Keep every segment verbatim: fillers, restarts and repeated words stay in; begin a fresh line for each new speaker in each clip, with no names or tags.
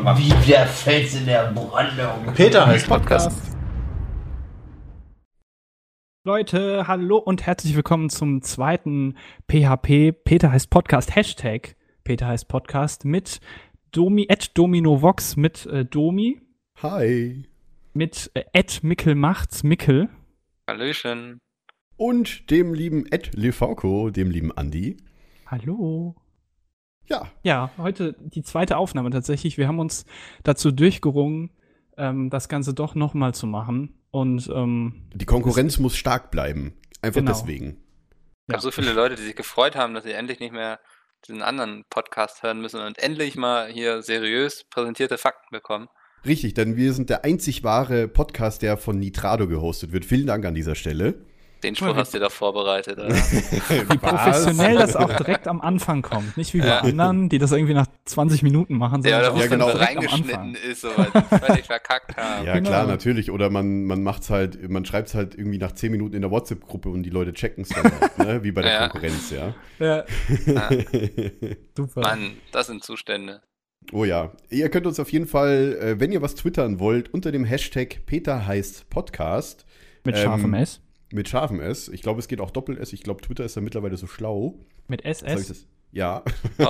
Wie der Fels in der Brandung.
Peter heißt Podcast.
Leute, hallo und herzlich willkommen zum zweiten P H P Peter heißt Podcast, Hashtag Peter heißt Podcast mit Domi, at Dominovox, mit äh, Domi.
Hi.
Mit äh, at Mickel macht's, Mickel.
Hallöchen.
Und dem lieben Ed Lefauco, dem lieben Andi.
Hallo.
Ja.
Ja, heute die zweite Aufnahme tatsächlich. Wir haben uns dazu durchgerungen, ähm, das Ganze doch nochmal zu machen. Und ähm,
die Konkurrenz muss stark bleiben. Einfach
genau.
deswegen.
Es gab so viele Leute, die sich gefreut haben, dass sie endlich nicht mehr diesen anderen Podcast hören müssen und endlich mal hier seriös präsentierte Fakten bekommen.
Richtig, denn wir sind der einzig wahre Podcast, der von Nitrado gehostet wird. Vielen Dank an dieser Stelle.
Den Spruch hast du doch vorbereitet, oder?
Wie professionell das auch direkt am Anfang kommt. Nicht wie bei ja. anderen, die das irgendwie nach zwanzig Minuten machen.
Ja, oder wo
ja,
es
genau.
dann so reingeschnitten ist, so, weil sie völlig verkackt haben.
Ja,
genau.
Klar, natürlich. Oder man, man macht's halt, man schreibt es halt irgendwie nach zehn Minuten in der WhatsApp-Gruppe und die Leute checken es dann halt, ne? Wie bei der
ja.
Konkurrenz, ja.
Ja.
ja.
Super.
Mann, das sind Zustände.
Oh ja. Ihr könnt uns auf jeden Fall, äh, wenn ihr was twittern wollt, unter dem Hashtag Peter heißt Podcast.
Mit scharfem
ähm,
S.
Mit scharfem S. Ich glaube, es geht auch Doppel-S. Ich glaube, Twitter ist da mittlerweile so schlau.
Mit S S?
Das? Ja.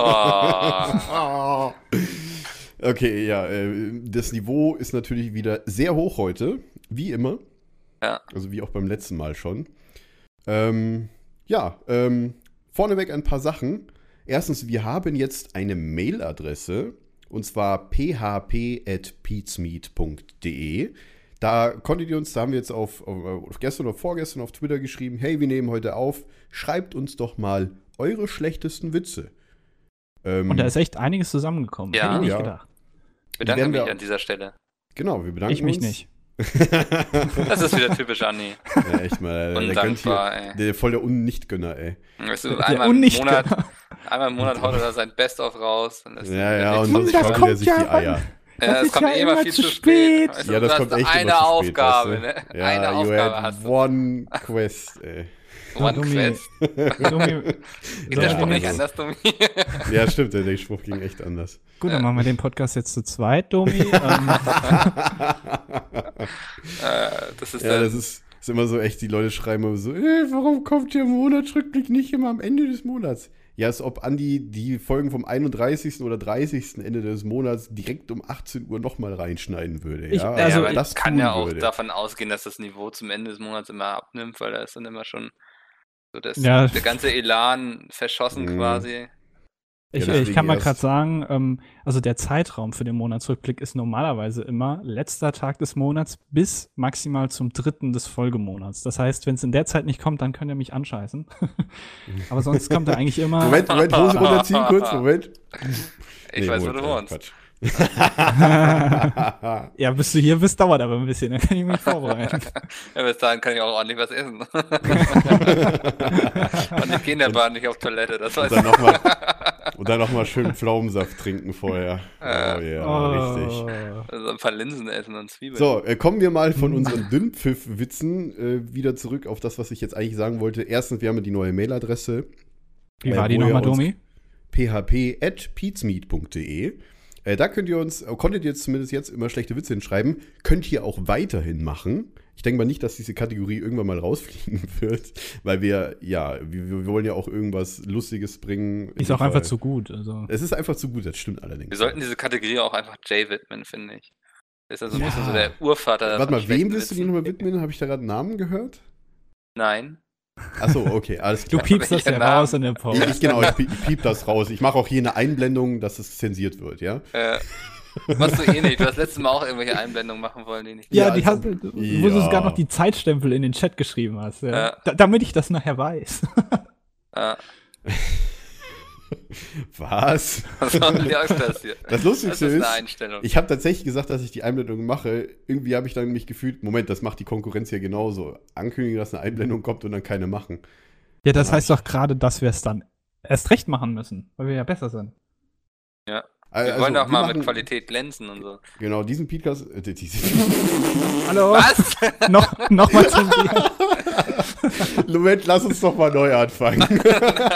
Oh.
Okay, ja. Äh, das Niveau ist natürlich wieder sehr hoch heute. Wie immer.
Ja.
Also wie auch beim letzten Mal schon. Ähm, ja, ähm, vorneweg ein paar Sachen. Erstens, wir haben jetzt eine Mailadresse. Und zwar p h p at peatsmeet punkt d e. Da konntet ihr uns, da haben wir jetzt auf, auf, auf gestern oder vorgestern auf Twitter geschrieben, hey, wir nehmen heute auf, schreibt uns doch mal eure schlechtesten Witze. Ähm,
Und da ist echt einiges zusammengekommen.
Ja.
Hätte ich nicht
Ja.
gedacht.
Ich bedanke mich
wir,
an dieser Stelle.
Genau, wir bedanken
Ich mich
uns.
nicht.
Das ist wieder typisch Anni.
Ja, echt mal. Der, der, gönnt hier,
Undankbar, ey.
der voll der Un-Nicht-Gönner, ey.
Weißt du,
Der
einmal, im
Unnicht-
Monat, einmal im Monat haut er da sein Best-of raus. Und das
Ja, ja, und
Und
dann
das
schaut
kommt
er sich
ja
die Eier.
Ja, das,
Das ist
kommt
ja
eh immer
immer
viel
zu
zu spät.
spät.
Weißt du,
Ja, das
du
kommt
hast
echt
eine
immer zu spät,
Aufgabe,
weißt du?
ne?
Ja,
eine
you
Aufgabe
had
hast du.
one quest, ey.
One
Domi.
Quest.
Domi,
Geht der Spruch
wir
nicht
jetzt-
anders, Domi?
Ja, stimmt, der, der Spruch ging echt anders.
Gut, dann machen wir den Podcast jetzt zu zweit, Domi. ähm,
Äh, das ist
Ja,
der,
das ist, ist immer so echt, die Leute schreiben immer so, ey, warum kommt der Monatsrückblick nicht immer am Ende des Monats? Ja, als ob Andi die Folgen vom einunddreißigsten oder dreißigsten Ende des Monats direkt um achtzehn Uhr nochmal reinschneiden würde.
Ich-
Ja,
also,
also,
aber
man
das
kann
tun
ja auch
würde.
davon ausgehen, dass das Niveau zum Ende des Monats immer abnimmt, weil da ist dann immer schon so das,
Ja.
der ganze Elan verschossen
Mhm.
quasi.
ich,
Ja,
ich kann mal
deswegen
gerade
erst-
sagen, ähm, also der Zeitraum für den Monatsrückblick ist normalerweise immer letzter Tag des Monats bis maximal zum dritten des Folgemonats. Das heißt, wenn es in der Zeit nicht kommt, dann könnt ihr mich anscheißen. Aber sonst kommt er eigentlich immer.
Moment, Moment, Hose runterziehen, kurz, Moment.
Ich
Nee,
weiß, wo
Moment,
du
äh,
wohnst.
Quatsch.
Ja, bis du hier bist, dauert aber ein bisschen. Dann kann ich mich vorbereiten.
Ja, bis dahin kann ich auch ordentlich was essen. Und ich gehe in der Bahn nicht auf Toilette, das weiß
Und dann
ich.
nochmal und dann noch mal schön Pflaumensaft trinken vorher.
Äh,
Oh ja,
Oh.
richtig.
Also ein paar Linsen essen und Zwiebeln.
So, äh, kommen wir mal von unseren Dünnpfiff-Witzen äh, wieder zurück auf das, was ich jetzt eigentlich sagen wollte. Erstens, wir haben ja die neue Mailadresse.
Wie
Äh,
war die
wo ihr
nochmal,
uns-
Domi?
p h p at peatsmeet punkt d e. Äh, da könnt ihr uns, äh, konntet ihr jetzt zumindest jetzt immer schlechte Witze hinschreiben, könnt ihr auch weiterhin machen. Ich denke mal nicht, dass diese Kategorie irgendwann mal rausfliegen wird, weil wir, ja, wir, wir wollen ja auch irgendwas Lustiges bringen.
Ist auch einfach zu gut. Also.
Es ist einfach zu gut, das stimmt allerdings.
Wir sollten diese Kategorie auch einfach Jay widmen, finde ich. Das ist ja so ein
Ja.
bisschen so der Urvater.
Warte
von
mal, wem
schlechten
willst du die
Witzen.
nochmal widmen? Habe ich da gerade einen Namen gehört?
Nein.
Achso, okay, alles
Du
klar.
piepst das ja
Welcher Name?
raus in der
Ich,
Pause.
ich, genau, ich, piep- ich piep das raus. Ich mache auch hier eine Einblendung, dass es zensiert wird, ja?
Äh, machst du eh nicht. Du hast letztes Mal auch irgendwelche Einblendungen machen wollen, die nicht.
Ja,
Ja,
die
also-
hast, wo
ja.
du sogar noch die Zeitstempel in den Chat geschrieben hast. Ja.
Ja.
Da, damit ich das nachher weiß.
Ja.
Was?
Was soll denn das hier?
Das
Das
Lustigste
ist eine
ist,
Einstellung.
ich habe tatsächlich gesagt, dass ich die Einblendung mache. Irgendwie habe ich dann mich gefühlt, Moment, das macht die Konkurrenz ja genauso. Ankündigen, dass eine Einblendung kommt und dann keine machen.
Ja, das
Ja.
heißt doch gerade, dass wir es dann erst recht machen müssen, weil wir ja besser sind.
Wir
Also,
wollen auch
wir
mal
machen-
mit Qualität glänzen und so.
Genau, diesen Podcast. Äh, diesen
Hallo?
Was?
noch, noch mal zensieren.
Moment, lass uns doch mal neu anfangen.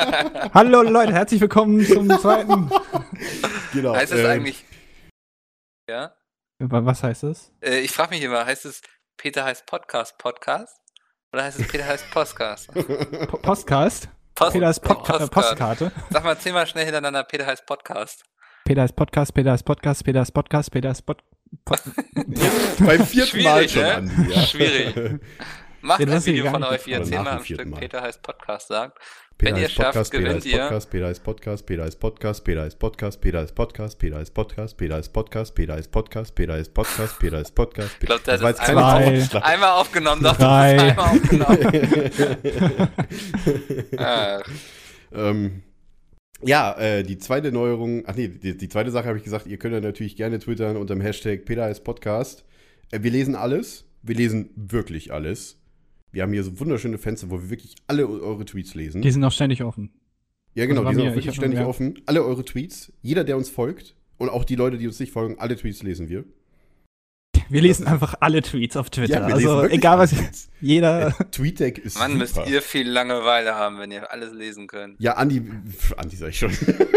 Hallo Leute, herzlich willkommen zum zweiten.
Genau.
Heißt es
äh,
eigentlich Ja?
Wa- Was heißt das?
Äh, ich frage mich immer, heißt es Peter heißt Podcast Podcast? Oder heißt es Peter heißt Podcast?
Po- Postcast?
Post
Peter ist Podca äh,
Postcard.
Postkarte.
Sag mal zehnmal schnell hintereinander, Peter heißt Podcast.
Peter ist Podcast, Peter ist Podcast, Peter ist Podcast, Peter ist Pod... Pod
Beim vierten Mal
Schwierig,
schon,
ne?
Andi. Ja.
Schwierig. Macht
Ja,
ein
das ist
Video
gar
von
nicht
euch, wie ihr
gefragt.
zehnmal
Nach
am
dem vierten
Stück
Mal.
Peter heißt Podcast sagt.
Peter
Wenn ihr
heißt
schafft,
Podcast, Peter
gewinnt
heißt
ihr.
Podcast, Peter heißt Podcast, Peter heißt Podcast, Peter heißt Podcast, Peter heißt Podcast, Peter heißt Podcast, Peter heißt Podcast, Peter heißt Podcast, Peter heißt Podcast, Peter heißt Podcast.
Ich glaube, das,
war
ist
jetzt keine
Zwei.
Zauberschlag.
einmal aufgenommen. Doch,
Drei.
das ist einmal aufgenommen. Ach,
Ähm, ja, äh, die zweite Neuerung, ach nee, die, die zweite Sache habe ich gesagt, ihr könnt ja natürlich gerne twittern unter dem Hashtag Peter heißt Podcast. Äh, wir lesen alles, wir lesen wirklich alles. Wir haben hier so wunderschöne Fenster, wo wir wirklich alle eure Tweets lesen.
Die sind auch ständig offen.
Ja, genau,
Also
die
bei
sind
mir,
auch
ich
wirklich
hab-
ständig
ja.
offen. Alle eure Tweets, jeder, der uns folgt und auch die Leute, die uns nicht folgen, alle Tweets lesen wir.
Wir lesen einfach alle Tweets auf Twitter.
wir lesen
also
wirklich
egal was,
alle Tweets.
jeder.
Äh, TweetDeck ist
Mann, müsst
super.
ihr viel Langeweile haben, wenn ihr alles lesen könnt.
Ja, Andi, pf, Andi sag ich schon.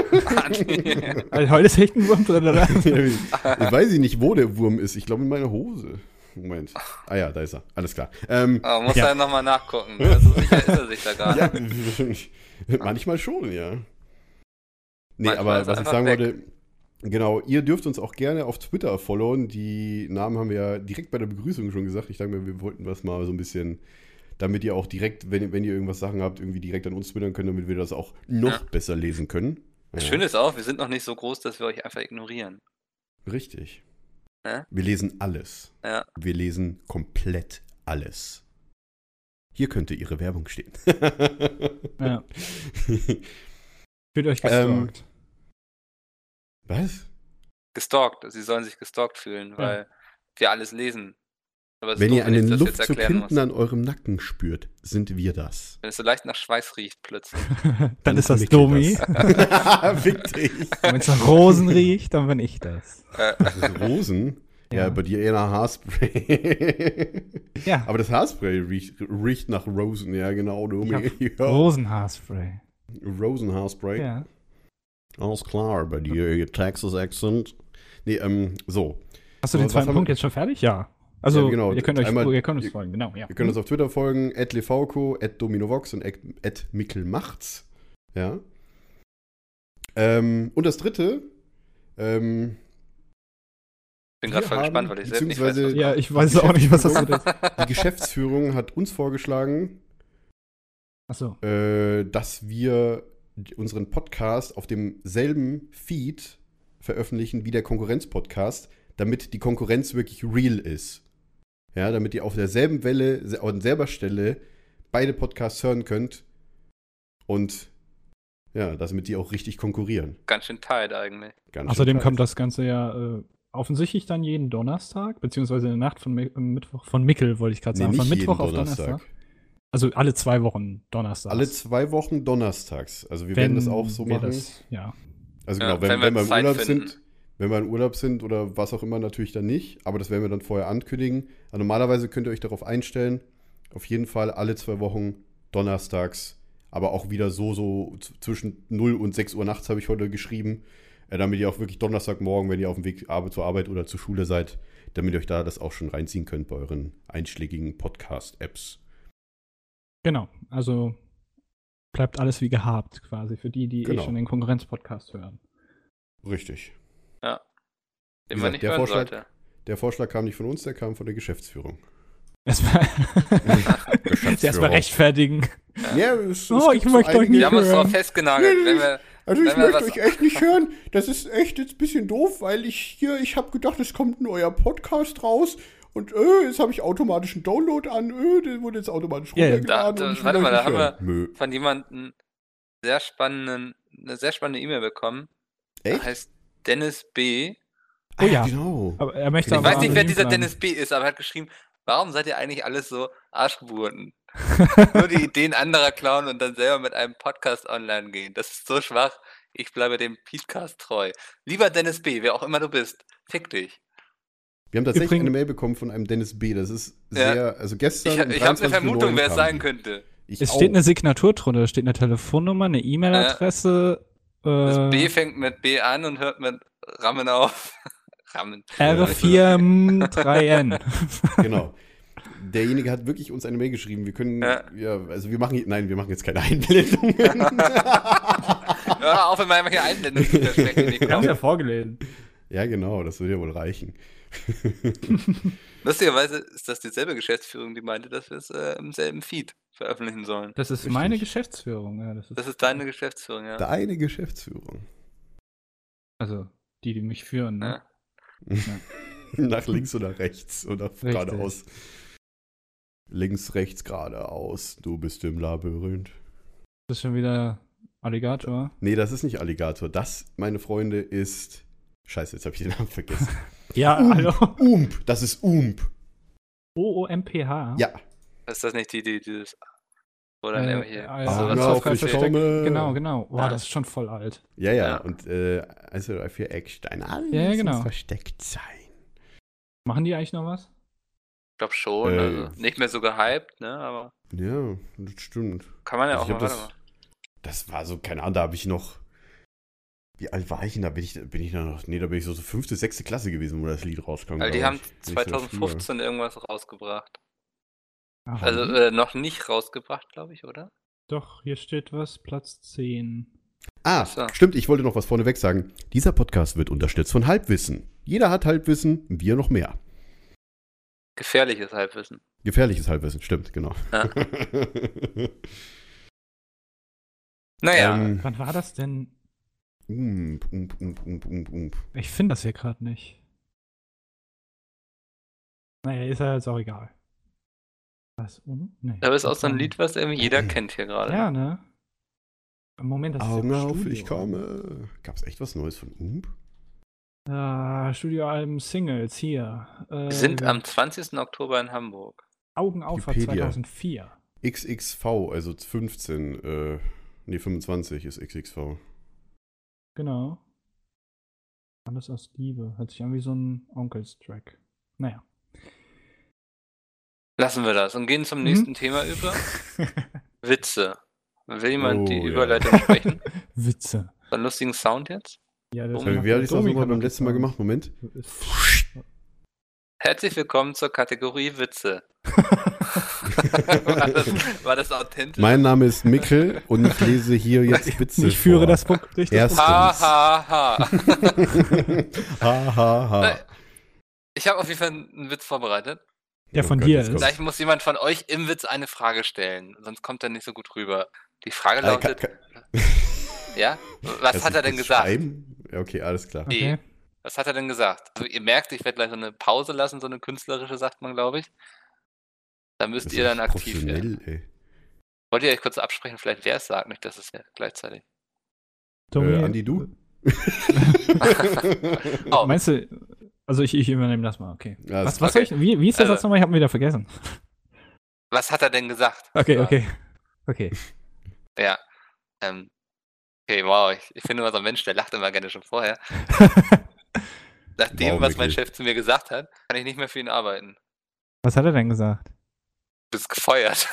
Weil heute ist echt ein Wurm drin, oder?
ich weiß nicht, wo der Wurm ist. Ich glaube in meiner Hose. Moment. Ah ja, da ist er. Alles klar. Ähm,
Aber muss
Ja.
er nochmal nachgucken. Also sicher ist er sich da gar
ja,
nicht.
manchmal schon, ja. Nee,
Manchmal
aber
ist er
was ich
einfach
sagen
weg.
wollte, genau, ihr dürft uns auch gerne auf Twitter followen. Die Namen haben wir ja direkt bei der Begrüßung schon gesagt. Ich dachte mir, wir wollten was mal so ein bisschen, damit ihr auch direkt, wenn, wenn ihr irgendwas Sachen habt, irgendwie direkt an uns twittern könnt, damit wir das auch noch
Ja.
besser lesen können.
Das
Ja,
Schöne ist auch, wir sind noch nicht so groß, dass wir euch einfach ignorieren.
Richtig.
Ja?
Wir lesen alles.
Ja.
Wir lesen komplett alles. Hier könnte ihre Werbung stehen.
Ja. Fühlt euch
Ähm,
gestalkt.
Was?
Gestalkt. Sie sollen sich gestalkt fühlen, weil wir alles lesen. Aber es ist
Wenn
doof,
ihr einen
ich das jetzt
Luftzug
erklären
hinten
muss.
an eurem Nacken spürt, sind wir das.
Wenn es so leicht nach Schweiß riecht plötzlich.
Dann ist das
Mikkel
Domi.
das. Fick dich.
Wenn es nach Rosen riecht, dann bin ich das.
äh,
Das ist Rosen? Ja,
Ja.
bei dir eher nach Haarspray.
Ja,
Aber das Haarspray riecht, riecht nach Rosen. Ja, genau, Domi. Ja.
Rosenhaarspray.
Rosen-Haarspray.
Ja.
Alles klar, bei dir, ihr Texas-Accent. Nee, ähm, so.
Hast du den
Was
zweiten
haben
Punkt
wir-
jetzt schon fertig? Ja. Also,
Ja, genau.
ihr könnt euch
Einmal-
ihr könnt uns
ihr-
folgen, genau, ja.
Ihr könnt uns auf Twitter folgen, at levauco, at dominovox und at mikkelmachts. Ja. Ähm, und das dritte, ähm,
bin gerade
Wir
voll
haben-
gespannt, weil ich selbst nicht weiß,
beziehungsweise-
was
Ja, ich weiß auch nicht, was das ist.
die Geschäftsführung hat uns vorgeschlagen,
Achso.
äh, dass wir unseren Podcast auf demselben Feed veröffentlichen wie der Konkurrenz-Podcast, damit die Konkurrenz wirklich real ist. Ja, damit ihr auf derselben Welle, se- an selber Stelle beide Podcasts hören könnt und ja, damit die auch richtig konkurrieren.
ganz schön tight eigentlich.
Ganz schön
Außerdem
tight.
kommt das Ganze ja äh, offensichtlich dann jeden Donnerstag, beziehungsweise in der Nacht von, Mi äh, Mittwoch, von Mickel, wollte ich gerade
Nee,
sagen,
nicht
von Mittwoch
jeden
auf
Donnerstag.
Donnerstag. Also alle zwei Wochen Donnerstag.
Alle zwei Wochen donnerstags. Also wir werden das auch so machen.
Das, ja.
Also
Ja,
genau, wenn,
wenn wir
wenn wir im
Zeit
Urlaub
finden.
sind, wenn wir im Urlaub sind oder was auch immer, natürlich dann nicht. Aber das werden wir dann vorher ankündigen. Also normalerweise könnt ihr euch darauf einstellen. Auf jeden Fall alle zwei Wochen donnerstags. Aber auch wieder so, so z- zwischen null und sechs Uhr nachts habe ich heute geschrieben. Äh, damit ihr auch wirklich Donnerstagmorgen, wenn ihr auf dem Weg Arbeit, zur Arbeit oder zur Schule seid, damit ihr euch da das auch schon reinziehen könnt bei euren einschlägigen Podcast-Apps.
Genau. Also bleibt alles wie gehabt, quasi, für die, die
Genau.
eh schon den Konkurrenz-Podcast hören.
Richtig.
Den
Wie
man
gesagt,
nicht
der
hören
Vorschlag-
sollte.
Der Vorschlag kam nicht von uns, der kam von der Geschäftsführung.
Erstmal
Geschäftsführer.
erstmal rechtfertigen.
Ja, es, es
Oh,
gibt
ich möchte euch
einige-
nicht
Wir haben uns
hören.
darauf festgenagelt.
Nee, nee,
Wenn wir,
Also ich
wenn wir
möchte
was-
euch echt nicht hören. Das ist echt jetzt ein bisschen doof, weil ich hier, ich habe gedacht, es kommt ein neuer Podcast raus und äh, jetzt habe ich automatisch einen Download an, äh, der wurde jetzt automatisch
Ja, ja.
runtergeladen.
Da- da-
und ich will
warte
euch
mal,
nicht
da haben
hören. Mö.
von jemandem sehr spannenden, eine sehr spannende E-Mail bekommen.
Echt?
Der heißt Dennis B.
Oh ja.
Ah, genau.
Aber er möchte
Ich
Ich
aber
weiß nicht, wer
anonym
dieser
bleiben.
Dennis B. ist, aber er hat geschrieben, warum seid ihr eigentlich alles so Arschgeburten? Nur die Ideen anderer klauen und dann selber mit einem Podcast online gehen. Das ist so schwach. Ich bleibe dem Podcast treu. Lieber Dennis B., wer auch immer du bist, fick dich.
Wir haben tatsächlich
Übrigens-
eine Mail bekommen von einem Dennis B. Das ist
Ja.
sehr, also gestern.
Ich,
um
ich habe eine
dreiundzwanzig Uhr neun
Vermutung, wer es
kam
sein
die.
könnte.
Ich
Es
auch.
steht eine Signatur drunter, da steht eine Telefonnummer, eine E-Mail-Adresse.
Das
Äh,
B fängt mit B an und hört mit Rammen auf. rammen.
R vier drei N.
Genau. Derjenige hat wirklich uns eine Mail geschrieben. Wir können, ja,
Ja.
also wir machen, nein, wir machen jetzt keine Einblendungen.
Hör auf, in meinem hier Einblendung zu versprechen.
Wir haben es ja vorgelesen.
Ja, genau, das würde ja wohl reichen.
Lustigerweise ist das dieselbe Geschäftsführung, die meinte, dass wir es äh, im selben Feed veröffentlichen sollen.
Das ist
Richtig.
meine Geschäftsführung. Ja, das ist,
Das ist deine Geschäftsführung, ja.
Deine Geschäftsführung.
also die, die mich führen. Ne?
Ja.
Nach links oder rechts oder
Richtig.
geradeaus. Links, rechts, geradeaus. Du bist im Labyrinth.
Das ist schon wieder Alligator.
Nee, das ist nicht Alligator. Das, meine Freunde, ist. Scheiße, jetzt habe ich den Namen vergessen.
Ja,
Ump.
hallo.
Ump. Das ist Ump.
O O M P H.
Ja.
Ist das nicht die, die dieses. Wo dann
Äh,
irgendwelche.
äh,
Ah,
sowas
na,
drauf
auf, ich
steht?
komme.
Genau, genau. Boah,
Ja.
das ist schon voll alt.
Ja, ja.
Ja.
Und äh, also für Eckstein. Alles
Ja, ja, genau.
muss versteckt sein.
Machen die eigentlich noch was?
Ich glaube schon.
Äh.
Also nicht mehr so gehypt, ne? Aber
Ja, das stimmt.
kann man ja
Also
auch
ich
mal
hab das,
weitermachen.
das war so, keine Ahnung, da habe ich noch. Wie alt war ich denn? Da bin ich, bin ich da noch. Nee, da bin ich so, so fünfte, sechste Klasse gewesen, wo das Lied rauskam.
Weil die
glaub
haben
ich. Nicht so früher.
zwanzig fünfzehn irgendwas rausgebracht.
Ach,
Also
die?
äh, noch nicht rausgebracht, glaube ich, oder?
doch, hier steht was, Platz zehn.
Ah,
Ach so.
stimmt, ich wollte noch was vorneweg sagen. Dieser Podcast wird unterstützt von Halbwissen. Jeder hat Halbwissen, wir noch mehr.
Gefährliches Halbwissen.
Gefährliches Halbwissen, stimmt, genau.
Ja. Naja,
Ähm,
Wann war das denn?
ump, ump, ump, ump, ump, ump.
Ich finde das hier gerade nicht. Naja, ist ja jetzt auch egal. Was? Um? Nee.
aber ist auch so ein Lied, was irgendwie jeder kennt hier gerade.
Ja, ne? Im Moment, das
Augen
ist ja
auf,
Studio.
ich komme. Gab's echt was Neues von Ump?
Ah, Studioalben, Singles, hier. Äh,
Wir sind am zwanzigsten Oktober in Hamburg.
Augen auf hat
Wikipedia.
zweitausendvier.
X X V, also fünfzehn, äh, nee, fünfundzwanzig ist X X V.
Genau. Alles aus Liebe. Hört sich an wie so ein Onkels-Track. Naja.
Lassen wir das und gehen zum
Mhm.
nächsten Thema über. Witze. Will jemand
Oh,
die
ja.
Überleitung sprechen?
Witze.
So einen lustigen Sound jetzt?
Ja, das
Äh,
Äh, wie hatte ich das
Domi
nochmal
kann
beim
doch
letzten Mal
sagen.
gemacht? Moment.
Herzlich willkommen zur Kategorie Witze. war, das, war das authentisch?
Mein Name ist Mikkel und ich lese hier jetzt Witze
Ich führe
vor.
das Pro- durch das
Erstens.
Ha, ha, ha.
ha, ha, ha.
Ich habe auf jeden Fall einen Witz vorbereitet.
Der
Oh
von
Gott,
dir
jetzt
ist.
kommt's.
Vielleicht muss jemand von euch im Witz eine Frage stellen, sonst kommt er nicht so gut rüber. Die Frage
Äh, kann,
lautet,
kann,
ja, was
kannst
hat
du
er denn
das
gesagt?
schreiben? Ja, okay, alles klar.
Okay.
Was hat er denn gesagt? Also ihr merkt, ich werde gleich so eine Pause lassen, so eine künstlerische, sagt man, glaube ich. Da müsst
Das
ihr
ist
dann aktiv werden.
professionell, ey.
Wollt ihr euch kurz absprechen, vielleicht wer es sagt, nicht, dass es ja gleichzeitig.
Domi,
Äh, Andi, du?
Oh,
Meinst du, also ich, ich übernehme das mal, okay.
Ja,
Was,
ist
was
okay.
soll ich, wie, wie ist der
Also-
Satz nochmal? Ich habe ihn wieder vergessen.
was hat er denn gesagt?
Okay,
Ja.
okay. Okay.
Ja. Ähm, okay, wow, ich, ich finde immer so ein Mensch, der lacht immer gerne schon vorher. Nach dem,
Wow,
was mein
Mikkel.
Chef zu mir gesagt hat, kann ich nicht mehr für ihn arbeiten.
Was hat er denn gesagt?
Du bist gefeuert.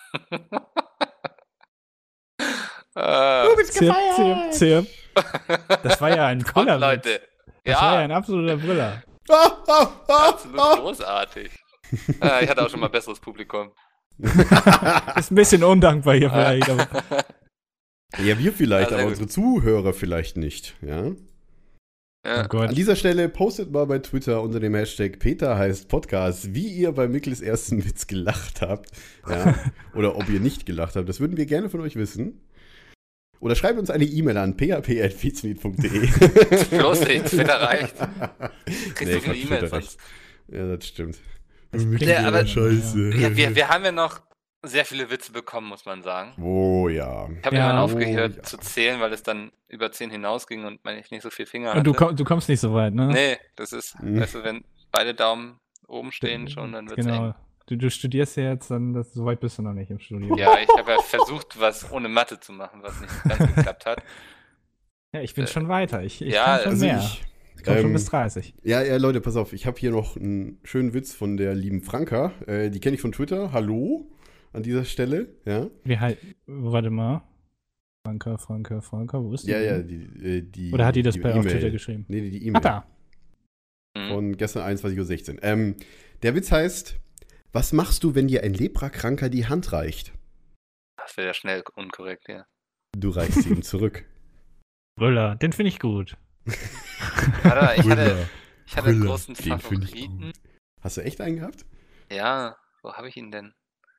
äh,
Zirp, zirp, zirp. Das war ja ein
Kommt,
Brüller.
Leute.
Das war ja
Ja,
ein absoluter Brüller.
Ah, ah, ah,
absolut
ah.
großartig. Äh, ich hatte auch schon mal besseres Publikum.
Ist ein bisschen undankbar hier vielleicht, aber
Ja, wir vielleicht,
Ja, sehr
aber
gut.
unsere Zuhörer vielleicht nicht. Ja?
oh
Ja.
An
Gott.
dieser Stelle postet mal bei Twitter unter dem Hashtag Peter heißt Podcast, wie ihr bei Mickels ersten Witz gelacht habt. Ja? Oder ob ihr nicht gelacht habt. Das würden wir gerne von euch wissen. Oder schreibt uns eine E-Mail an p h p at feedsmeet punkt de.
Bloß nicht, Twitter reicht. Kriegst
Nee,
du viele
Quatsch,
E-Mails
Twitter
sonst.
reicht. Ja, das stimmt.
Das
Mikkel,
klingt
Ja, aber-
Scheiße.
Ja, wir, wir haben ja noch sehr viele Witze bekommen, muss man sagen.
Oh ja.
Ich habe
Ja.
irgendwann
Oh,
aufgehört
ja.
zu zählen, weil es dann über zehn hinausging und man ich nicht so viel Finger hatte.
Und du, komm, du kommst nicht so weit, ne?
Nee, das ist,
Mhm.
weißt du, wenn beide Daumen oben stehen schon, dann wird's
Genau.
eng.
Du, du studierst ja jetzt, dann das, so weit bist du noch nicht im Studium.
Ja, ich habe ja versucht, was ohne Mathe zu machen, was nicht ganz geklappt hat.
Ja, ich bin schon weiter. Ich, ich
ja,
kann schon
Also
mehr.
ich,
Ich komme schon
ähm,
bis dreißig.
ja, ja, Leute, pass auf. Ich habe hier noch einen schönen Witz von der lieben Franka. Äh, die kenne ich von Twitter. Hallo an dieser Stelle. Ja,
Wie halt, warte mal. Franka, Franka, Franka, wo ist die?
ja, ja.
denn?
Die, äh, die,
Oder hat die das bei auf
E-Mail.
Twitter geschrieben?
Nee, die, die
Ah,
E-Mail.
da.
Mhm.
von gestern einundzwanzig Uhr sechzehn. Ähm, der Witz heißt, was machst du, wenn dir ein Leprakranker die Hand reicht?
Das wäre ja schnell unkorrekt, ja.
Du reichst sie ihm zurück.
Brüller, den finde ich gut.
Warte mal, ich hatte,
Brüller,
ich hatte einen
Brüller,
großen
den find ich
Favoriten.
gut. Hast du echt einen gehabt?
Ja, wo habe ich ihn denn?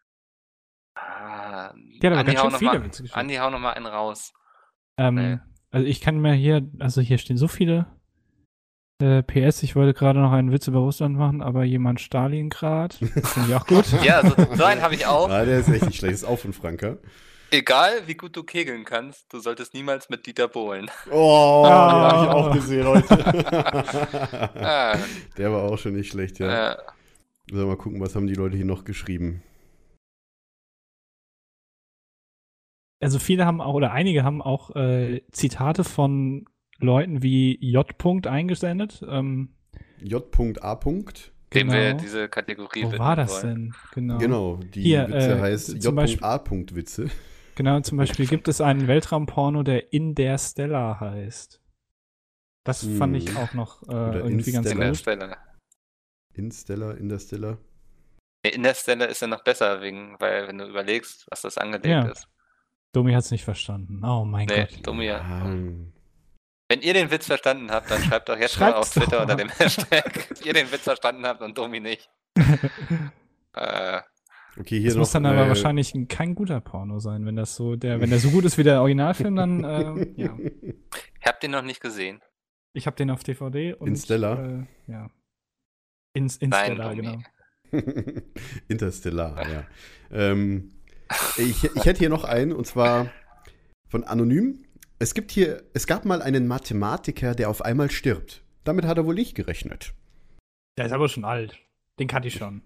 Ah,
Der hat aber
Andi,
ganz
hau
schön
noch
viele
mal,
Witze geschrieben.
Andi, hau noch mal einen raus.
Ähm,
Nee.
Also ich kann mir hier, also hier stehen so viele äh, P S, ich wollte gerade noch einen Witz über Russland machen, aber jemand Stalingrad, finde ich auch gut.
Ja, so, so einen habe ich auch.
Ah, der ist echt nicht schlecht. Ist auch von Franka.
Egal, wie gut du kegeln kannst, du solltest niemals mit Dieter bohlen.
Oh, den habe ich
Ah.
auch gesehen heute.
Ah,
Der war auch schon nicht schlecht, ja.
äh,
So, mal gucken, was haben die Leute hier noch geschrieben.
Also viele haben auch, oder einige haben auch äh, Zitate von Leuten wie J. -Punkt eingesendet. Ähm,
J.A.
dem
Genau.
wir diese Kategorie
Wo
widmen
war das
wollen.
denn? Genau.
Genau, die
Hier,
Witze
äh,
heißt
zum Beispiel-
J.A. Witze.
Genau, zum Beispiel gibt es einen Weltraumporno, der In der Stella heißt. Das fand ich
Hm.
auch noch äh,
Oder
irgendwie ganz
In der
gut.
Stelle.
Instellar, Interstellar.
Nee, In der Stelle ist ja noch besser, wegen, weil wenn du überlegst, was das angelegt
Ja.
ist.
Domi hat es nicht verstanden. Oh mein
Nee,
Gott.
Domi, ja.
Ah,
Wenn ihr den Witz verstanden habt, dann schreibt doch jetzt mal auf
Schreibt's doch
Twitter
mal.
unter dem Hashtag, dass ihr den Witz verstanden habt und Domi nicht. Äh,
okay, hier
Das
noch.
muss dann aber
äh,
wahrscheinlich ein, kein guter Porno sein, wenn das so der, wenn der so gut ist wie der Originalfilm, dann äh, ja.
ich hab den noch nicht gesehen.
Ich habe den auf D V D und
Interstellar?
Äh, ja. In,
Nein,
Interstellar,
Domi.
genau.
Interstellar, ja. Ähm, ich, ich hätte hier noch einen, und zwar von Anonym. Es gibt hier, es gab mal einen Mathematiker, der auf einmal stirbt. Damit hat er wohl nicht gerechnet.
Der ist aber schon alt. Den kannte ich schon.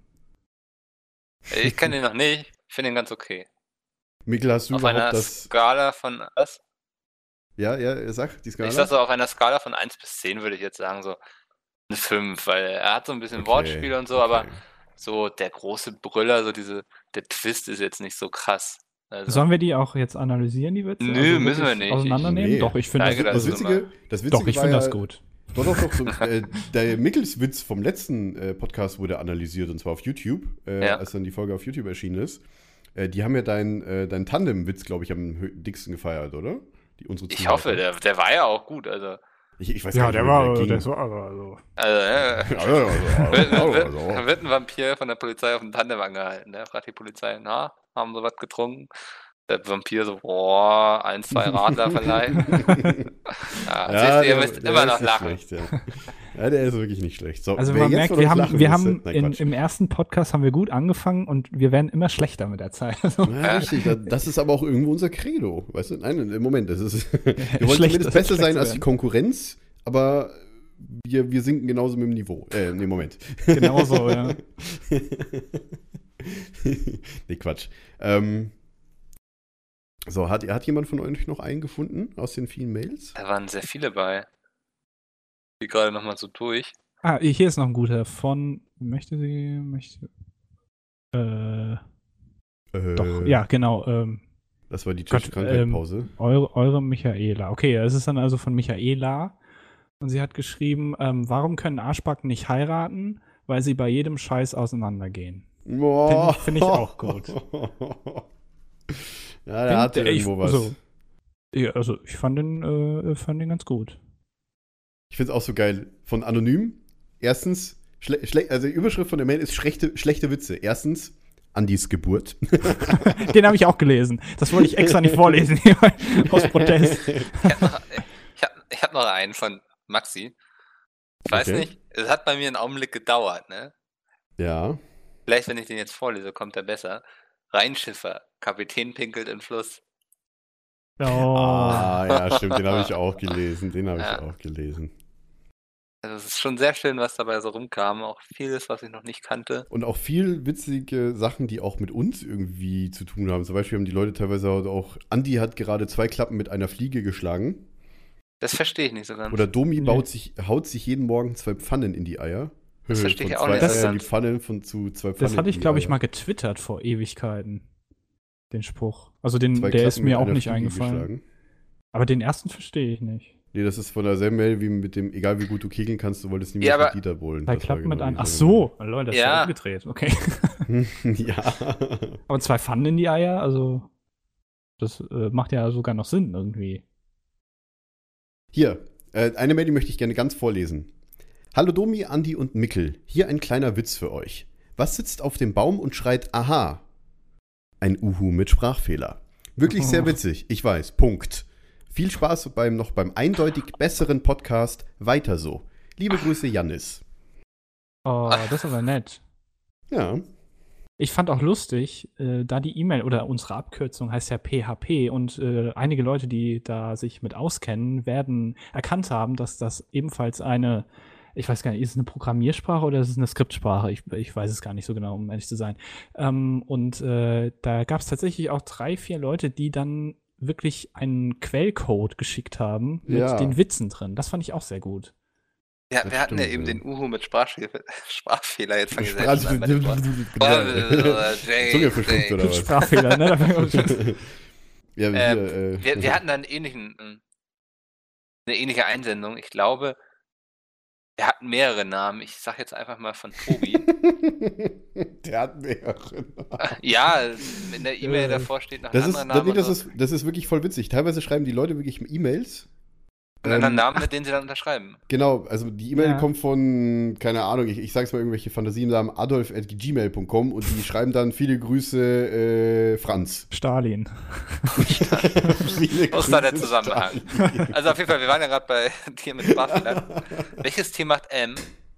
Ich kenne den noch nicht. Ich finde ihn ganz okay.
Mikkel, hast du
Auf einer
überhaupt das?
Skala von was?
Ja, ja, sag, die Skala.
Ich sag so, auf einer Skala von eins bis zehn würde ich jetzt sagen, so eine fünf, weil er hat so ein bisschen
Okay,
Wortspiel und so,
okay.
aber so der große Brüller, so diese, der Twist ist jetzt nicht so krass. Also,
Sollen wir die auch jetzt analysieren, die Witze?
Nö, müssen wir
wirklich
nicht.
Auseinandernehmen?
Nee.
Doch, ich finde
Zeige
das,
Das
das
also,
Witzige, das Witzige
doch, ich
war
finde
ja,
das gut.
Doch, doch, doch. So, äh, der Mickels Witz vom letzten äh, Podcast wurde analysiert, und zwar auf YouTube, äh,
Ja.
als dann die Folge auf YouTube erschienen ist. Äh, die haben ja deinen äh, dein Tandem-Witz, glaube ich, am hö- dicksten gefeiert, oder? Die, unsere
ich
Zuhörer.
hoffe, der, der war ja auch gut. Also,
Ich, ich weiß
Ja,
gar
der
nicht,
war,
wie
der
ging.
war also.
also äh,
Ja, ja, ja,
wird,
ja,
wird,
also.
wird ein Vampir von der Polizei auf dem Tandem angehalten. Ne? Fragt die Polizei, na, haben sie was getrunken? Der Vampir so, boah, ein, zwei Radler vielleicht. Ja,
Ja,
siehst du, ihr
der-
müsst
der
immer
ist
noch
nicht
lachen.
schlecht, ja. Ja, der ist wirklich nicht schlecht. So,
Also
wer
man
jetzt
merkt,
von
wir
uns
haben,
lachen
wir
musste-
haben
Nein,
in,
Quatsch.
im ersten Podcast haben wir gut angefangen und wir werden immer schlechter mit der Zeit. Also,
Ja, richtig. Da- Das ist aber auch irgendwo unser Credo. Weißt du? Nein, im Moment. Das ist, wir wollen
Schlecht-
zumindest besser
schlecht
sein
zu
als die
werden.
Konkurrenz, aber wir, wir sinken genauso mit dem Niveau. Äh, nee, Moment.
Genau so, ja.
Nee, Quatsch. Ähm, so, hat, hat jemand von euch noch einen gefunden aus den vielen Mails?
Da waren sehr viele bei. Ich gehe gerade nochmal so durch.
Ah, hier ist noch ein guter von, möchte sie, möchte, äh,
Äh,
doch, ja, genau, ähm,
Das war die
Gott,
Tischkrankheitspause.
eure, eure Michaela. Okay, es ist dann also von Michaela und sie hat geschrieben, ähm, warum können Arschbacken nicht heiraten? Weil sie bei jedem Scheiß auseinandergehen.
Boah.
Find- find ich auch gut.
Ja, der hatte
Find- ich-
irgendwo was.
Also, ja, also ich fand den, äh, fand den ganz gut.
Ich finde es auch so geil. Von Anonym. Erstens, schle schle also die Überschrift von der Mail ist schlechte, schlechte Witze. Erstens, Andis Geburt.
Den habe ich auch gelesen. Das wollte ich extra nicht vorlesen, aus Protest.
Ich habe noch, ich hab, ich hab noch einen von Maxi. Ich weiß
Okay.
nicht, es hat bei mir einen Augenblick gedauert, ne?
Ja.
Vielleicht, wenn ich den jetzt vorlese, kommt er besser. Rheinschiffer, Kapitän pinkelt im Fluss.
Oh.
Ah, ja, stimmt. Den habe ich auch gelesen. Den habe ich
Ja.
auch gelesen.
Also es ist schon sehr schön, was dabei so rumkam. Auch vieles, was ich noch nicht kannte.
Und auch viel witzige Sachen, die auch mit uns irgendwie zu tun haben. Zum Beispiel haben die Leute teilweise auch, Andi hat gerade zwei Klappen mit einer Fliege geschlagen.
Das verstehe ich nicht so ganz.
Oder Domi
Nee.
baut sich, haut sich jeden Morgen zwei Pfannen in die Eier.
Das verstehe ich
Von
auch
zwei
nicht
Eiern
so
in die
ganz.
Pfanne von zu zwei Pfannen.
Das hatte ich,
in die
glaube ich,
Eier.
mal getwittert vor Ewigkeiten. Den Spruch. Also den,
Zwei
der
Klappen
ist
mit
mir auch
einer
nicht
Fliege
eingefallen.
geschlagen.
Aber den ersten verstehe ich nicht.
Nee, das ist von derselben Mail wie mit dem, egal wie gut du kegeln kannst, du wolltest nie
Ja,
mehr
aber-
mit Dieter Bohlen.
Zwei
Das war
Klappen mit
genau
einem. Ach
dieselbe
so, Leute, das ist
Ja.
ja umgedreht. Okay.
Mail. Ja.
Aber zwei Pfannen in die Eier, also das äh, macht ja sogar noch Sinn irgendwie.
Hier, äh, eine Mail, die möchte ich gerne ganz vorlesen. Hallo Domi, Andi und Mickel. Hier ein kleiner Witz für euch. Was sitzt auf dem Baum und schreit Aha? Ein Uhu mit Sprachfehler. Wirklich sehr
Oh.
witzig, ich weiß. Punkt. Viel Spaß beim noch beim eindeutig besseren Podcast. Weiter so. Liebe Grüße, Jannis.
Oh, das ist aber nett.
Ja.
Ich fand auch lustig, äh, da die E-Mail oder unsere Abkürzung heißt ja P H P und äh, einige Leute, die da sich mit auskennen, werden erkannt haben, dass das ebenfalls eine, ich weiß gar nicht, ist es eine Programmiersprache oder ist es eine Skriptsprache? Ich, ich weiß es gar nicht so genau, um ehrlich zu sein. Ähm, und äh, da gab es tatsächlich auch drei, vier Leute, die dann wirklich einen Quellcode geschickt haben mit
Ja.
den Witzen drin. Das fand ich auch sehr gut.
Ja,
Das
wir hatten ja
stimmt,
eben
ja.
den Uhu mit Sprachfehler, Sprachfehler. Jetzt fange ich
Sprach-
selbst an mit dem Wort. Jay,
Zunge verschluckt
Jay.
oder was?
Sprachfehler, ne? Da fand ich auch schon-
Ja,
Ähm,
hier, äh,
Wir, wir hatten da einen ähnlichen, ähm, eine ähnliche Einsendung. Ich glaube, er hat mehrere Namen. Ich sag jetzt einfach mal von Tobi.
Der hat mehrere.
Ja, in der E-Mail
Äh,
davor steht noch ein
Das ist,
anderer Name.
nee, das,
und
ist, das ist wirklich voll witzig. Teilweise schreiben die Leute wirklich E-Mails.
einen anderen
Ähm,
Namen, mit denen sie dann unterschreiben.
Genau, also die E-Mail
Ja.
kommt von, keine Ahnung, ich, ich sag's mal irgendwelche Fantasienamen, adolf at gmail punkt com und die schreiben dann viele Grüße, äh, Franz.
Stalin.
Viele
Wo ist da der
Grüße,
Zusammenhang?
Stalin.
Also auf jeden Fall, wir waren ja gerade bei dir mit Sprachfehler. Welches Tier macht M?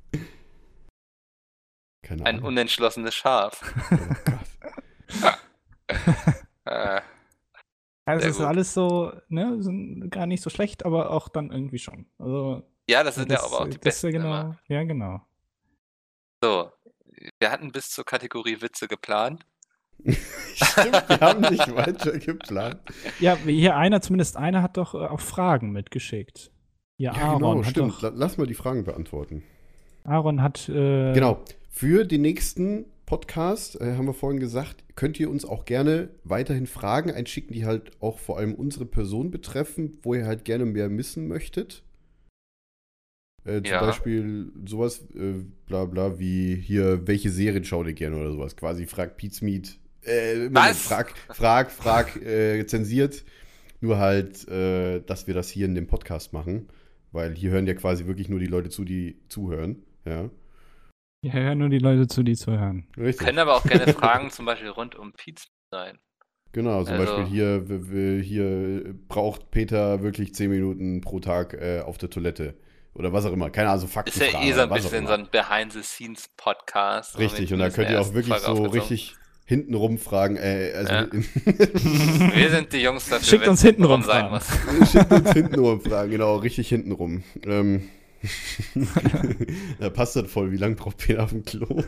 Keine
Ein
Ahnung.
unentschlossenes Schaf.
Oh Gott.
Äh,
Also
Sehr
es ist
gut.
alles so, ne, sind gar nicht so schlecht, aber auch dann irgendwie schon. Also
ja, das sind
das,
ja aber auch die
das
besten
ja genau,
immer.
ja genau.
So, wir hatten bis zur Kategorie Witze geplant.
Stimmt, wir haben nicht weiter geplant.
Ja, hier einer, zumindest einer hat doch äh, auch Fragen mitgeschickt. Ja,
Ja,
Aaron
genau,
hat
stimmt.
doch,
La- Lass mal die Fragen beantworten.
Aaron hat, äh,
Genau. Für den nächsten Podcast, äh, haben wir vorhin gesagt, könnt ihr uns auch gerne weiterhin Fragen einschicken, die halt auch vor allem unsere Person betreffen, wo ihr halt gerne mehr wissen möchtet. Äh, zum
Ja.
Beispiel sowas, äh, bla bla, wie hier, welche Serien schaut ihr gerne oder sowas. Quasi frag Pete's Meat. Äh, Moment,
Was?
frag, frag, frag, äh, zensiert. Nur halt, äh, dass wir das hier in dem Podcast machen. Weil hier hören ja quasi wirklich nur die Leute zu, die zuhören. Ja,
ja, hören nur die Leute zu, die zuhören.
richtig.
Können aber auch gerne Fragen zum Beispiel rund um Pizza sein.
Genau, zum
Also-
Beispiel hier, w- w- hier braucht Peter wirklich zehn Minuten pro Tag äh, auf der Toilette. Oder was auch immer. Keine Ahnung, so
Ist
Faktenfragen.
ja eh so ein
oder was auch
bisschen
immer.
so ein Behind-the-Scenes-Podcast.
Richtig, und da könnt ihr auch wirklich so richtig hintenrum fragen. Äh, also
Ja. Wir sind die Jungs dafür,
Schickt
wenn
uns
es
hintenrum
sein
Fragen.
muss.
Schickt uns hintenrum fragen, genau, richtig hintenrum. Ähm, da passt das voll. Wie lange braucht Peter auf dem Klo?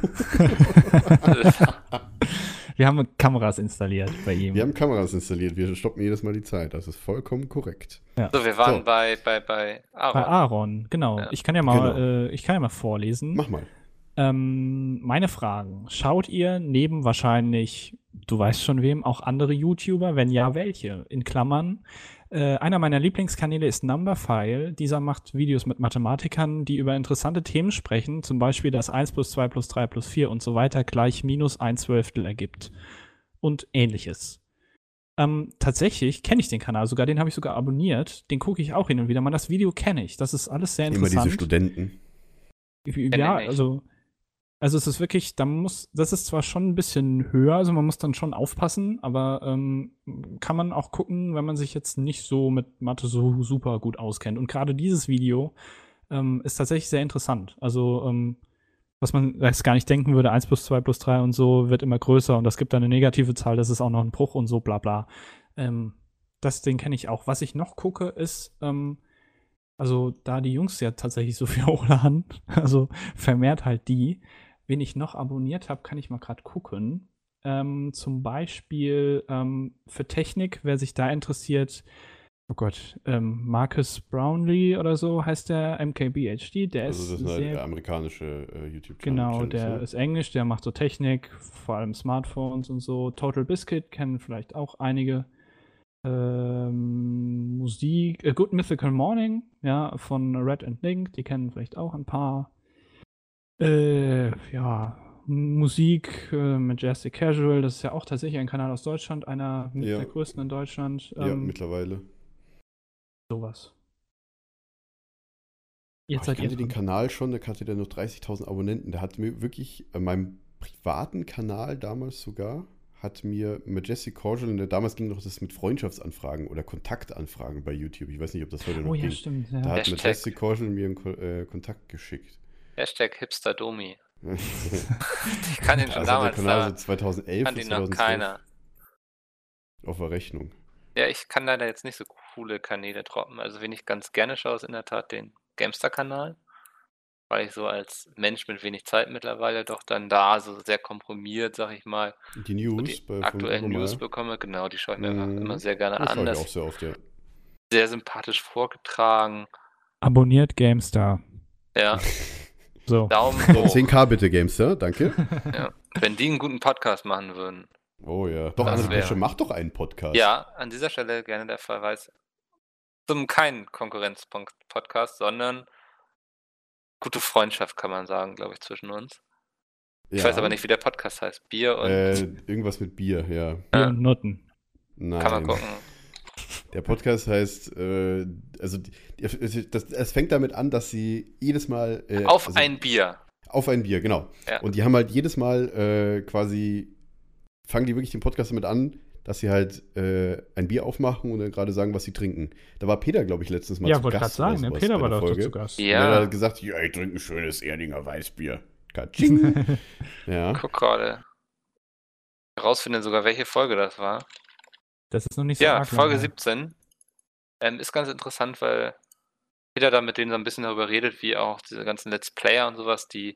Wir haben Kameras installiert bei ihm.
Wir haben Kameras installiert. Wir stoppen jedes Mal die Zeit. Das ist vollkommen korrekt.
So, wir waren
So.
bei, bei, bei Aaron.
Bei Aaron, genau.
Ja.
Ich kann ja mal,
Genau.
äh, ich kann ja mal vorlesen.
Mach mal.
Ähm, meine Fragen. Schaut ihr neben wahrscheinlich, du weißt schon wem, auch andere YouTuber? Wenn ja, welche? In Klammern. Äh, einer meiner Lieblingskanäle ist Numberphile. Dieser macht Videos mit Mathematikern, die über interessante Themen sprechen. Zum Beispiel, dass eins plus zwei plus drei plus vier und so weiter gleich minus ein Zwölftel ergibt. Und ähnliches. Ähm, tatsächlich kenne ich den Kanal sogar, den habe ich sogar abonniert. Den gucke ich auch hin und wieder mal. Das Video kenne ich. Das ist alles sehr
Immer
interessant.
diese Studenten.
Ja,
ich nicht.
also, also es ist wirklich, da muss, das ist zwar schon ein bisschen höher, also man muss dann schon aufpassen, aber ähm, kann man auch gucken, wenn man sich jetzt nicht so mit Mathe so super gut auskennt. Und gerade dieses Video ähm, ist tatsächlich sehr interessant. Also, ähm, was man jetzt gar nicht denken würde, eins plus zwei plus drei und so wird immer größer und das gibt dann eine negative Zahl, das ist auch noch ein Bruch und so, bla bla. Ähm, das, den kenne ich auch. Was ich noch gucke, ist, ähm, also da die Jungs ja tatsächlich so viel hochladen, also vermehrt halt die. Wen ich noch abonniert habe, kann ich mal gerade gucken. Ähm, zum Beispiel ähm, für Technik, wer sich da interessiert, oh Gott, ähm, Marcus Brownlee oder so heißt der, M K B H D, der
Also
ist
das sind halt
sehr
amerikanische äh, YouTube-Channel.
Genau, der
ne?
ist Englisch, der macht so Technik, vor allem Smartphones und so. Total Biscuit kennen vielleicht auch einige. Ähm, Musik, äh, Good Mythical Morning, ja, von Red and Link, die kennen vielleicht auch ein paar. Äh, ja, Musik, äh, Majestic Casual, das ist ja auch tatsächlich ein Kanal aus Deutschland, einer mit
Ja.
der größten in Deutschland.
Ja,
Ähm,
mittlerweile.
sowas.
Oh,
Jetzt
ich
seid ihr
kannte den
dran.
Kanal schon, der hatte der nur dreißigtausend Abonnenten. Der hat mir wirklich, an meinem privaten Kanal damals sogar, hat mir Majestic Casual, und der, damals ging noch das mit Freundschaftsanfragen oder Kontaktanfragen bei YouTube. Ich weiß nicht, ob das heute noch
Oh ja,
ging.
stimmt.
Da
Ja.
hat
Hashtag.
Majestic Casual mir einen Ko äh, Kontakt geschickt.
Hashtag Hipster-Domi.
Das
Ich kann ihn schon
hat der
damals,
Kanal
da
so zweitausendelf
kann
bis
ihn noch
zweitausendzwölf
keiner.
auf der Rechnung.
Ja, ich kann leider jetzt nicht so coole Kanäle droppen. Also, wen ich ganz gerne schaue, ist in der Tat den Gamester-Kanal, weil ich so als Mensch mit wenig Zeit mittlerweile doch dann da so sehr komprimiert, sag ich mal,
Die
so
News
die
bei, von
aktuellen
Uwe
News
Meier.
bekomme. Genau, die schaue ich mir einfach immer
Mhm.
sehr gerne
Das
an.
schaue ich
Das
auch sehr oft, ja.
ist sehr sympathisch vorgetragen.
Abonniert GameStar.
Ja,
So.
Daumen
So,
hoch.
zehn K bitte, Gamester, danke.
Ja. Wenn die einen guten Podcast machen würden.
Oh ja. Doch,
Das
André
wär-
Pesche, mach doch einen Podcast.
Ja, an dieser Stelle gerne der Verweis zum kein Konkurrenz-Podcast, sondern gute Freundschaft, kann man sagen, glaube ich, zwischen uns. Ich
Ja.
weiß aber nicht, wie der Podcast heißt. Bier und
Äh, irgendwas mit Bier, ja.
Bier
Ja.
und Nutten.
Nein.
kann man gucken.
Der Podcast heißt, äh, also die- es, das, es fängt damit an, dass sie jedes Mal äh,
Auf
also,
ein Bier.
auf ein Bier, genau.
Ja.
Und die haben halt jedes Mal äh, quasi, fangen die wirklich den Podcast damit an, dass sie halt äh, ein Bier aufmachen und dann gerade sagen, was sie trinken. Da war Peter, glaube ich, letztens mal
Ja,
zu
wollte gerade
Gast oder
sagen, der
sowas
Peter
bei
war
der
doch
Folge.
zu Gast.
Und er hat
Ja,
halt gesagt, ja, ich trinke ein schönes Erdinger Weißbier. Katsching. Ja.
guck gerade. Herausfinden sogar, welche Folge das war.
Das ist noch nicht so
Ja,
arg
Folge
lange.
siebzehn. Ähm, ist ganz interessant, weil Peter da mit denen so ein bisschen darüber redet, wie auch diese ganzen Let's Player und sowas, die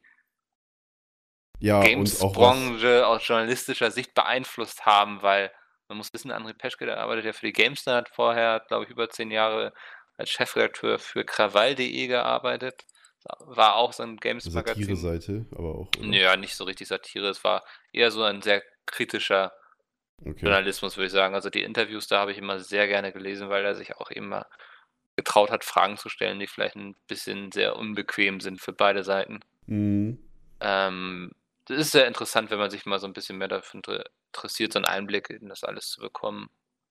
Ja, und auch was.
Games-Branche aus journalistischer Sicht beeinflusst haben, weil man muss wissen, André Peschke, der arbeitet ja für die GameStar, hat vorher, glaube ich, über zehn Jahre als Chefredakteur für krawall punkt de gearbeitet. War auch so ein Games-Magazin.
Satire-Seite, aber auch. Oder?
Ja, nicht so richtig Satire, es war eher so ein sehr kritischer
Okay.
Journalismus, würde ich sagen. Also die Interviews, da habe ich immer sehr gerne gelesen, weil er sich auch immer getraut hat, Fragen zu stellen, die vielleicht ein bisschen sehr unbequem sind für beide Seiten.
Mhm.
Ähm, das ist sehr interessant, wenn man sich mal so ein bisschen mehr dafür inter- interessiert, so einen Einblick in das alles zu bekommen.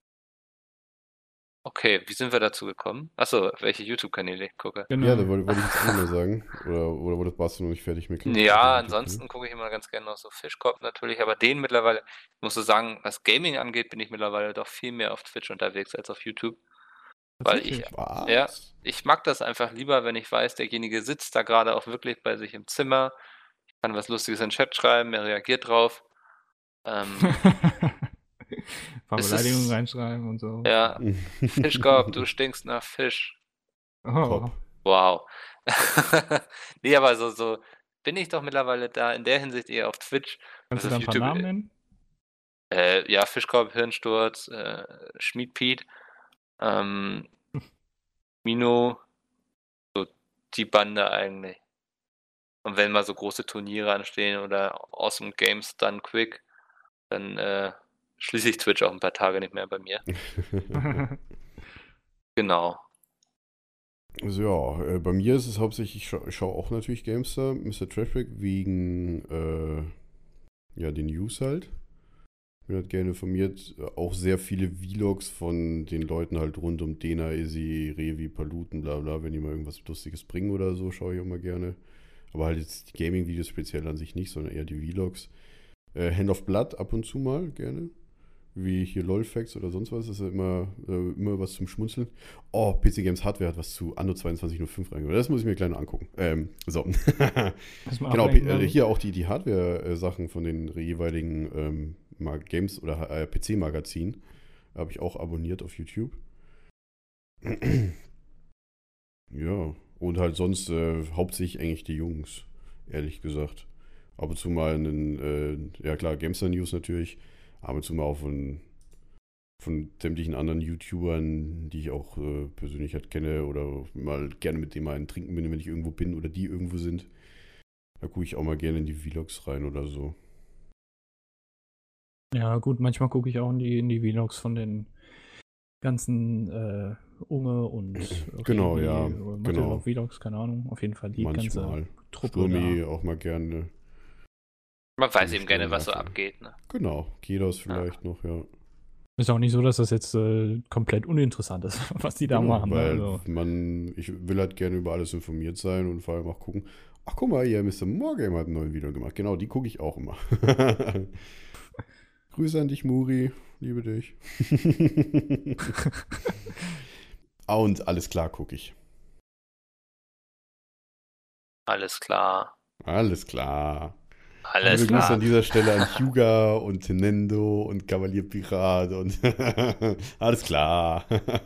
Okay, wie sind wir dazu gekommen? Achso, welche YouTube-Kanäle ich gucke.
Genau.
Ja, da wollte, wollte ich jetzt auch noch mal sagen. Oder, oder wurde- warst du noch nicht fertig mit?
Ja, ansonsten gucke ich immer ganz gerne noch so Fischkopf natürlich, aber den mittlerweile, ich muss so sagen, was Gaming angeht, bin ich mittlerweile doch viel mehr auf Twitch unterwegs als auf YouTube. Weil ich,
Tatsächlich.
Was?
ja, ich mag das einfach lieber, wenn ich weiß, derjenige sitzt da gerade auch wirklich bei sich im Zimmer. Ich kann was Lustiges in den Chat schreiben, er reagiert drauf. Ähm,
Ein paar
es
Beleidigungen
ist-
reinschreiben und so.
ja, Fischkopf, du stinkst nach Fisch.
Oh.
Top.
Wow. Nee, aber so, so bin ich doch mittlerweile da in der Hinsicht eher auf Twitch.
Kannst du
Also
da ein
auf
paar
YouTube,
Namen nennen?
Äh, ja, Fischkorb, Hirnsturz, äh, Schmied Piet, ähm, Mino, so die Bande eigentlich. Und wenn mal so große Turniere anstehen oder Awesome Games Done Quick, dann äh, schließe ich Twitch auch ein paar Tage nicht mehr bei mir. Genau.
Also ja, äh, bei mir ist es hauptsächlich, ich schaue schau auch natürlich Gamester, Mister Traffic, wegen äh, ja, den News halt. Bin halt gerne informiert. Äh, Auch sehr viele Vlogs von den Leuten halt rund um Dena, Izzy, Revi, Paluten, bla bla, wenn die mal irgendwas Lustiges bringen oder so, schaue ich auch mal gerne. Aber halt jetzt die Gaming-Videos speziell an sich nicht, sondern eher die Vlogs. Äh, Hand of Blood ab und zu mal gerne. Wie hier LOLFacts oder sonst was, ist ja immer, äh, immer was zum Schmunzeln. Oh, P C Games Hardware hat was zu Anno zweiundzwanzig null fünf reingebracht. Das muss ich mir gleich noch angucken. Ähm, so.
Muss man
Genau,
ablenken
P- äh,
dann.
hier auch die, die Hardware-Sachen von den jeweiligen ähm, Mag- Games- oder äh, P C-Magazinen habe ich auch abonniert auf YouTube. Ja, und halt sonst äh, hauptsächlich eigentlich die Jungs, ehrlich gesagt. Ab und zu mal einen, äh, ja klar, Gamester News natürlich, ab und zu mal auch von, von sämtlichen anderen YouTubern, die ich auch äh, persönlich halt kenne oder mal gerne mit denen mal ein Trinken bin, wenn ich irgendwo bin oder die irgendwo sind. Da gucke ich auch mal gerne in die Vlogs rein oder so.
Ja, gut, manchmal gucke ich auch in die, in die Vlogs von den ganzen äh, Unge und
Genau,
Regi,
ja,
äh, Mathe
genau.
Vlogs, keine Ahnung. Auf jeden Fall die ganze
Manchmal.
Truppe
Sturmi
da.
auch mal gerne.
Man weiß
Die
eben gerne, was so
Sturmwaffe.
abgeht. Ne?
Genau, Kidos vielleicht noch, ja.
Ist auch nicht so, dass das jetzt äh, komplett uninteressant ist, was die da
Genau,
machen. Ne?
weil
Also,
man, ich will halt gerne über alles informiert sein und vor allem auch gucken, ach guck mal, hier, Mister Morgame hat ein neues Video gemacht. Genau, die gucke ich auch immer. Grüße an dich, Muri. Liebe dich. Ah, und alles klar gucke ich.
Alles klar.
Alles klar.
Alles
Liebe Grüße
klar.
an dieser Stelle an Hyuga und Tenendo und Kavalier Pirat und alles klar.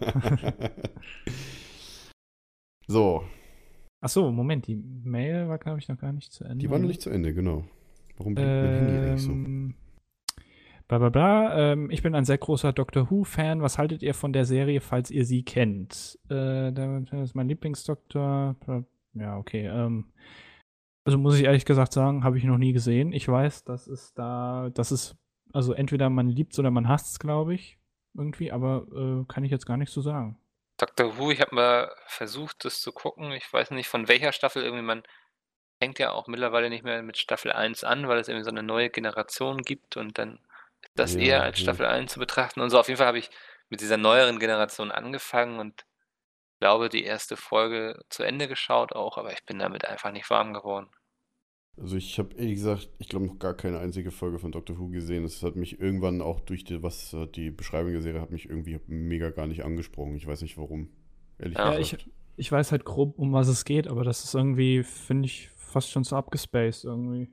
So,
achso, Moment, die Mail war, glaube ich, noch gar nicht zu Ende.
die war noch nicht zu Ende, genau. Warum blinkt mein Handy eigentlich so?
Ähm, bla bla bla. Ähm, ich bin ein sehr großer Doctor Who-Fan. Was haltet ihr von der Serie, falls ihr sie kennt? Äh, das ist mein Lieblingsdoktor. Ja, okay. Ähm, also muss ich ehrlich gesagt sagen, habe ich noch nie gesehen. Ich weiß, dass es da, das ist, also entweder man liebt es oder man hasst es, glaube ich. Irgendwie, aber äh, kann ich jetzt gar nicht so sagen.
Doctor Who, ich habe mal versucht, das zu gucken. Ich weiß nicht, von welcher Staffel irgendwie. Man fängt ja auch mittlerweile nicht mehr mit Staffel eins an, weil es irgendwie so eine neue Generation gibt und dann ist das
Ja,
eher als
ja.
Staffel eins zu betrachten. Und so auf jeden Fall habe ich mit dieser neueren Generation angefangen und glaube, die erste Folge zu Ende geschaut auch, aber ich bin damit einfach nicht warm geworden.
Also ich habe ehrlich gesagt, ich glaube noch gar keine einzige Folge von Doctor Who gesehen. Es hat mich irgendwann auch durch die, was äh, die Beschreibung der Serie hat mich irgendwie mega gar nicht angesprochen. Ich weiß nicht warum. Ehrlich
Ja.
Ja,
gesagt.
ich, ich weiß halt grob, um was es geht, aber das ist irgendwie, finde ich, fast schon so abgespaced irgendwie.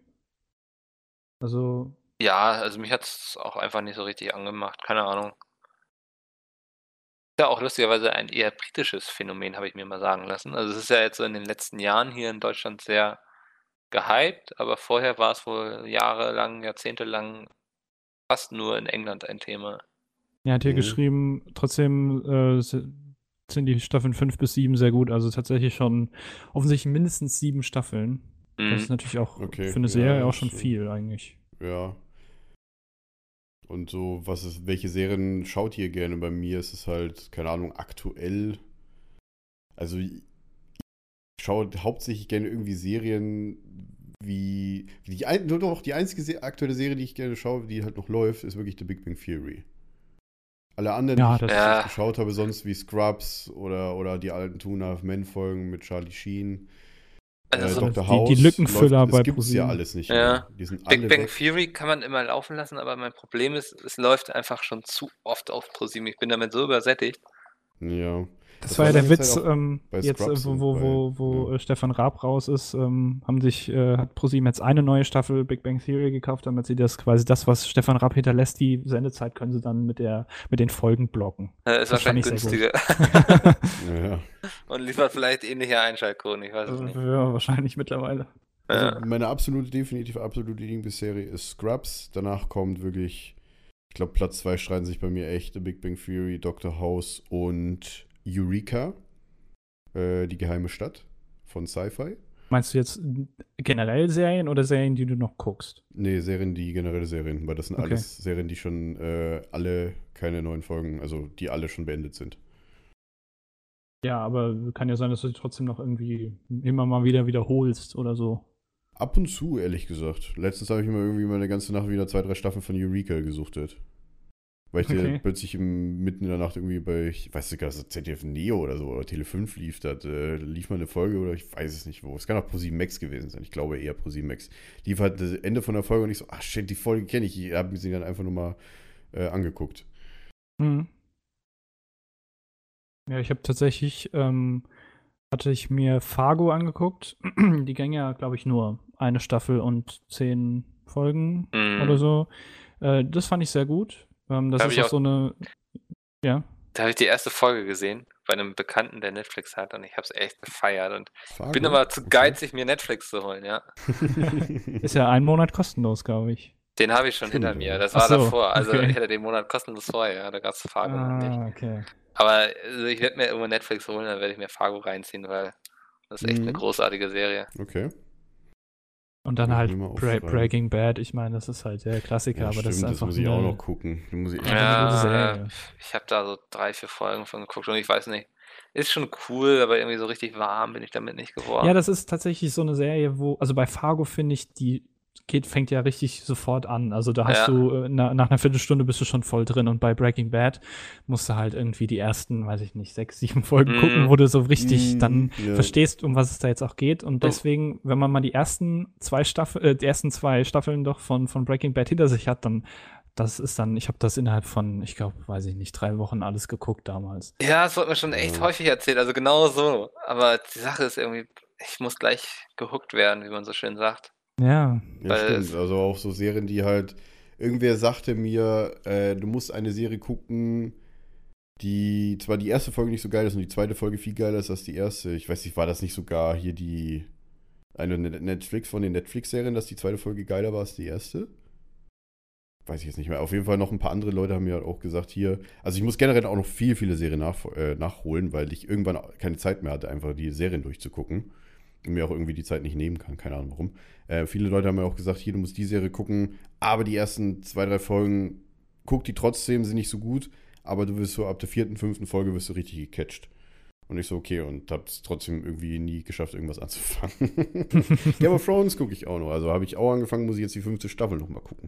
Also,
Ja, also mich hat es auch einfach nicht so richtig angemacht, keine Ahnung. Ist ja auch lustigerweise ein eher britisches Phänomen, habe ich mir mal sagen lassen. Also es ist ja jetzt so in den letzten Jahren hier in Deutschland sehr gehypt, aber vorher war es wohl jahrelang, jahrzehntelang fast nur in England ein Thema.
er hat hier
Mhm.
geschrieben, trotzdem äh, si- sind die Staffeln fünf bis sieben sehr gut. Also tatsächlich schon offensichtlich mindestens sieben Staffeln. Das
Mhm.
ist natürlich auch
Okay,
für eine
ja,
Serie auch
das,
schon
äh,
viel eigentlich.
Ja. Und so, was ist, welche Serien schaut ihr gerne? Bei mir ist es halt, keine Ahnung, aktuell. Also ich schaue hauptsächlich gerne irgendwie Serien wie, wie die, ein, nur doch die einzige Se aktuelle Serie, die ich gerne schaue, die halt noch läuft, ist wirklich The Big Bang Theory. Alle anderen,
Ja,
die ich
das-
bis
Ja.
jetzt geschaut habe, sonst wie Scrubs oder, oder die alten Two and a Half Men Folgen mit Charlie Sheen,
Also
äh,
so
Doktor
die-
House.
die Lückenfüller
läuft,
bei
das gibt's ja
ProSieben.
alles nicht
Ja.
mehr. Die sind alle
Big Bang
weg.
Theory kann man immer laufen lassen, aber mein Problem ist, es läuft einfach schon zu oft auf ProSieben. Ich bin damit so übersättigt.
Ja.
Das,
Das
war ja
war
der
lange
Witz,
Zeit auch
ähm,
bei
jetzt, äh,
Scrubs
wo,
und
wo,
bei-
wo, wo
ja.
äh, Stefan Raab raus ist, ähm, haben sich, äh, hat ProSieben jetzt eine neue Staffel Big Bang Theory gekauft, damit sie das quasi das, was Stefan Raab hinterlässt, die Sendezeit können sie dann mit der mit den Folgen blocken.
Äh, ist
Das fand
wahrscheinlich
ich sehr
günstiger
Ja, ja.
und liefert vielleicht ähnliche Einschaltquoten, ich weiß es nicht.
Ja, wahrscheinlich mittlerweile.
Also
Ja.
meine absolute, definitiv absolute Lieblingsserie ist Scrubs. Danach kommt wirklich, ich glaube, Platz zwei streiten sich bei mir echt The Big Bang Theory, Doctor House und Eureka, äh, die geheime Stadt von Sci-Fi.
Meinst du jetzt generell Serien oder Serien, die du noch guckst?
Nee, Serien, die generelle Serien, weil das sind
Okay.
alles Serien, die schon äh, alle keine neuen Folgen, also die alle schon beendet sind.
Ja, aber kann ja sein, dass du sie trotzdem noch irgendwie immer mal wieder wiederholst oder so.
Ab und zu, ehrlich gesagt. Letztens habe ich mir irgendwie mal eine ganze Nacht wieder zwei, drei Staffeln von Eureka gesuchtet. Weil ich
Okay.
dir plötzlich im, mitten in der Nacht irgendwie bei, ich weiß nicht, das Z D F Neo oder so, oder Tele fünf lief, da äh, lief mal eine Folge oder ich weiß es nicht wo. Es kann auch ProSieben Max gewesen sein, ich glaube eher ProSieben Max. Lief halt das Ende von der Folge und ich so, ach shit, die Folge kenne ich, ich habe mir sie dann einfach nur mal äh, angeguckt.
Mhm. Ja, ich habe tatsächlich, ähm, hatte ich mir Fargo angeguckt. Die ging ja, glaube ich, nur eine Staffel und zehn Folgen
Mhm.
oder so. Äh, das fand ich sehr gut. Ähm, das
Hab
ist
ich
auch
auch-
so eine, ja.
Da habe ich die erste Folge gesehen bei einem Bekannten, der Netflix hat und ich habe es echt gefeiert und
Fargo?
bin aber zu
Okay.
geizig, mir Netflix zu holen, ja.
Ist ja ein Monat kostenlos, glaube ich.
Den habe ich schon
Stimmt,
hinter mir,
ja.
das
Ach
war
so,
davor. Also
okay.
ich hatte den Monat kostenlos vorher, ja, da gab es Fargo noch nicht.
Ah, okay.
Aber also ich werde mir irgendwo Netflix holen, dann werde ich mir Fargo reinziehen, weil das ist echt eine
Mhm.
großartige Serie.
Okay.
Und dann
Ja,
halt
will mal
Bra
aufschreiben.
Breaking Bad, ich meine, das ist halt der Klassiker,
Ja,
aber
stimmt,
das ist einfach
muss ich
eine,
auch noch gucken. Den muss ich echt
eine gute
Ja,
Serie.
ich habe da so drei, vier Folgen von geguckt und ich weiß nicht. Ist schon cool, aber irgendwie so richtig warm bin ich damit nicht geworden.
Ja, das ist tatsächlich so eine Serie, wo, also bei Fargo finde ich, die geht, fängt ja richtig sofort an. Also da hast
Ja.
du, äh, na, nach einer Viertelstunde bist du schon voll drin und bei Breaking Bad musst du halt irgendwie die ersten, weiß ich nicht, sechs, sieben Folgen
Mhm.
gucken, wo du so richtig
Mhm,
dann
ja.
verstehst, um was es da jetzt auch geht. Und deswegen, wenn man mal die ersten zwei Staffeln, äh, die ersten zwei Staffeln doch von, von Breaking Bad hinter sich hat, dann das ist dann, ich habe das innerhalb von, ich glaube, weiß ich nicht, drei Wochen alles geguckt damals.
Ja, das wurde mir schon echt
Ja.
häufig erzählt, also genau so. Aber die Sache ist irgendwie, ich muss gleich gehuckt werden, wie man so schön sagt.
Ja,
Ja,
Weil
stimmt.
es-
Also auch so Serien, die halt. Irgendwer sagte mir, äh, du musst eine Serie gucken, die zwar die erste Folge nicht so geil ist und die zweite Folge viel geiler ist als die erste. Ich weiß nicht, war das nicht sogar hier die. Eine Net- Netflix von den Netflix-Serien, dass die zweite Folge geiler war als die erste? Weiß ich jetzt nicht mehr. Auf jeden Fall noch ein paar andere Leute haben mir halt auch gesagt, hier. Also ich muss generell auch noch viel, viele Serien nach, äh, nachholen, weil ich irgendwann keine Zeit mehr hatte, einfach die Serien durchzugucken. Und mir auch irgendwie die Zeit nicht nehmen kann, keine Ahnung warum. Äh, viele Leute haben mir auch gesagt, hier, du musst die Serie gucken, aber die ersten zwei, drei Folgen, guck die trotzdem, sind nicht so gut, aber du wirst so ab der vierten, fünften Folge wirst du richtig gecatcht. Und ich so, okay, und hab's trotzdem irgendwie nie geschafft, irgendwas anzufangen. Game of Thrones gucke ich auch noch. Also habe ich auch angefangen, muss ich jetzt die fünfte Staffel noch mal gucken.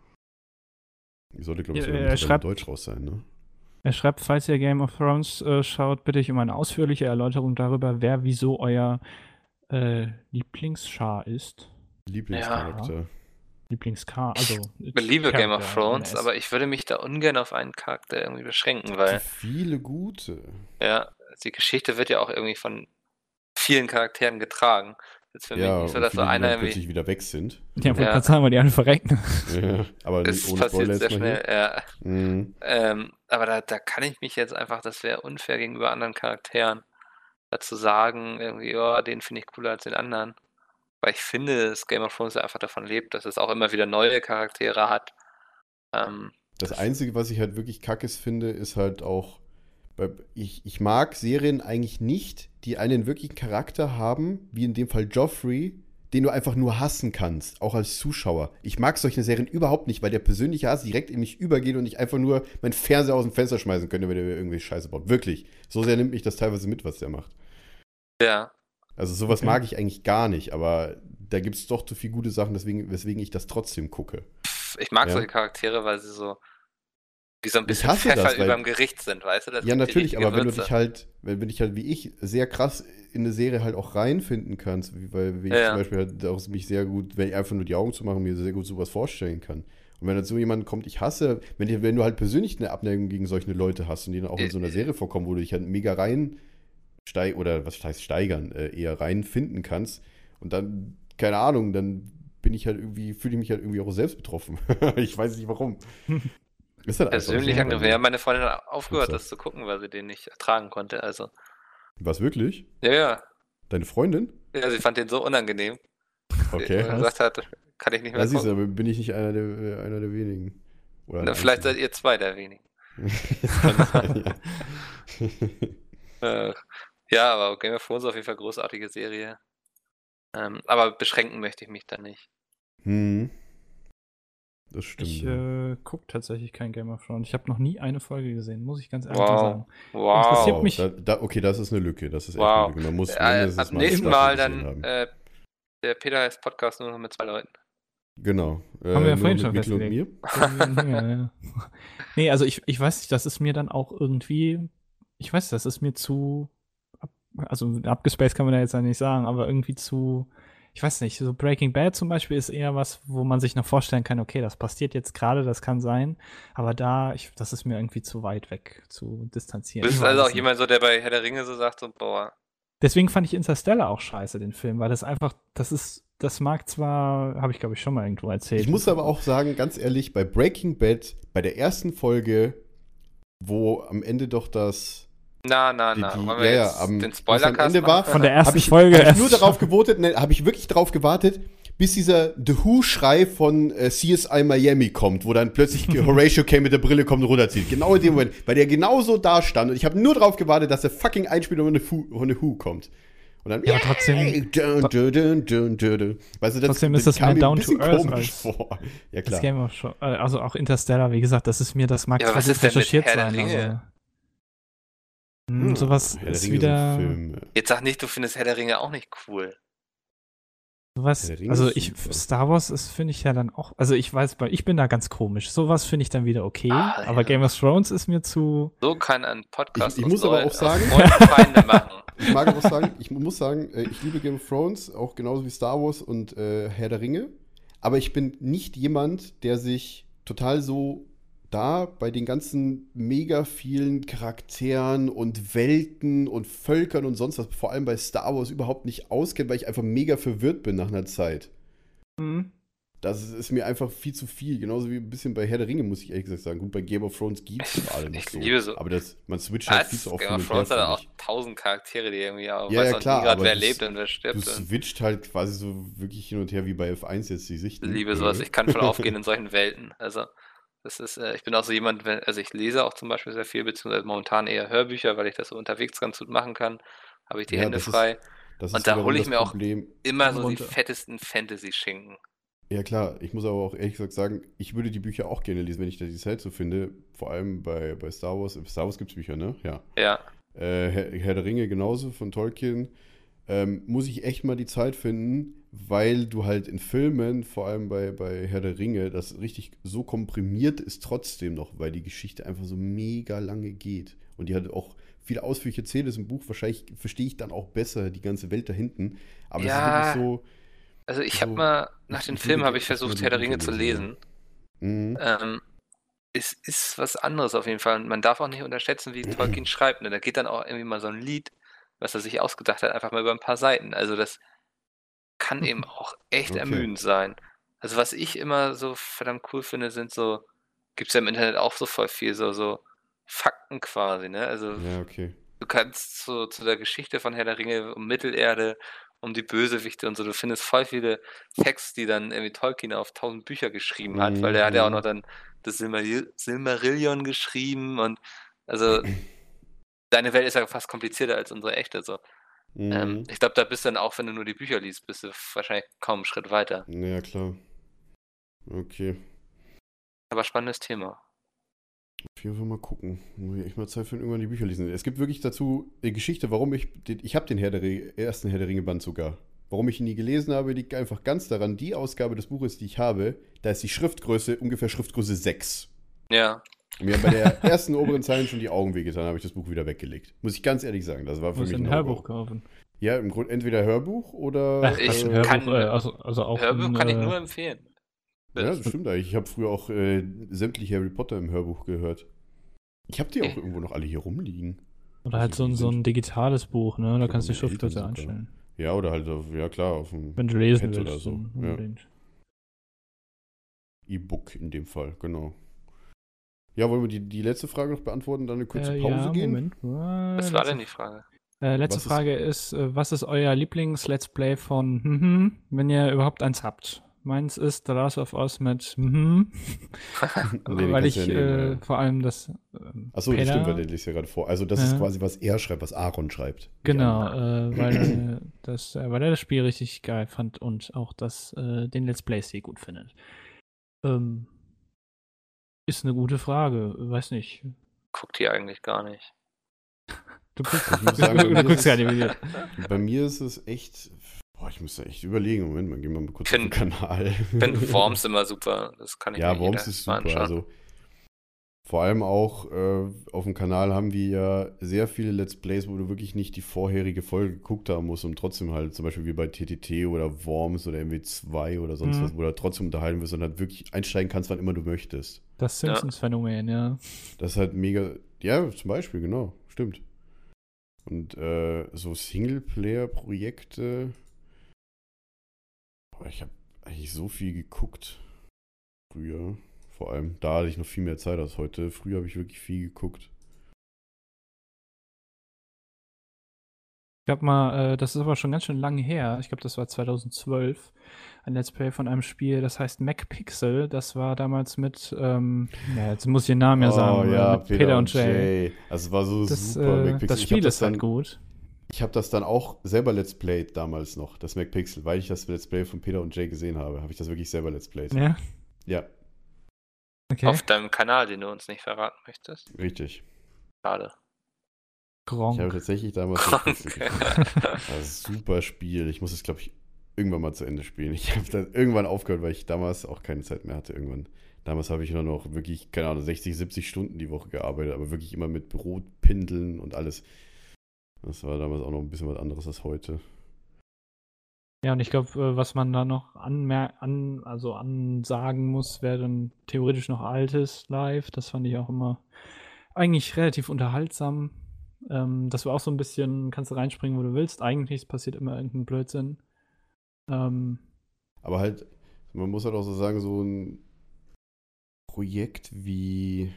Die sollte, glaube ich,
Ja,
sogar
er
mit
schreibt-
Deutsch raus sein, ne?
Er schreibt, falls ihr Game of Thrones äh, schaut, bitte ich um eine ausführliche Erläuterung darüber, wer wieso euer äh, Lieblingsschar ist.
Lieblingscharakter.
Lieblingschar, also.
Ich liebe Game of
Charakter
Thrones,
in S.
aber ich würde mich da ungern auf einen Charakter irgendwie beschränken,
Zu
weil
viele gute.
ja, die Geschichte wird ja auch irgendwie von vielen Charakteren getragen. Jetzt für
Ja,
mich nicht so,
und
dass
viele,
so
die
einer
dann
irgendwie.
plötzlich wieder weg sind.
Ja, wollte
Ja.
gerade sagen, weil die alle verrecken.
Ja, aber nicht
Es
ohne
passiert
Spoiler
sehr
jetzt mal
schnell, ja.
hier. Mhm.
Ähm, aber da, da kann ich mich jetzt einfach, das wäre unfair gegenüber anderen Charakteren, dazu sagen, irgendwie, oh, den finde ich cooler als den anderen. Weil ich finde, dass Game of Thrones ja einfach davon lebt, dass es auch immer wieder neue Charaktere hat. Ähm,
Das Einzige, was ich halt wirklich kackes finde, ist halt auch, bei- ich, ich mag Serien eigentlich nicht, die einen wirklichen Charakter haben, wie in dem Fall Joffrey, den du einfach nur hassen kannst, auch als Zuschauer. Ich mag solche Serien überhaupt nicht, weil der persönliche Hass direkt in mich übergeht und ich einfach nur meinen Fernseher aus dem Fenster schmeißen könnte, wenn er mir irgendwie Scheiße baut. Wirklich. So sehr nimmt mich das teilweise mit, was der macht.
ja,
Also sowas
Okay.
mag ich eigentlich gar nicht, aber da gibt es doch zu viele gute Sachen, deswegen, weswegen ich das trotzdem gucke.
ich mag
Ja.
solche Charaktere, weil sie so wie so ein
Ich
bisschen
hasse das,
Pfeffer
weil-
über dem Gericht sind, weißt du? Das
Ja,
gibt die
natürlich,
richtige
aber wenn du
Würze.
dich halt, wenn, wenn dich halt wie ich sehr krass in eine Serie halt auch reinfinden kannst, wie, weil wie ich
Ja.
zum Beispiel halt auch mich sehr gut, wenn ich einfach nur die Augen zu machen, mir sehr gut sowas vorstellen kann. Und wenn dann so jemand kommt, ich hasse, wenn, dir, wenn du halt persönlich eine Abneigung gegen solche Leute hast und die dann auch in so einer Serie vorkommen, wo du dich halt mega rein steig oder was heißt steigern, äh, eher reinfinden kannst und dann, keine Ahnung, dann bin ich halt irgendwie, fühle ich mich halt irgendwie auch selbst betroffen. Ich weiß nicht warum. Ist halt einfach
Persönlich
so.
angegriffen. Ja, meine Freundin hat aufgehört,
Upsa.
das zu gucken, weil sie den nicht ertragen konnte. Also,
Was wirklich?
ja, ja.
Deine Freundin?
Ja, sie fand den so unangenehm.
Okay.
Und gesagt hat, kann ich nicht mehr
Ja, siehst du,
gucken.
aber bin ich nicht einer der, äh, einer der wenigen. Oder
Na,
ein
vielleicht seid
einziger.
ihr zwei der wenigen.
Das kann sein, ja.
Äh, ja, aber Game of Thrones ist auf jeden Fall eine großartige Serie. Ähm, aber beschränken möchte ich mich da nicht.
Hm. Das stimmt.
Ich
ja.
äh, gucke tatsächlich kein Game of Thrones. Ich habe noch nie eine Folge gesehen, muss ich ganz ehrlich
Wow.
sagen.
Wow.
interessiert mich-
Da, da, okay, das ist eine Lücke. Das ist echt
Wow.
eine Lücke. Man muss
Äh,
mindestens
ab
mal eine
nächsten
Staffel
Mal
gesehen
dann,
haben.
äh, der Peter heißt Podcast nur noch mit zwei Leuten.
Genau. Äh,
Haben wir ja
nur
vorhin
mit
schon
Mikkel und mir.
festgelegt. ja, ja. Nee, also ich, ich weiß nicht, das ist mir dann auch irgendwie, ich weiß, das ist mir zu, ab- also abgespaced kann man da jetzt ja nicht sagen, aber irgendwie zu, ich weiß nicht, so Breaking Bad zum Beispiel ist eher was, wo man sich noch vorstellen kann, okay, das passiert jetzt gerade, das kann sein, aber da, ich, das ist mir irgendwie zu weit weg, zu distanzieren.
Du bist
Ich weiß
also auch
nicht.
jemand so, der bei Herr der Ringe so sagt, so, boah,
Deswegen fand ich Interstellar auch scheiße, den Film, weil das einfach, das ist, das mag zwar, habe ich glaube ich schon mal irgendwo erzählt.
Ich muss aber auch sagen, ganz ehrlich, bei Breaking Bad, bei der ersten Folge, wo am Ende doch das
na, na,
Die-
na.
die-
Wollen wir
ja, ja,
jetzt
am-
den
was
Spoilercast
am Ende
machen?
war,
von der
Habe
ersten
ich,
Folge
hab ich
erst
nur darauf gewotet, ne, habe ich wirklich darauf gewartet, bis dieser The Who-Schrei von äh, C S I Miami kommt, wo dann plötzlich Horatio Kane mit der Brille kommt und runterzieht. Genau in dem Moment, weil der genauso da stand und ich habe nur darauf gewartet, dass der fucking Einspieler von The Who, von The Who kommt. Und Und dann,
Ja, aber trotzdem-
yay, dun, dun, dun, dun, dun, dun. Weißt du, das,
Trotzdem ist das
kam
mehr
mir ein
down to
bisschen
earth
komisch
als-
vor. Ja,
Das
klar.
Game of Thrones, also auch Interstellar, wie gesagt, das ist mir, das mag
Ja, aber
zwar
was
gut
ist denn mit
recherchiert
Herr der
sein,
Ringe?
aber Hm,
Hm,
sowas
Herr der
ist
Ringe
wieder
so ein Film.
Jetzt sag nicht, du findest Herr der Ringe auch nicht cool.
sowas,
Herr der Ringe
also
ist
ich
super.
Star Wars ist, finde ich ja dann auch, also ich weiß, bei- ich bin da ganz komisch. Sowas finde ich dann wieder okay,
Ah,
aber
ja.
Game of Thrones ist mir zu
So kann ein Podcast
Ich- ich
aus
muss aber
Leuten-
auch sagen-
aus Freunden Feinde machen.
Ich mag auch sagen, ich muss sagen, äh, ich liebe Game of Thrones, auch genauso wie Star Wars und äh, Herr der Ringe. Aber ich bin nicht jemand, der sich total so da bei den ganzen mega vielen Charakteren und Welten und Völkern und sonst was, vor allem bei Star Wars, überhaupt nicht auskennt, weil ich einfach mega verwirrt bin nach einer Zeit.
Hm.
Das ist, ist mir einfach viel zu viel. Genauso wie ein bisschen bei Herr der Ringe, muss ich ehrlich gesagt sagen. Gut, bei Game of Thrones geht es gerade noch
Ich
so.
liebe so-
Aber das, man switcht halt
Was?
viel zu oft
Game
hin
of
und her,
Thrones hat
finde
auch
ich.
tausend Charaktere, die irgendwie auch
Ja,
weiß
ja,
noch
klar,
nie gerade,
aber
wer
du-
lebt und wer
Du
stirbt. Und
switcht halt quasi so wirklich hin und her wie bei F eins jetzt die Sicht.
ich liebe sowas. Ich kann voll aufgehen in solchen Welten. Also das ist, äh, ich bin auch so jemand, wenn, also ich lese auch zum Beispiel sehr viel, beziehungsweise momentan eher Hörbücher, weil ich das so unterwegs ganz gut machen kann. Habe ich die
Ja,
Hände
das ist-
frei.
Das
Und
ist
da
wiederum
hole ich
das
mir auch-
Problem.
Immer so die
runter.
fettesten Fantasy-Schinken.
Ja, klar, ich muss aber auch ehrlich gesagt sagen, ich würde die Bücher auch gerne lesen, wenn ich da die Zeit so finde. Vor allem bei, bei Star Wars. Star Wars gibt es Bücher, ne? Ja.
Ja.
Äh, Herr, Herr der Ringe genauso von Tolkien. Ähm, muss ich echt mal die Zeit finden, weil du halt in Filmen, vor allem bei, bei Herr der Ringe, das richtig so komprimiert ist trotzdem noch, weil die Geschichte einfach so mega lange geht. Und die hat auch viele ausführliche Szenen im Buch. Wahrscheinlich verstehe ich dann auch besser die ganze Welt da hinten. Aber
Ja.
das ist wirklich so.
Also ich
So,
habe mal, nach
ich-
den
ich
Filmen
würde
habe ich
echt mal
versucht,
die
Herr der
Bücher
Ringe zu
lesen,
lesen.
Mhm.
Ähm, es ist was anderes auf jeden Fall. Und man darf auch nicht unterschätzen, wie Tolkien schreibt. Ne? Da geht dann auch irgendwie mal so ein Lied, was er sich ausgedacht hat, einfach mal über ein paar Seiten. Also das kann eben auch echt
Okay.
ermüdend sein. Also was ich immer so verdammt cool finde, sind so, gibt es ja im Internet auch so voll viel, so, so Fakten quasi, ne? Also
Ja, okay.
du kannst so zu der Geschichte von Herr der Ringe um Mittelerde, um die Bösewichte und so, du findest voll viele Texte, die dann irgendwie Tolkien auf tausend Bücher geschrieben hat, weil der hat ja auch
Mhm.
noch dann das Silmaril Silmarillion geschrieben und also deine Welt ist ja fast komplizierter als unsere echte, so. Ähm,
Mhm.
ich glaube, da bist du dann auch, wenn du nur die Bücher liest, bist du wahrscheinlich kaum einen Schritt weiter.
Ja, klar. Okay.
Aber spannendes Thema.
Auf jeden Fall mal gucken. Muss ich echt mal Zeit finden, irgendwann die Bücher lesen. Es gibt wirklich dazu eine Geschichte, warum ich, den, ich habe den Herr der Ringe, ersten Herr der Ringe Band sogar. Warum ich ihn nie gelesen habe, liegt einfach ganz daran, die Ausgabe des Buches, die ich habe, da ist die Schriftgröße ungefähr Schriftgröße sechs.
Ja,
Und mir haben bei der ersten oberen Zeilen schon die Augen wehgetan, habe ich das Buch wieder weggelegt. Muss ich ganz ehrlich sagen, das war für
Muss
mich
ein
ein
Hörbuch
No-Go.
kaufen.
Ja, im Grunde entweder Hörbuch oder...
Ich
Quatsch, ein
äh,
Hörbuch,
kann-
äh, also, also auch
Hörbuch
ein,
kann ich
äh,
nur empfehlen.
Ja, das stimmt eigentlich. Ich habe früher auch äh, sämtliche Harry Potter im Hörbuch gehört. Ich habe die auch irgendwo noch alle hier rumliegen.
Oder halt so ein, so ein digitales Buch, ne? Da
glaub,
kannst du die
meine Eltern
Schriftgröße
sogar.
einstellen.
Ja, oder halt, auf, ja klar, auf dem
Wenn du lesen
Pad
willst.
oder so.
dann
Ja.
unbedingt.
E-Book in dem Fall, genau. Ja, wollen wir die, die letzte Frage noch beantworten, dann eine kurze
Äh,
Pause
ja,
gehen?
Moment.
Was
Was
war denn die Frage?
Äh, letzte
Was ist-
Frage ist, äh, was ist euer Lieblings-Let's Play von mhm, wenn ihr überhaupt eins habt? Meins ist The Last of Us mit mhm,
Nee, den
weil
kannst
ich
du ja nehmen,
äh,
ja.
vor allem das ähm,
Achso, das
Peter-
stimmt, weil der liest ja gerade vor. Also das ist
Ja.
quasi, was er schreibt, was Aaron schreibt. Nicht
Genau,
Aaron.
äh, weil, äh, das, äh, weil er das Spiel richtig geil fand und auch das, äh, den Let's Play sehr gut findet. Ähm, ist eine gute Frage, weiß nicht.
Guckt ihr eigentlich gar nicht.
Du guckst,
Ich muss sagen, bei
du,
mir
du guckst
ist
gar
es-
nicht Videos.
Bei mir ist es echt... Boah, ich muss da echt überlegen. Moment, mal gehen wir mal kurz
Find-
auf den Kanal.
Ich finde Worms immer super. Das kann ich
Ja,
mir
Worms
jeder
ist
mal
super.
anschauen.
Also vor allem auch äh, auf dem Kanal haben wir ja sehr viele Let's Plays, wo du wirklich nicht die vorherige Folge geguckt haben musst, um trotzdem halt, zum Beispiel wie bei T T T oder Worms oder M W zwei oder sonst
Mhm.
was, wo du halt trotzdem unterhalten wirst und halt wirklich einsteigen kannst, wann immer du möchtest.
Das Simpsons-Phänomen, ja.
Das ist halt mega. Ja, zum Beispiel, genau, stimmt. Und äh, so Singleplayer-Projekte. Boah, ich habe eigentlich so viel geguckt. Früher. Vor allem, da hatte ich noch viel mehr Zeit als heute. Früher habe ich wirklich viel geguckt.
Ich glaube mal, äh, das ist aber schon ganz schön lange her. Ich glaube, das war zweitausendzwölf. Ein Let's Play von einem Spiel, das heißt MacPixel. Das war damals mit, ähm, ja, jetzt muss ich den Namen ja sagen, äh, mit Peter, und Jay.
Das war so
Das,
super.
äh,
MacPixel.
das
Ich hab
Spiel
das
ist halt
dann,
gut.
Ich ich habe das dann auch selber Let's Played damals noch, das MacPixel, weil ich das Let's Play von Peter und Jay gesehen habe, habe ich das wirklich selber Let's Played.
Ja,
Ja,
okay.
Auf deinem Kanal, den du uns nicht verraten möchtest.
richtig.
Schade.
Ich habe
Gronk.
tatsächlich damals
Krank.
MacPixel gespielt. Das ist ein super Spiel. Ich muss es, glaube ich, irgendwann mal zu Ende spielen. Ich habe dann irgendwann aufgehört, weil ich damals auch keine Zeit mehr hatte. Irgendwann. Damals habe ich nur noch wirklich, keine Ahnung, sechzig, siebzig Stunden die Woche gearbeitet, aber wirklich immer mit Brotpindeln und alles. Das war damals auch noch ein bisschen was anderes als heute.
Ja, und ich glaube, was man da noch anmer an, also ansagen muss, wäre dann theoretisch noch altes Live. Das fand ich auch immer eigentlich relativ unterhaltsam. Ähm, das war auch so ein bisschen, kannst du reinspringen, wo du willst. Eigentlich passiert immer irgendein Blödsinn. Ähm,
Aber halt, man muss halt auch so sagen, so ein Projekt wie,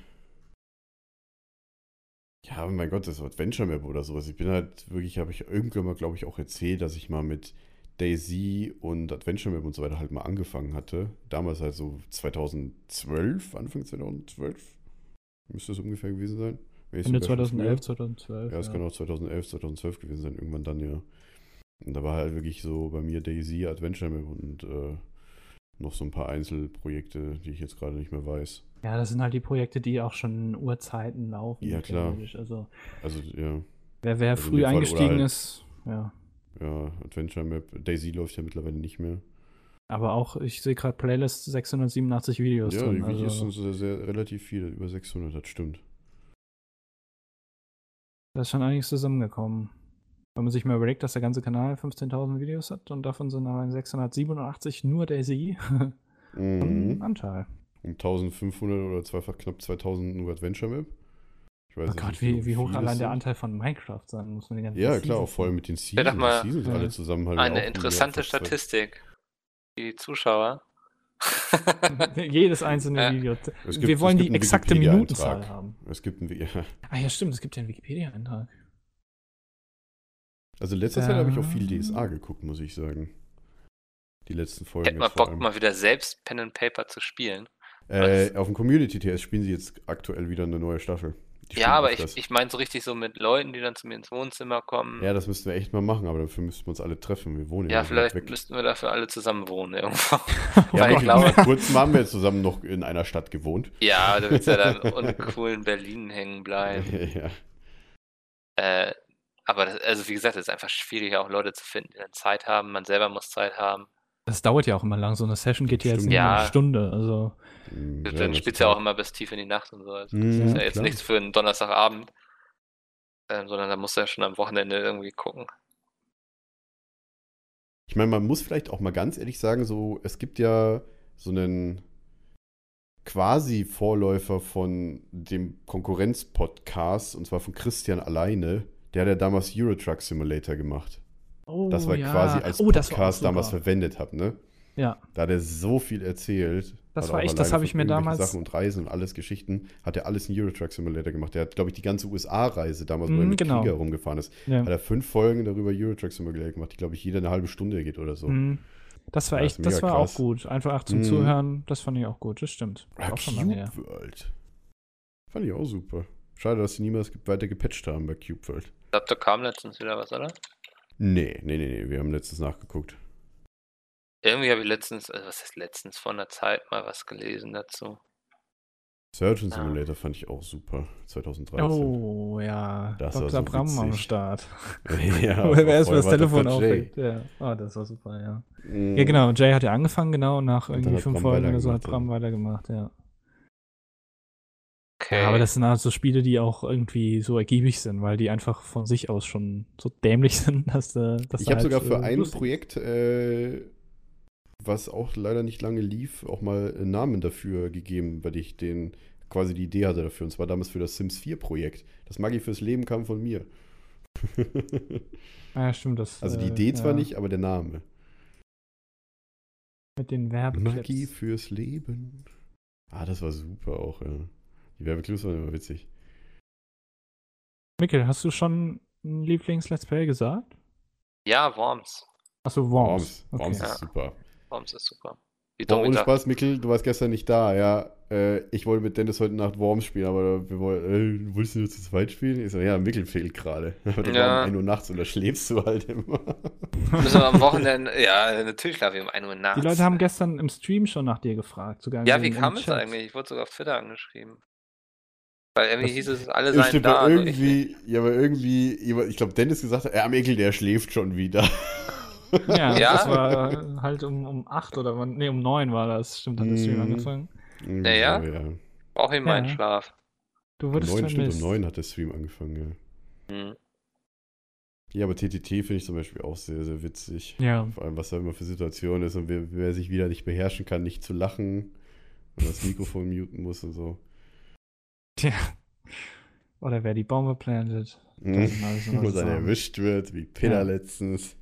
ja, mein Gott, das Adventure Map oder sowas. Ich bin halt wirklich, habe ich irgendwann mal, glaube ich, auch erzählt, dass ich mal mit DayZ und Adventure Map und so weiter halt mal angefangen hatte. Damals halt so zweitausendzwölf, Anfang zweitausendzwölf. Müsste es ungefähr gewesen sein. Wenn nicht
Ende
sogar schon
zweitausendelf,
früher.
zweitausendzwölf.
Ja, es
ja.
kann auch zweitausendelf, zweitausendzwölf gewesen sein, irgendwann dann, ja. Und da war halt wirklich so bei mir DayZ, Adventure Map und äh, noch so ein paar Einzelprojekte, die ich jetzt gerade nicht mehr weiß.
Ja, das sind halt die Projekte, die auch schon Urzeiten laufen.
Ja, klar.
theoretisch. Also,
Also, ja,
wer, wer
Also in
früh
dem Fall, oder
eingestiegen
halt-
ist, ja.
ja, Adventure Map. DayZ läuft ja mittlerweile nicht mehr.
Aber auch, ich sehe gerade Playlist sechshundertsiebenundachtzig Videos
Ja,
drin.
die Videos
also,
sind sehr, sehr relativ viele, über sechshundert, das stimmt.
da ist schon einiges zusammengekommen. Wenn man sich mal überlegt, dass der ganze Kanal fünfzehntausend Videos hat und davon sind allein sechshundertsiebenundachtzig nur DayZ. Ein
Mhm.
Anteil.
Um eintausendfünfhundert oder zweifach knapp zweitausend nur Adventure Map. Ich weiß
Oh
jetzt
Gott,
nicht,
wie, wie hoch
viele
allein
es
der
sind.
Anteil von Minecraft sein muss. Mit den ganzen
Ja, klar, auch
Seasons.
vor allem mit den
Wäre doch
Seasons.
mal
Die Seasons
ja.
alle zusammen halt
Eine
auch
interessante
mehr fast zwei-
Statistik. Die Zuschauer.
Jedes einzelne
Ja.
Video.
Es gibt-
Wir wollen
es
die
gibt einen
exakte
Wikipedia-Eintrag.
Minutenzahl haben.
Es gibt ein, ja.
Ah ja, stimmt, es gibt ja einen Wikipedia-Eintrag.
Also in letzter Zeit habe ich auch
Da-
viel D S A geguckt, muss ich sagen. Die letzten Folgen.
Hätte mal
jetzt vor
Bock,
allem.
mal wieder selbst Pen and Paper zu spielen.
Äh, auf dem Community-T S spielen sie jetzt aktuell wieder eine neue Staffel. Die
Ja,
spielen
aber ich,
öfters.
ich meine so richtig so mit Leuten, die dann zu mir ins Wohnzimmer kommen.
Ja, das müssten wir echt mal machen, aber dafür müssten wir uns alle treffen. Wir wohnen
Ja,
ja so
vielleicht
weit weg.
müssten wir dafür alle zusammen wohnen irgendwo.
Ja,
Weil ich
ich
glaube,
Vor kurzem haben wir zusammen noch in einer Stadt gewohnt.
ja, du willst ja dann uncoolen Berlin hängen bleiben.
ja.
Äh, aber das, also wie gesagt, es ist einfach schwierig, auch Leute zu finden, die dann Zeit haben. Man selber muss Zeit haben.
Das dauert ja auch immer lang. So eine Session geht ja jetzt
Stimmt.
nur
Ja.
eine Stunde. Also,
Mm,
dann
das
spielst
ist
du ja auch
halt-
immer bis tief in die Nacht und so. Also
Mhm,
das ist ja jetzt
klar.
nichts für einen Donnerstagabend. Ähm, sondern da musst du ja schon am Wochenende irgendwie gucken.
Ich meine, man muss vielleicht auch mal ganz ehrlich sagen, so, es gibt ja so einen quasi Vorläufer von dem Konkurrenz-Podcast, und zwar von Christian alleine. Der hat ja damals Euro Truck Simulator gemacht.
oh,
Das war
ja.
quasi als
oh, das war auch
Podcast damals
super.
verwendet hat, ne?
Ja,
Da hat er so viel erzählt.
Das
Hat
war
auch
echt, das
alleine
habe ich
von
mir
irgendwelchen
damals-
Sachen und Reisen und alles Geschichten, hat er alles in Euro Truck Simulator gemacht. Der hat, glaube ich, die ganze U S A-Reise damals, wo er
Mhm,
mit
genau.
Krieger rumgefahren ist,
ja.
hat er fünf Folgen darüber Euro Truck Simulator gemacht, die, glaube ich, jeder eine halbe Stunde geht oder so.
Mhm. Das war
Ja,
echt,
ist
das
mega
war
krass.
auch gut. Einfach zum
Mhm.
Zuhören, das fand ich auch gut. Das stimmt.
Ah,
Auch schon lange her.
Cube World. Fand ich auch super. Schade, dass sie niemals ge- weiter gepatcht haben bei Cube World.
Ich glaube, da kam letztens wieder was, oder?
Nee, nee, nee, nee, wir haben letztens nachgeguckt.
Irgendwie habe ich letztens, also was heißt letztens, vor einer Zeit mal was gelesen dazu.
Surgeon
Ah.
Simulator fand ich auch super, zweitausenddreizehn.
Oh, ja.
Das war
Doktor
so
Bram am
witzig.
Start.
ja,
Wo er erst mal
vorher
das
war
Telefon
Doktor J.
aufweckt. Ja. Oh, das war super, ja.
Mhm.
Ja, genau. Jay hat ja angefangen, genau. Und nach
Und dann
irgendwie
hat
fünf
Bram
Folgen oder so hat
weitergemacht,
Bram
ja.
weitergemacht, ja.
Okay.
Ja, aber das sind halt so Spiele, die auch irgendwie so ergiebig sind, weil die einfach von sich aus schon so dämlich sind, dass du. Dass
Ich
du
habe
halt,
sogar für
äh,
ein
lustig-
Projekt, äh, was auch leider nicht lange lief, auch mal einen Namen dafür gegeben, weil ich den quasi die Idee hatte dafür. Und zwar damals für das Sims vier Projekt. Das Magie fürs Leben kam von mir.
Ah, ja, stimmt. Das,
Also die
äh,
Idee zwar
ja,
nicht, aber der Name.
Mit den Werbeclips.
Magie fürs Leben. Ah, das war super auch, ja. Die Werbeclips waren immer witzig.
Mikkel, hast du schon ein Lieblings-Let's Play gesagt?
Ja, Worms.
Achso, Worms.
Worms. Worms
Okay.
ist super.
Worms ist super. Wie
Boah,
Domi
ohne
sagt.
Spaß, Mikkel, du warst gestern nicht da, ja. Äh, ich wollte mit Dennis heute Nacht Worms spielen, aber wir wollten, äh, willst du nur zu zweit spielen? Ich so, ja, Mikkel fehlt gerade. Aber das
Ja.
war um ein Uhr nachts und da schläfst du halt immer.
Müssen wir am Wochenende, ja, natürlich schlafe ich um ein Uhr nachts.
Die Leute haben gestern im Stream schon nach dir gefragt. Sogar
Ja,
im-
wie
im
kam es
Chat.
eigentlich? Ich wurde sogar auf Twitter angeschrieben. Weil irgendwie
Das-
hieß es, alle
Ja,
seien
stimmt,
da.
aber
nur ich nicht.
irgendwie, ja, aber irgendwie, jemand- ich glaube, Dennis gesagt hat, ja, Mikkel, der schläft schon wieder.
Ja,
Ja?
das war äh, halt um, um acht oder wann, nee, um neun war das. Stimmt, hat der Stream
Mhm.
angefangen.
Irgendwie
Ja,
so,
ja?
ja.
Brauche ich meinen
Ja.
Schlaf.
Du
Um
wurdest
neun, stimmt, um
vermisst.
neun hat der Stream angefangen, ja.
Hm.
Ja, aber T T T finde ich zum Beispiel auch sehr, sehr witzig.
Ja.
Vor allem, was da immer für Situationen ist und wer, wer sich wieder nicht beherrschen kann, nicht zu lachen und das Mikrofon muten muss und so.
Tja. Oder wer die Bombe plantet. Das sind alles so
Wo dann
Sachen.
erwischt wird, wie Peter
Ja.
letztens.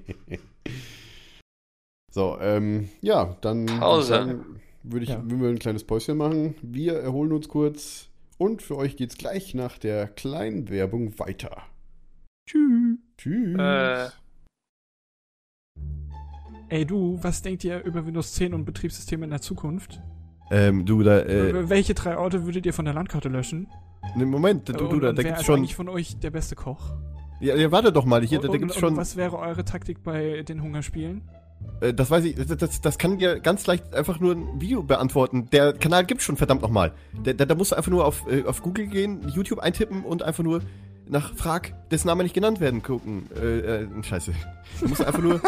So, ähm, ja, dann würde ich
Pause.
sagen, würde ich,
Ja.
würden wir ein kleines Päuschen machen. Wir erholen uns kurz und für euch geht's gleich nach der kleinen Werbung weiter.
Tschüss.
Tschüss.
Äh.
Ey du, was denkt ihr über Windows zehn und Betriebssysteme in der Zukunft?
Ähm, du, da, äh,
Welche drei Orte würdet ihr von der Landkarte löschen?
ne, Moment, du,
und,
du, da,
und
da
wer
gibt's
ist
schon.
eigentlich von euch der beste Koch?
Ja, ja, warte doch mal, hier, da, da
und,
gibt's
und
schon.
was wäre eure Taktik bei den Hungerspielen?
Äh, das weiß ich, das, das, das kann dir ganz leicht einfach nur ein Video beantworten. Der Kanal gibt's schon, verdammt nochmal. Da, da, da musst du einfach nur auf, äh, auf Google gehen, YouTube eintippen und einfach nur nach Frag, dessen Name nicht genannt werden, gucken. Äh, äh, scheiße. Du musst einfach nur.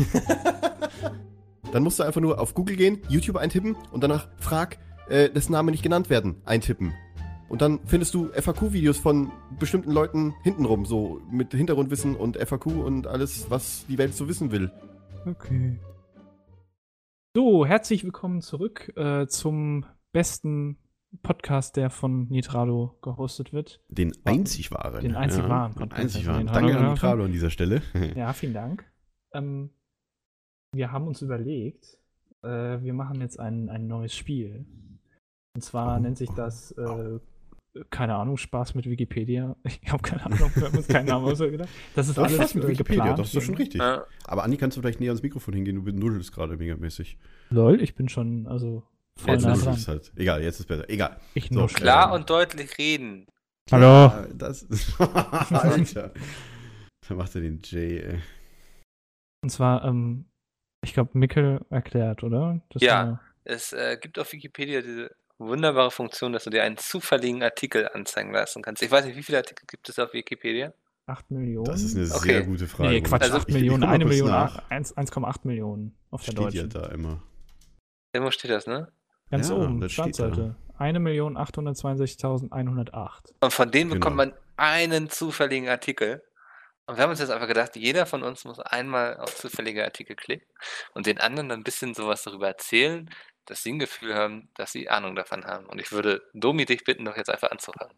Dann musst du einfach nur auf Google gehen, YouTube eintippen und danach Frag, äh, dessen Name nicht genannt werden, eintippen. Und dann findest du F A Q-Videos von bestimmten Leuten hintenrum, so mit Hintergrundwissen und F A Q und alles, was die Welt so wissen will.
Okay. So, herzlich willkommen zurück äh, zum besten Podcast, der von Nitrado gehostet wird.
Den einzig wahren.
Den einzig wahren
Den
Podcast,
einzig
den
wahren.
wir
Danke
haben
an
gehört
Nitrado an dieser Stelle.
Ja, vielen Dank. Ähm, wir haben uns überlegt, äh, wir machen jetzt ein, ein neues Spiel. Und zwar
Oh.
nennt sich das, äh, keine Ahnung, Spaß mit Wikipedia. Ich habe keine Ahnung, wir haben uns keinen Namen ausgedacht. Das ist
Das
alles
passt mit
äh,
Wikipedia,
geplant.
das ist doch schon richtig.
Ja.
Aber Andi, kannst du vielleicht näher ans Mikrofon hingehen? Du nudelst gerade megamäßig.
Lol, ich bin schon, also voll
Jetzt
nah
nudelst
dran.
halt. Egal, jetzt ist besser. Egal.
Ich
So,
nuschel.
Klar und deutlich reden.
Hallo.
Ja, das Alter. Da macht er den J, ey.
Und zwar, ähm, ich glaube, Mikkel erklärt, oder? Das
Ja.
war-
Es äh, gibt auf Wikipedia diese wunderbare Funktion, dass du dir einen zufälligen Artikel anzeigen lassen kannst. Ich weiß nicht, wie viele Artikel gibt es auf Wikipedia?
acht Millionen?
Das ist eine
Okay.
sehr gute Frage.
Nee, Quatsch,
Also,
acht
ich- ich
Millionen,
guck mal
eine
kurz
Million,
nach.
ach, eins- eins Komma acht Millionen auf der
Steht ja
deutschen.
da immer.
Irgendwo steht das, ne?
Ganz
Ja,
oben,
das steht da.
Startseite. eine Million achthundertzweiundsechzigtausendeinhundertacht.
Und von denen
Genau.
bekommt man einen zufälligen Artikel. Und wir haben uns jetzt einfach gedacht, jeder von uns muss einmal auf zufällige Artikel klicken und den anderen dann ein bisschen sowas darüber erzählen, dass sie ein Gefühl haben, dass sie Ahnung davon haben. Und ich würde Domi dich bitten, doch jetzt einfach anzufangen.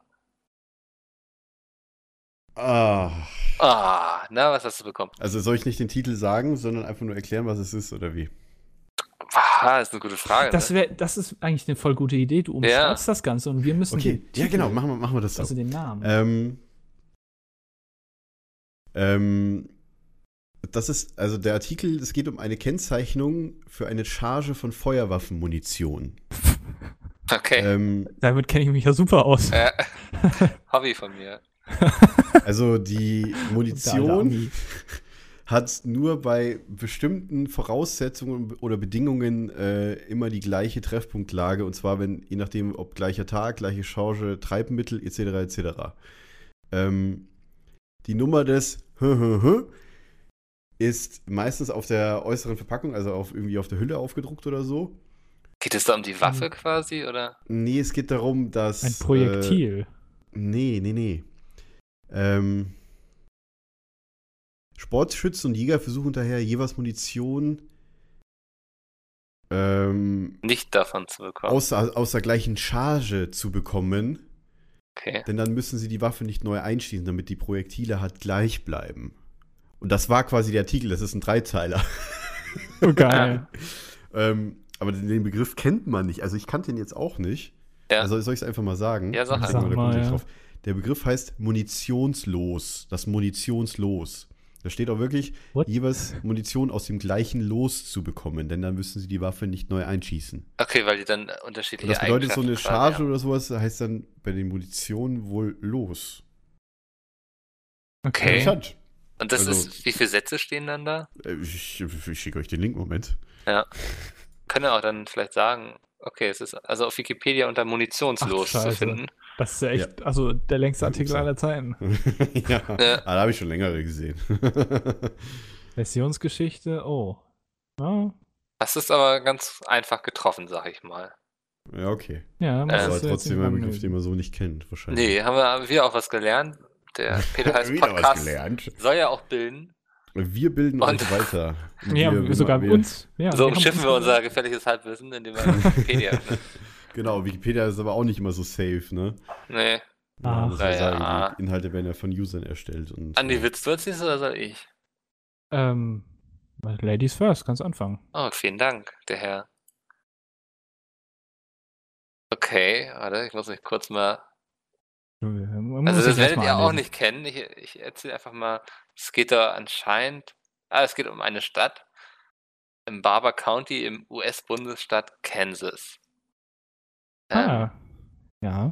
Ah.
Ah, na, was hast du bekommen?
Also soll ich nicht den Titel sagen, sondern einfach nur erklären, was es ist, oder wie?
Ah, ist eine gute Frage.
Das,
ne?
wär, das ist eigentlich eine voll gute Idee. Du umschreibst das Ganze und wir müssen
Okay,
den
ja
Titel,
genau, machen wir, machen wir das so.
also den Namen.
Ähm, ähm, das ist, also der Artikel, es geht um eine Kennzeichnung für eine Charge von Feuerwaffenmunition.
Okay.
Ähm,
Damit kenne ich mich ja super aus.
Äh, Hobby von mir.
also die
Der alte
Munition
Ami.
hat nur bei bestimmten Voraussetzungen oder Bedingungen äh, immer die gleiche Treffpunktlage, und zwar wenn, je nachdem, ob gleicher Tag, gleiche Charge, Treibmittel et cetera et cetera. Ähm, die Nummer des ist meistens auf der äußeren Verpackung, also auf, irgendwie auf der Hülle aufgedruckt oder so.
Geht es da um die Waffe quasi, oder?
Nee, es geht darum, dass...
Ein Projektil.
Äh, nee, nee, nee. Ähm, Sportschützen und Jäger versuchen daher jeweils Munition ähm,
Nicht davon zu bekommen.
aus, aus der gleichen Charge zu bekommen,
Okay.
denn dann müssen sie die Waffe nicht neu einschließen, damit die Projektile halt gleich bleiben. Und das war quasi der Artikel, das ist ein Dreiteiler.
Oh, geil.
ähm, aber den, den Begriff kennt man nicht. Also ich kannte ihn jetzt auch nicht.
Ja.
Also soll ich es einfach mal sagen?
Ja, sag
Ich
halt.
denke mal, da
Sag
kommt
mal,
ihr
ja.
drauf. Der Begriff heißt munitionslos. Das munitionslos. Da steht auch wirklich,
What?
jeweils Munition aus dem gleichen Los zu bekommen, denn dann müssen sie die Waffe nicht neu einschießen.
Okay, weil die dann
Und
unterschiedliche
das bedeutet, so eine
Eigenschaften
Charge
quasi
oder sowas heißt dann bei den Munition wohl Los.
Okay.
Interessant.
haben. Und das
Also-
ist, wie viele Sätze stehen dann da?
Äh, Ich, ich schicke euch den Link, Moment.
Ja. Können wir auch dann vielleicht sagen, okay, es ist also auf Wikipedia unter Munitionslos
Ach,
zu
Scheiße.
finden.
Das ist ja echt, also der längste Artikel
Upsa.
aller Zeiten.
ja,
Ja.
ah, da habe ich schon längere gesehen.
Versionsgeschichte, oh. Ja,
Das ist aber ganz einfach getroffen, sag ich mal.
ja, okay.
ja
Äh,
musst
Aber
du jetzt
trotzdem
nicht
ein Begriff,
mögen.
den man so nicht kennt, wahrscheinlich.
Nee, haben wir, haben wir auch was gelernt. Der Peter heißt
Wieder was
Podcast
gelernt.
soll ja auch bilden.
Wir bilden
Und-
euch weiter.
Ja,
wir,
sogar
wir,
uns. Ja,
so
wir haben
umschiffen
uns
wir
gesagt.
unser gefährliches Halbwissen, indem wir Wikipedia öffnen.
Genau, Wikipedia ist aber auch nicht immer so safe, ne?
Nee.
Ja,
Ach.
muss man
Ja,
sagen,
ja.
die Inhalte werden ja von Usern erstellt. Und,
Andi, willst du jetzt nicht oder soll ich?
Ähm, Ladies first, kannst anfangen.
Oh, vielen Dank, der Herr. Okay, warte, ich muss mich kurz mal.
Man
Also
muss
das
sich erst
werdet
mal
ihr auch
einlesen.
nicht kennen. Ich, ich erzähle einfach mal. Es geht da anscheinend. Ah, es geht um eine Stadt im Barber County im U S-Bundesstaat Kansas. Ähm,
Ah, ja.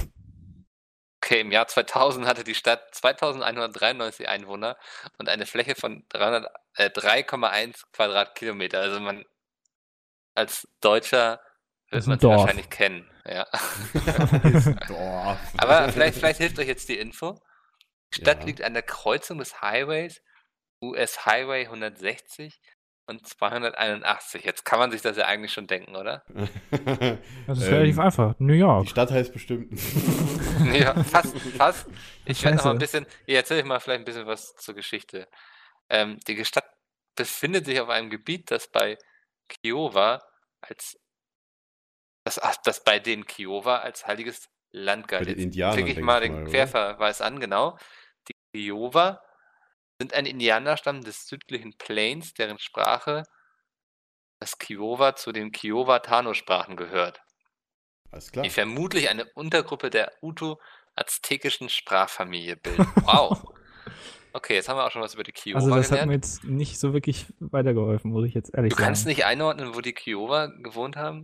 Okay, im Jahr zweitausend hatte die Stadt zweitausendeinhundertdreiundneunzig Einwohner und eine Fläche von dreihundert, äh, drei Komma eins Quadratkilometer. Also man als Deutscher
Das
wird
ist
man
ein
sie
Dorf.
wahrscheinlich kennen. Ja.
Dorf.
Aber vielleicht, vielleicht hilft euch jetzt die Info. Die Stadt
Ja.
liegt an der Kreuzung des Highways, U S Highway hundertsechzig und zweihunderteinundachtzig. Jetzt kann man sich das ja eigentlich schon denken, oder?
Das ist
Ähm,
relativ einfach. New
Die
York.
Stadt heißt bestimmt.
Ja, fast, fast. Ich werde noch mal ein
Scheiße.
bisschen, ich erzähle euch mal vielleicht ein bisschen was zur Geschichte. Ähm, die Stadt befindet sich auf einem Gebiet, das bei Kiowa als das, ach, das bei den Kiowa als heiliges Land galt.
den
Jetzt
Indianern,
klicke ich
denk
mal
ich
den
mal, oder?
Querverweis an, genau. Die Kiowa sind ein Indianerstamm des südlichen Plains, deren Sprache das Kiowa zu den Kiowa-Tano-Sprachen gehört,
Alles klar.
die vermutlich eine Untergruppe der Uto-aztekischen Sprachfamilie bilden. Wow. Okay, jetzt haben wir auch schon was über die Kiowa
Also das hat
gelernt.
mir jetzt nicht so wirklich weitergeholfen, muss ich jetzt ehrlich
Du
sagen.
kannst nicht einordnen, wo die Kiowa gewohnt haben?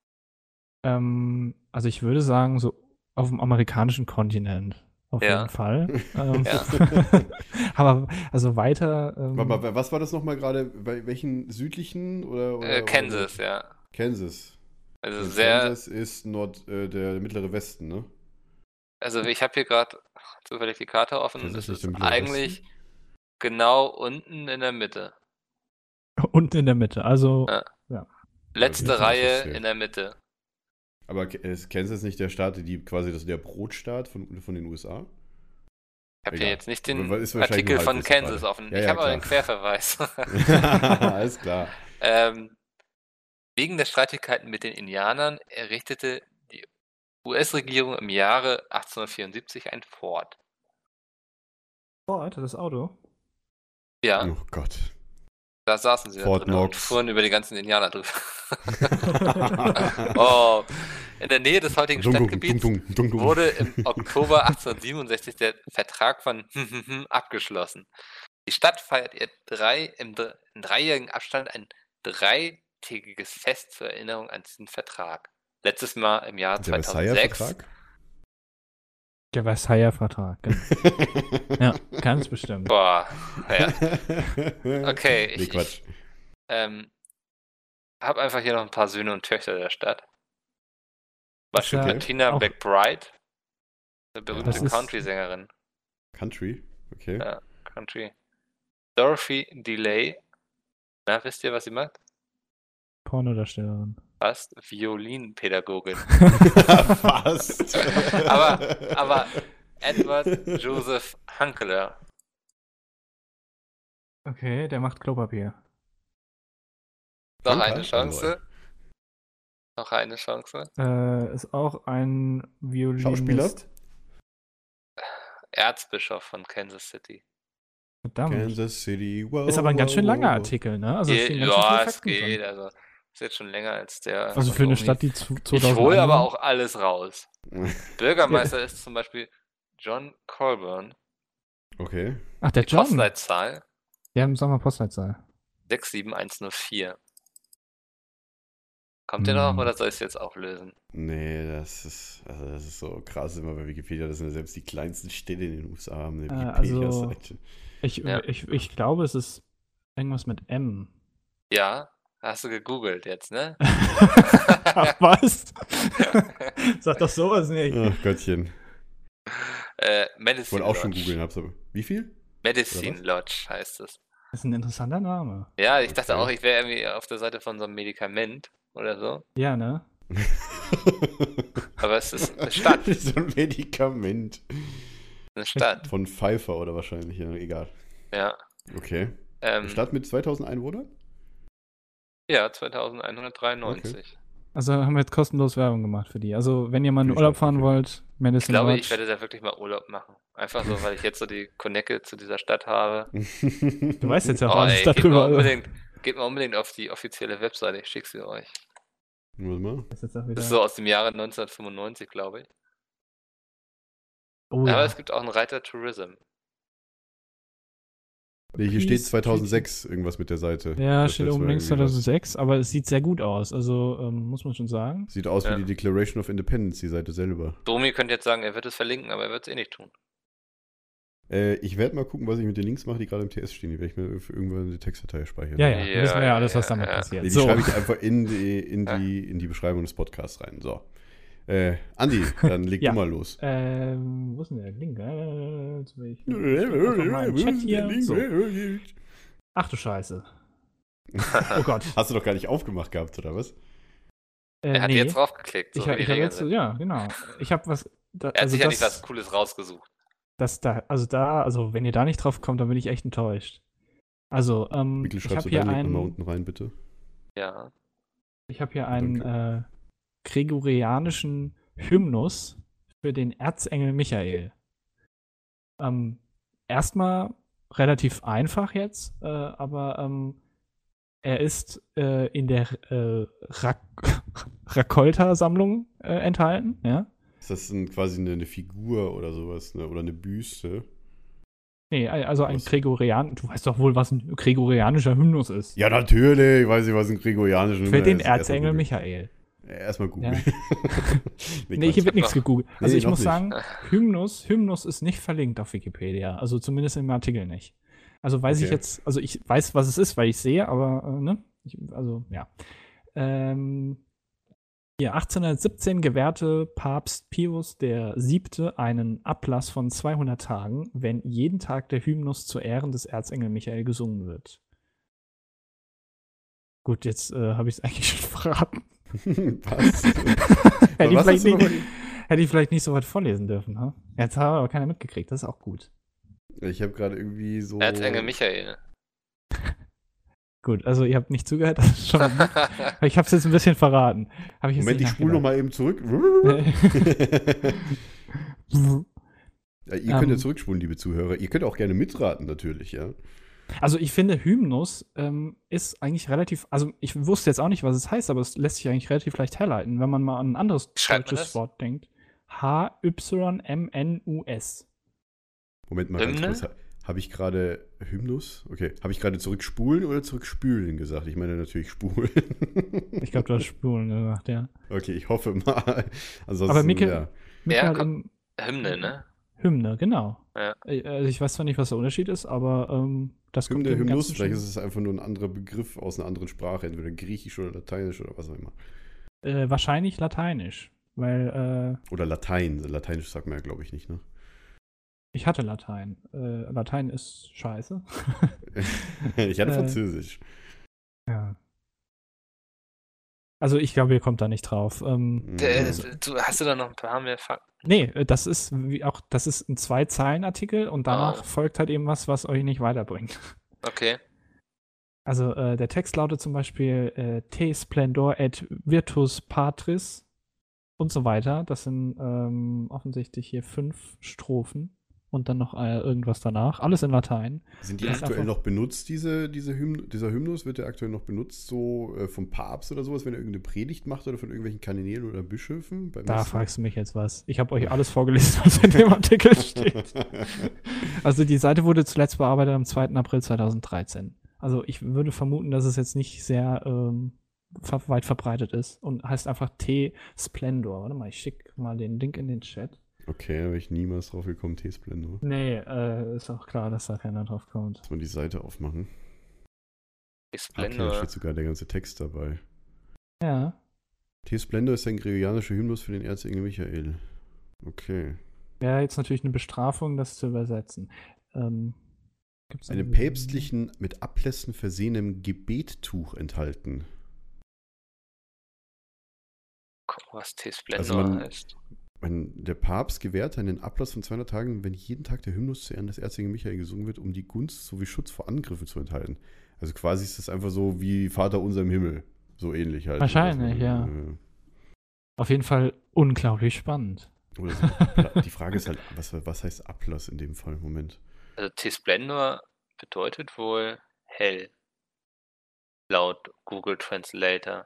Ähm, also ich würde sagen, so auf dem amerikanischen Kontinent. Auf
Ja.
jeden Fall. ähm,
Ja.
Aber also weiter. Ähm,
Warte mal, was war das nochmal gerade? Bei welchen südlichen oder? oder
Äh, Kansas, ja.
Oder? Kansas.
Also
Und
sehr,
Kansas ist Nord, äh, der mittlere Westen, ne?
also ich habe hier gerade zufällig die Karte offen und
Kansas
es
nicht
ist
der mittlere
eigentlich genau unten in der Mitte.
unten in der Mitte. Also
Ja. Letzte
bin ich
Reihe
interessiert.
in der Mitte.
Aber K- ist Kansas nicht der Staat, die quasi das, der Brotstaat von, von den U S A?
Ich habe
Egal.
hier jetzt nicht den
Aber ist wahrscheinlich
Artikel
nur
von
Halbwissen
Kansas
gerade.
offen.
Ja,
ich
ja,
habe aber den
klar.
Querverweis.
Alles klar.
ähm, wegen der Streitigkeiten mit den Indianern errichtete die U S-Regierung im Jahre achtzehnhundertvierundsiebzig ein Fort.
Ford, das Auto.
Ja,
Oh Gott.
da saßen sie da
Fort
drin und
Knox.
fuhren über die ganzen Indianer drüber. Oh, in der Nähe des heutigen
Dung, dung,
Stadtgebiets
dung, dung, dung, dung.
wurde im Oktober achtzehnhundertsiebenundsechzig der Vertrag von abgeschlossen. Die Stadt feiert ihr drei, im, dr- im dreijährigen Abstand ein dreitägiges Fest zur Erinnerung an diesen Vertrag. Letztes Mal im Jahr
Der Versailler
zweitausendsechs.
Vertrag?
Der Versailler Vertrag. genau. Ja, ganz bestimmt.
Boah, ja. Okay,
Nee,
ich,
Quatsch.
ich ähm, habe einfach hier noch ein paar Söhne und Töchter der Stadt. Beispiel
ja
Martina
auch-
McBride, eine berühmte
Das ist-
Country-Sängerin.
Country? Okay.
Ja. Country. Dorothy DeLay. Na, wisst ihr, was sie macht?
Pornodarstellerin.
Fast Violinpädagogin.
Fast.
aber, aber Edward Joseph Hunkeler.
Okay, der macht Klopapier.
Noch
Funker?
eine Chance. Noch eine Chance.
Äh, ist auch ein Violinist.
Schauspieler?
Erzbischof von Kansas City.
Verdammt.
Kansas City. Wow,
Ist aber ein ganz schön
wow,
langer
wow.
Artikel, ne? Also
Je,
stehen ganz schön
ja,
viele
es
Fakten drin.
geht. Also, ist jetzt schon länger als der.
Also für eine
Omi.
Stadt, die zu-
Ich
zweitausend
hole aber
Einwohner-
auch alles raus. Bürgermeister ist zum Beispiel John Colburn.
Okay.
Ach, der
Die
John.
Postleitzahl
Ja, im Sommer Postleitzahl.
sechs sieben eins null vier. Kommt ihr drauf
Hm.
oder soll ich es jetzt auflösen?
Nee, das ist, also das ist so krass immer bei Wikipedia, das sind ja selbst die kleinsten Städte in den U S A haben eine
Äh, also-
Wikipedia-Seite.
Ich,
Ja.
ich, ich glaube, es ist irgendwas mit M.
Ja, hast du gegoogelt jetzt, ne?
Ach, was? Sag doch sowas nicht.
Ach Gottchen.
äh,
Ich
Medicine
wollte auch schon
Lodge.
googeln, hab's aber. Wie viel?
Medicine
Oder
Lodge heißt es.
Das ist ein interessanter Name.
Ja, ich dachte
Okay.
auch, ich wäre irgendwie auf der Seite von so einem Medikament oder so.
Ja, ne?
Aber es ist eine Stadt.
So ein Medikament.
Eine Stadt.
Von Pfeiffer oder wahrscheinlich, ja, egal.
Ja.
Okay.
Ähm,
Eine Stadt mit zweitausend Einwohnern?
ja, zweitausendeinhundertdreiundneunzig.
Also haben wir jetzt kostenlos Werbung gemacht für die. Also wenn ihr mal in
Finde ich
Urlaub
auch,
fahren
okay.
wollt,
Ich
Medicine
glaube,
Lodge.
ich werde da wirklich mal Urlaub machen. Einfach so, weil ich jetzt so die Connecte zu dieser Stadt habe.
Du weißt jetzt ja auch
Oh,
alles
ey, geht mal,
darüber.
unbedingt, geht mal unbedingt auf die offizielle Webseite, ich schicke sie euch.
Warte mal.
Das ist jetzt auch wieder...
Das ist so aus dem Jahre neunzehnhundertfünfundneunzig, glaube ich.
oh,
Aber
ja.
es gibt auch einen Reiter Tourism.
Nee, hier steht
Peace,
zweitausendsechs irgendwas mit der Seite.
Ja,
Das
steht
heißt,
oben
war
links
irgendwie was-
zweitausendsechs, aber es sieht sehr gut aus. Also ähm, muss man schon sagen.
Sieht aus
Ja.
wie die Declaration of Independence, die Seite selber.
Domi könnte jetzt sagen, er wird es verlinken, aber er wird es eh nicht tun.
Äh, ich werde mal gucken, was ich mit den Links mache, die gerade im T S stehen. Die werde ich mir für irgendwann eine Textdatei speichern.
Ja, ja,
Ja,
wissen wir ja alles, was
ja,
damit
ja.
passiert.
Nee, die
so.
schreibe ich einfach in die, in,
Ja.
die, in die Beschreibung des Podcasts rein. So. Äh, Andi, dann leg
Ja.
du mal los.
Ähm, wo ist denn der Link? Äh, jetzt will ich einfach mal im Chat hier. So. Ach du Scheiße. Oh Gott.
Hast du doch gar nicht aufgemacht gehabt, oder was?
Äh,
Er hat
nee.
jetzt draufgeklickt, so
Ich,
wie
hab-
die
ich habe
Regeln
jetzt,
sind.
ja, genau. Ich habe was. Da,
Er hat
also
sicherlich
das,
was Cooles rausgesucht.
das da, also da, also wenn ihr da nicht drauf kommt, dann bin ich echt enttäuscht. Also, ähm,
Mikkel,
ich
schreibst
habe
du
hier
deinen Link nochmal
einen,
unten rein, bitte?
Ja.
ich habe hier einen äh, gregorianischen Hymnus für den Erzengel Michael. Ähm, erstmal relativ einfach jetzt, äh, aber ähm, er ist äh, in der äh, Rak Rakolta-Sammlung äh, enthalten, ja.
Ist das ein, quasi eine, eine Figur oder sowas, ne? Oder eine Büste?
Nee, also ein
Was?
Gregorian, du weißt doch wohl, was ein gregorianischer Hymnus ist.
Ja, natürlich. Ich weiß nicht, was ein gregorianischer
Für den
ist. Erstmal
Erzengel
googeln.
Michael.
Erstmal googeln.
Ja.
nee,
Nee, hier
Quatsch.
wird nichts gegoogelt. Also
Nee,
ich
noch
muss
nicht.
sagen, Hymnus, Hymnus ist nicht verlinkt auf Wikipedia. Also zumindest im Artikel nicht. Also weiß ich
Okay.
jetzt, also ich weiß, was es ist, weil ich sehe, aber, äh, ne? Ich, also, ja. Ähm, hier, achtzehnhundertsiebzehn gewährte Papst Pius der Siebte einen Ablass von zweihundert Tagen, wenn jeden Tag der Hymnus zu Ehren des Erzengel Michael gesungen wird. Gut, jetzt äh, habe ich es eigentlich schon verraten.
Was?
hätte, ich
Was
vielleicht
hast du
nicht,
noch-
hätte ich vielleicht nicht so weit vorlesen dürfen. Ha? Jetzt hat aber keiner mitgekriegt, das ist auch gut.
Ich habe gerade irgendwie so.
Erzengel Michael.
Gut, also ihr habt nicht zugehört, das ist schon. Ich habe es jetzt ein bisschen verraten. Hab ich jetzt
Moment, ich
nicht
spule nochmal eben zurück.
nachgedacht.
Ja, ihr könnt ja
Ähm.
zurückspulen, liebe Zuhörer. Ihr könnt auch gerne mitraten, natürlich, ja.
Also ich finde, Hymnus ähm, ist eigentlich relativ, also ich wusste jetzt auch nicht, was es heißt, aber es lässt sich eigentlich relativ leicht herleiten, wenn man mal an ein anderes
Schreibt man
deutsches
das?
Wort denkt. H Y M N U S.
Moment mal ganz
Hymne?
kurz. Ha- Habe ich gerade Hymnus? Okay. Habe ich gerade zurückspulen oder zurückspülen gesagt? Ich meine natürlich spulen.
Ich glaube, du hast Spulen gesagt, ja.
Okay, ich hoffe mal. Ansonsten,
Aber Mikkel-
ja.
Mit
Ja,
halt
komm.
im
Hymne, ne?
Hymne, genau.
Ja.
Äh, Also ich weiß zwar nicht, was der Unterschied ist, aber ähm, das kommt
Hymne,
dem
Hymnus,
Ganzen
vielleicht
schon-
ist es einfach nur ein anderer Begriff aus einer anderen Sprache, entweder Griechisch oder Lateinisch oder was auch immer.
Äh, wahrscheinlich Lateinisch, weil äh,
Oder Latein. Lateinisch sagt man ja, glaube ich, nicht, ne?
ich hatte Latein. Äh, Latein ist scheiße.
Ich hatte
Äh.
Französisch.
Ja. Also ich glaube, ihr kommt da nicht drauf. Ähm,
D- äh,
Also,
du, hast du da noch ein paar mehr Fakten?
nee, äh, das ist wie auch, das ist ein Zwei-Zeilen-Artikel und danach
Oh.
folgt halt eben was, was euch nicht weiterbringt.
Okay.
Also äh, der Text lautet zum Beispiel äh, Te splendor et virtus patris und so weiter. Das sind ähm, offensichtlich hier fünf Strophen. und dann noch äh, irgendwas danach. Alles in Latein.
Sind die
Das ist
aktuell
einfach-
noch benutzt, diese, diese Hymn, dieser Hymnus? Wird der aktuell noch benutzt, so äh, vom Papst oder sowas, wenn er irgendeine Predigt macht oder von irgendwelchen Kardinälen oder Bischöfen? Beim
Da
Messen?
fragst du mich jetzt was. Ich habe euch alles vorgelesen, was in dem Artikel steht. Also die Seite wurde zuletzt bearbeitet am zweiten April zweitausenddreizehn. Also ich würde vermuten, dass es jetzt nicht sehr ähm, ver- weit verbreitet ist und heißt einfach T-Splendor. Warte mal, ich schicke mal den Link in den Chat.
Okay, da wäre ich niemals drauf gekommen, T-Splendor.
Nee, äh, ist auch klar, dass da keiner drauf kommt.
Muss man die Seite aufmachen.
Die
Okay, da
Splendor.
steht sogar der ganze Text dabei.
Ja.
T-Splendor ist ein gregorianischer Hymnus für den Erzengel Michael. Okay.
Wäre jetzt natürlich eine Bestrafung, das zu übersetzen. Ähm, gibt's
Einem
irgendwie-
päpstlichen, mit Ablässen versehenem Gebettuch enthalten.
Guck mal, was T-Splendor
Also man-
heißt.
Man, der Papst gewährte einen Ablass von zweihundert Tagen, wenn jeden Tag der Hymnus zu Ehren des Erzengel Michael gesungen wird, um die Gunst sowie Schutz vor Angriffen zu enthalten. Also quasi ist das einfach so wie Vater unser im Himmel. So ähnlich halt.
Wahrscheinlich, ja.
Äh,
Auf jeden Fall unglaublich spannend.
Oder so Abla- die Frage ist halt, was, was heißt Ablass in dem Fall? Moment.
Also T-Splendor bedeutet wohl hell. Laut Google Translator.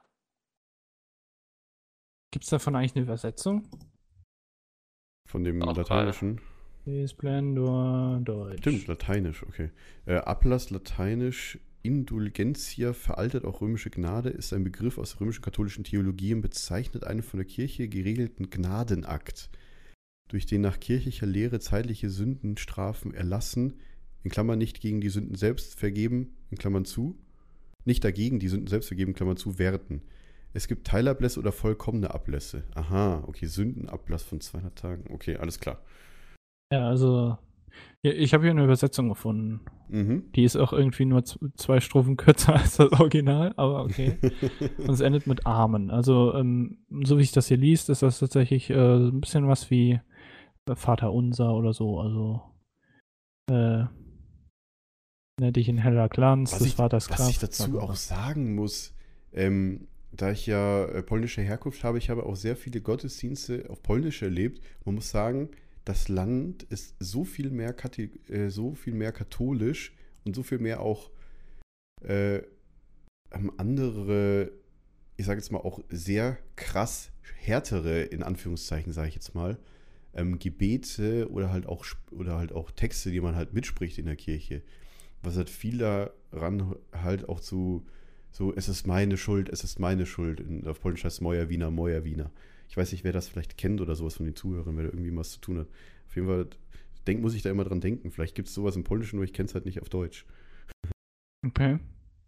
Gibt es davon eigentlich eine Übersetzung?
Von dem
Auch
Lateinischen.
Splendor Deutsch.
Stimmt, Lateinisch, okay. Äh, Ablass, Lateinisch, Indulgentia, veraltet auch römische Gnade, ist ein Begriff aus der römischen katholischen Theologie und bezeichnet einen von der Kirche geregelten Gnadenakt, durch den nach kirchlicher Lehre zeitliche Sündenstrafen erlassen, in Klammern nicht gegen die Sünden selbst vergeben, in Klammern zu, nicht dagegen die Sünden selbst vergeben, in Klammern zu, werten. Es gibt Teilablässe oder vollkommene Ablässe. Aha, okay, Sündenablass von zweihundert Tagen. Okay, alles klar.
Ja, also ja, ich habe hier eine Übersetzung gefunden.
Mhm.
Die ist auch irgendwie nur z- zwei Strophen kürzer als das Original, aber okay. Und es endet mit Amen. Also, ähm, so wie ich das hier liest, ist das tatsächlich äh, ein bisschen was wie äh, Vater Unser oder so. Also, äh, nenn dich in heller Glanz
Was
des
ich,
Vaters
was
Kraft.
ich dazu
bla, bla,
auch
bla.
sagen muss, ähm, da ich ja äh, polnische Herkunft habe, ich habe auch sehr viele Gottesdienste auf Polnisch erlebt. Man muss sagen, das Land ist so viel mehr, Kathi äh, so viel mehr katholisch und so viel mehr auch äh, ähm, andere, ich sage jetzt mal auch sehr krass härtere, in Anführungszeichen sage ich jetzt mal, ähm, Gebete oder halt auch sp- oder halt auch Texte, die man halt mitspricht in der Kirche. Was halt viel daran halt auch zu so, es ist meine Schuld, es ist meine Schuld. In, auf Polnisch heißt es Moja Wiener, Moja Wiener. Ich weiß nicht, wer das vielleicht kennt oder sowas von den Zuhörern, wer da irgendwie was zu tun hat. Auf jeden Fall denk, muss ich da immer dran denken. Vielleicht gibt es sowas im Polnischen, nur ich kenne es halt nicht auf Deutsch.
Okay.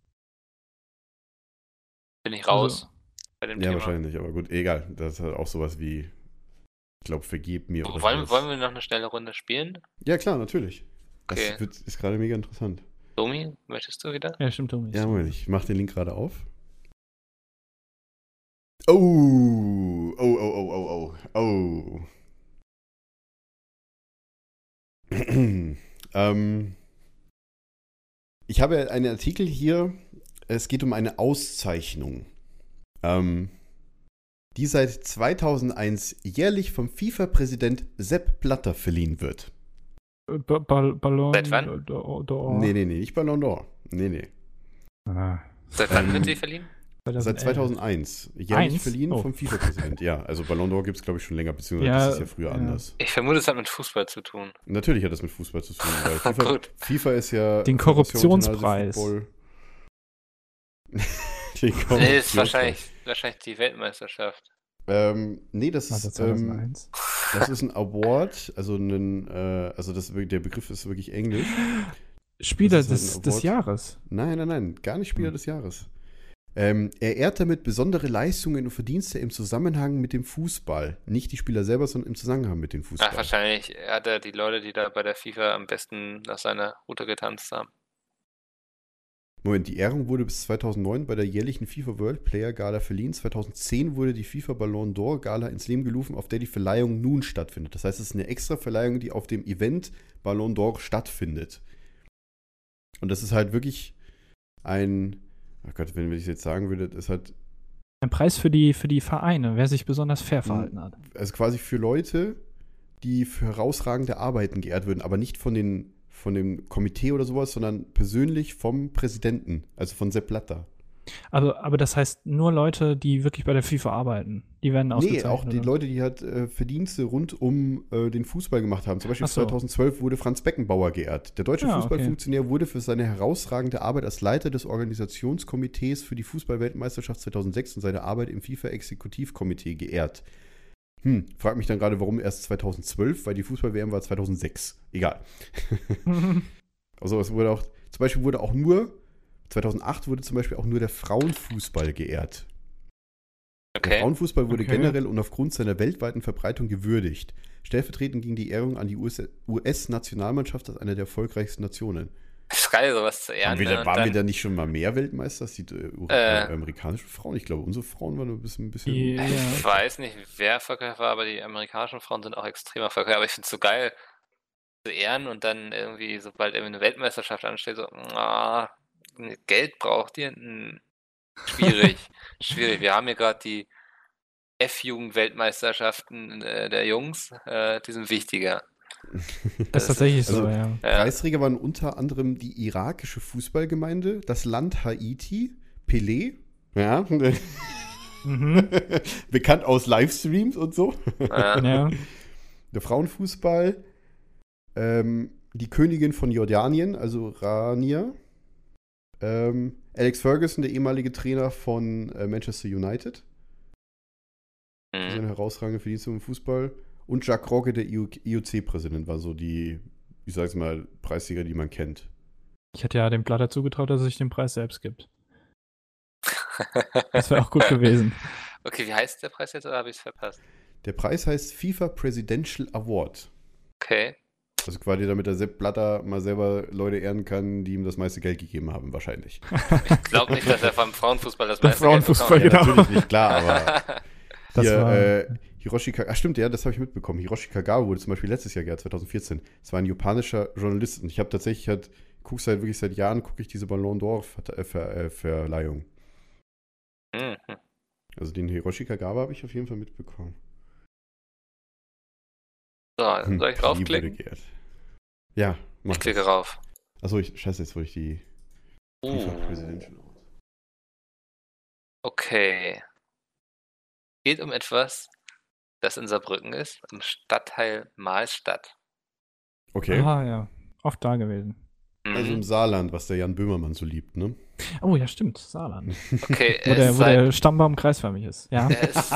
Bin ich raus
Also-
bei dem
Ja,
Thema.
wahrscheinlich, aber gut, egal. Das ist halt auch sowas wie, ich glaube, vergib mir oder
Wollen,
sowas.
wollen wir noch eine schnelle Runde spielen?
Ja, klar, natürlich. Das
Okay.
wird, ist gerade mega interessant.
Domi, möchtest du wieder?
Ja, stimmt, Thomas.
Ja, Moment, ich mach den Link gerade auf. Oh, oh, oh, oh, oh, oh, oh. ähm, ich habe einen Artikel hier, es geht um eine Auszeichnung, ähm, die seit zweitausendeins jährlich vom FIFA-Präsident Sepp Blatter verliehen wird.
Äh, Ba- Ball Ballon
Seit wann?
d'Or- d'Or.
Nee, nee, nee, nicht Ballon d'Or. Nee, nee.
Ah,
Seit wann
Ähm,
wird sie verliehen?
Seit
zweitausendelf.
zweitauseneins. Jährlich
Eins?
verliehen
Oh.
vom FIFA-Präsident. Ja, also Ballon d'Or gibt es, glaube ich, schon länger, beziehungsweise
Ja,
das ist ja früher
ja.
anders.
Ich vermute, es hat mit Fußball zu tun.
Natürlich hat das mit Fußball zu tun, weil FIFA,
Gut.
FIFA ist ja...
Den
Federation
Korruptionspreis.
Football. Den
Nee, ist
Korruptionspreis.
wahrscheinlich, wahrscheinlich die Weltmeisterschaft.
Ähm, nee, das,
Also
ähm,
zweitausendeins.
das ist ein Award, also ein, äh, also das, der Begriff ist wirklich englisch.
Spieler
das ist halt
des,
ein
des
Award.
Jahres.
Nein, nein, nein, gar nicht Spieler
Hm.
des Jahres. Ähm, er ehrt damit besondere Leistungen und Verdienste im Zusammenhang mit dem Fußball. Nicht die Spieler selber, sondern im Zusammenhang mit dem Fußball.
Ach, wahrscheinlich hat er die Leute, die da bei der FIFA am besten nach seiner Route getanzt haben.
Moment, die Ehrung wurde bis zweitausendneun bei der jährlichen FIFA World Player Gala verliehen. zweitausendzehn wurde die FIFA Ballon d'Or Gala ins Leben gerufen, auf der die Verleihung nun stattfindet. Das heißt, es ist eine extra Verleihung, die auf dem Event Ballon d'Or stattfindet. Und das ist halt wirklich ein, ach Gott, wenn ich es jetzt sagen würde, das ist halt,
Ein Preis für die, für die Vereine, wer sich besonders fair verhalten hat.
also quasi für Leute, die für herausragende Arbeiten geehrt würden, aber nicht von, den, von dem Komitee oder sowas, sondern persönlich vom Präsidenten, also von Sepp Blatter.
Also, aber das heißt nur Leute, die wirklich bei der FIFA arbeiten, die werden
Nee,
ausgezeichnet.
auch die
oder?
Leute, die halt äh, Verdienste rund um äh, den Fußball gemacht haben. Zum Beispiel
Ach so.
zweitausendzwölf wurde Franz Beckenbauer geehrt. Der deutsche
Ja,
Fußballfunktionär wurde für seine herausragende Arbeit als Leiter des Organisationskomitees für die Fußball-Weltmeisterschaft zweitausendsechs und seine Arbeit im FIFA-Exekutivkomitee geehrt. Hm, frag mich dann gerade, warum erst zweitausendzwölf, weil die Fußball-W M war zweitausendsechs. Egal. Also es wurde auch, zum Beispiel wurde auch nur, zweitausendacht wurde zum Beispiel auch nur der Frauenfußball geehrt. Der
Okay.
Frauenfußball wurde
Okay.
generell und aufgrund seiner weltweiten Verbreitung gewürdigt. Stellvertretend ging die Ehrung an die U S-Nationalmannschaft als eine der erfolgreichsten Nationen.
Das ist geil, sowas zu ehren.
Waren, wir
ne?
da,
Und
waren wir
dann-
da nicht schon mal mehr Weltmeister als die äh,
Äh.
amerikanischen Frauen? Ich glaube, unsere Frauen waren ein bisschen. Ein bisschen
Ja.
Ich weiß nicht, wer erfolgreich war, aber die amerikanischen Frauen sind auch extrem erfolgreich. Aber ich finde es so geil zu ehren und dann irgendwie, sobald irgendwie eine Weltmeisterschaft ansteht, so, ah, Geld braucht ihr? Hm, schwierig, schwierig. Wir haben hier gerade die F-Jugend-Weltmeisterschaften äh, der Jungs, äh, die sind wichtiger.
Das ist tatsächlich
also-
so, ja.
Ja.
Preisträger waren unter anderem die irakische Fußballgemeinde, das Land Haiti, Pelé, ja,
Mhm.
bekannt aus Livestreams und so.
Ja.
Ja.
Der Frauenfußball, ähm, die Königin von Jordanien, also Rania, ähm, Alex Ferguson, der ehemalige Trainer von äh, Manchester United, für
Mhm.
seine herausragende Verdienste im Fußball, und Jacques Rogge, der I O C-Präsident, war so die, ich sag's mal, Preisträger, die man kennt.
Ich hätte ja dem Blatter zugetraut, dass er sich den Preis selbst gibt. Das wäre auch gut gewesen.
Okay, wie heißt der Preis jetzt oder habe ich es verpasst?
Der Preis heißt FIFA Presidential Award.
Okay.
Also quasi, damit der Sepp Blatter mal selber Leute ehren kann, die ihm das meiste Geld gegeben haben, wahrscheinlich.
Ich glaube nicht, dass er vom Frauenfußball das
Der
meiste Geld
Frauenfußball,
bekommt.
Ja,
genau.
natürlich nicht, klar, aber
Das
hier,
war-
äh, Hiroshi Kagawa, ach stimmt, ja, das habe ich mitbekommen. Hiroshi Kagawa wurde zum Beispiel letztes Jahr geehrt, zweitausendvierzehn. Das war ein japanischer Journalist und ich habe tatsächlich halt, guck's halt wirklich seit Jahren, gucke ich diese Ballon d'Or Ver- äh, Ver- äh, Verleihung.
Mhm.
Also den Hiroshi Kagawa habe ich auf jeden Fall mitbekommen.
So,
Hm,
soll ich
Pelé
raufklicken?
wurde geehrt. Ja, mach
Ich klicke
das.
rauf.
Achso, ich, scheiße, jetzt wollte ich die FIFA
Uh,
Presidential Award.
okay. Geht um etwas, das in Saarbrücken ist, im Stadtteil Mahlstadt.
Okay.
Ah, ja. Oft da gewesen.
Mhm.
Also im Saarland, was der Jan Böhmermann so liebt, ne?
Oh, ja, stimmt. Saarland.
okay,
Wo
er
der,
ist
wo
seit,
der Stammbaum kreisförmig ist. Ja.
er ist,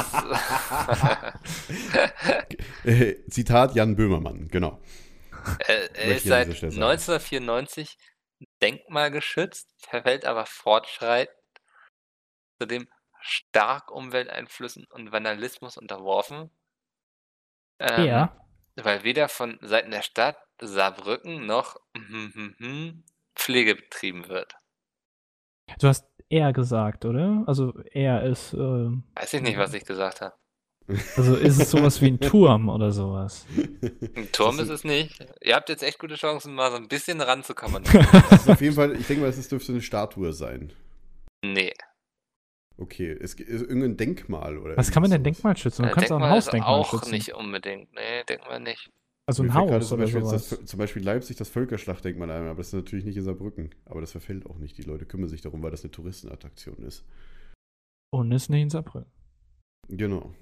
Äh, Zitat Jan Böhmermann, genau.
er, er
Möchte
ist
ich an
seit
dieser Stelle sagen.
neunzehnhundertvierundneunzig denkmalgeschützt, verfällt aber fortschreitend zudem stark Umwelteinflüssen und Vandalismus unterworfen. Ähm,
Ja.
Weil weder von Seiten der Stadt Saarbrücken noch Pflege betrieben wird.
Du hast er gesagt, oder? Also er ist, äh,
Weiß ich nicht, was ich gesagt habe.
also ist es sowas wie ein Turm oder sowas?
Ein Turm
Das
ist
ist-
es nicht. Ihr habt jetzt echt gute Chancen, mal so ein bisschen ranzukommen.
Das ist auf jeden Fall, ich denke mal, es ist- dürfte eine Statue sein.
Nee.
Okay, es ist irgendein Denkmal oder
Was kann man denn
irgendwas.
Denkmal schützen? Du
Äh,
kannst auch ein
Denkmal ist
Hausdenkmal
auch
schützen.
nicht unbedingt. Nee, Denkmal nicht.
Also ein
Mir fällt gerade
Haus
zum
oder
Beispiel jetzt
sowas.
das, zum Beispiel Leipzig das Völkerschlachtdenkmal ein, aber das ist natürlich nicht in Saarbrücken. Aber das verfällt auch nicht. Die Leute kümmern sich darum, weil das eine Touristenattraktion ist.
Und ist nicht in Saarbrücken.
Genau.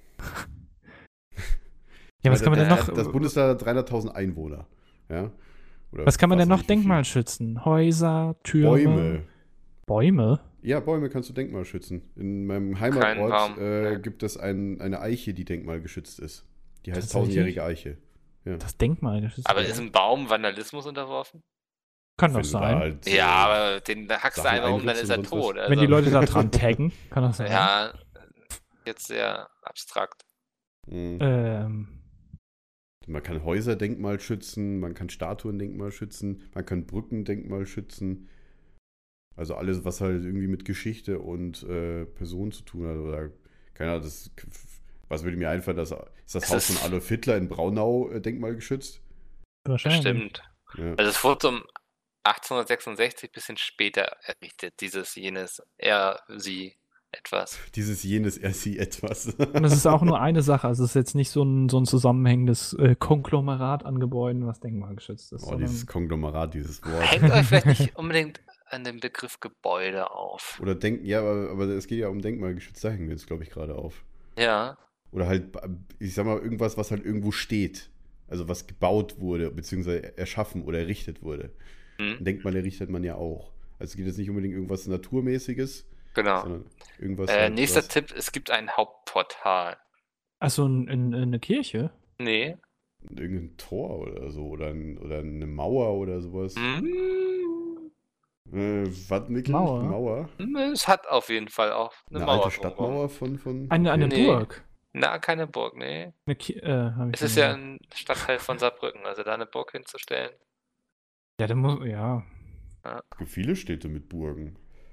Ja, was
Weil
kann man
das,
denn noch,
Das Bundesland hat dreihunderttausend Einwohner. Ja? Oder
was kann man
weiß
denn noch
nicht, wie viel.
Denkmal schützen? Häuser, Türme?
Bäume.
Bäume?
Ja, Bäume kannst du Denkmal schützen. In meinem
Kein
Heimatort
Baum,
äh,
ne.
gibt es ein, eine Eiche, die denkmalgeschützt ist. Die heißt
Tatsächlich?
tausendjährige Eiche.
Das Denkmal. Das ist
Aber ist ein Baum Vandalismus unterworfen?
kann doch
Wenn du da
sein.
halt, äh,
Ja, aber den hackst du
Sachen
einfach um, dann
einritzen
ist er
und sonst
tot.
was.
Wenn die
also-
Leute da dran taggen, kann das sein.
Ja, jetzt sehr abstrakt.
mh.
Ähm,
Man kann Häuserdenkmal schützen, man kann Statuendenkmal schützen, man kann Brückendenkmal schützen. Also alles, was halt irgendwie mit Geschichte und äh, Personen zu tun hat. Oder keine Ahnung, das, was würde mir einfallen, das, ist das
Es
Haus
ist-
von Adolf Hitler in Braunau äh, denkmalgeschützt?
Das
wahrscheinlich.
stimmt.
Ja.
Also es wurde um achtzehnhundertsechsundsechzig, bisschen später errichtet, dieses, jenes, er, sie, etwas.
Dieses, jenes, er, sie, etwas.
Und es ist auch nur eine Sache. Also es ist jetzt nicht so ein, so ein zusammenhängendes äh, Konglomerat an Gebäuden, was denkmalgeschützt ist.
Oh, dieses Konglomerat, dieses Wort.
Hängt euch vielleicht nicht unbedingt an dem Begriff Gebäude auf.
Oder denken, ja, aber, aber es geht ja um denkmalgeschützt, da hängen wir jetzt, glaube ich, gerade auf.
Ja.
Oder halt, ich sag mal, irgendwas, was halt irgendwo steht. Also was gebaut wurde, beziehungsweise erschaffen oder errichtet wurde.
Hm.
Ein Denkmal errichtet man ja auch. Also es geht jetzt nicht unbedingt irgendwas Naturmäßiges,
Genau.
sondern irgendwas.
Äh,
halt,
nächster
was,
Tipp, es gibt ein Hauptportal.
Achso, in, in, in eine Kirche?
Nee.
Irgendein Tor oder so. Oder, ein, oder eine Mauer oder sowas.
Hm.
Äh, was, Mikkel?
Mauer?
Mauer?
Es hat auf jeden Fall auch eine,
Eine
Mauer
alte
drumherum.
Stadtmauer von. von
Eine, eine
Nee.
Burg.
Na, keine Burg, nee.
Eine Ki äh, hab ich
Es
schon
ist ja
gesagt.
ein Stadtteil von Saarbrücken, also da eine Burg hinzustellen.
Ja, der muss. Ja.
Es gibt viele Städte mit Burgen.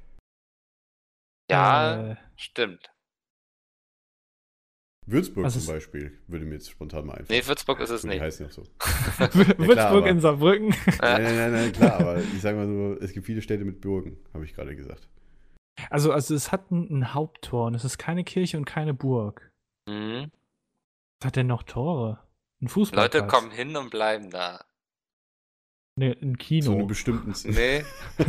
Ja,
Äh,
stimmt.
Würzburg
Was
zum
ist-
Beispiel, würde mir jetzt spontan mal einfallen.
Nee, Würzburg ist es
Die
nicht.
heißen ja auch so.
Würzburg
aber-
in Saarbrücken.
Nein, nein, nein, nein, klar, aber ich sage mal so, es gibt viele Städte mit Burgen, habe ich gerade gesagt.
Also, also es hat ein, ein Haupttor und es ist keine Kirche und keine Burg.
Mhm.
Was hat denn noch Tore? Ein Fußballplatz?
Leute kommen hin und bleiben da.
Ne, ein Kino.
Zu einem bestimmten
Nee,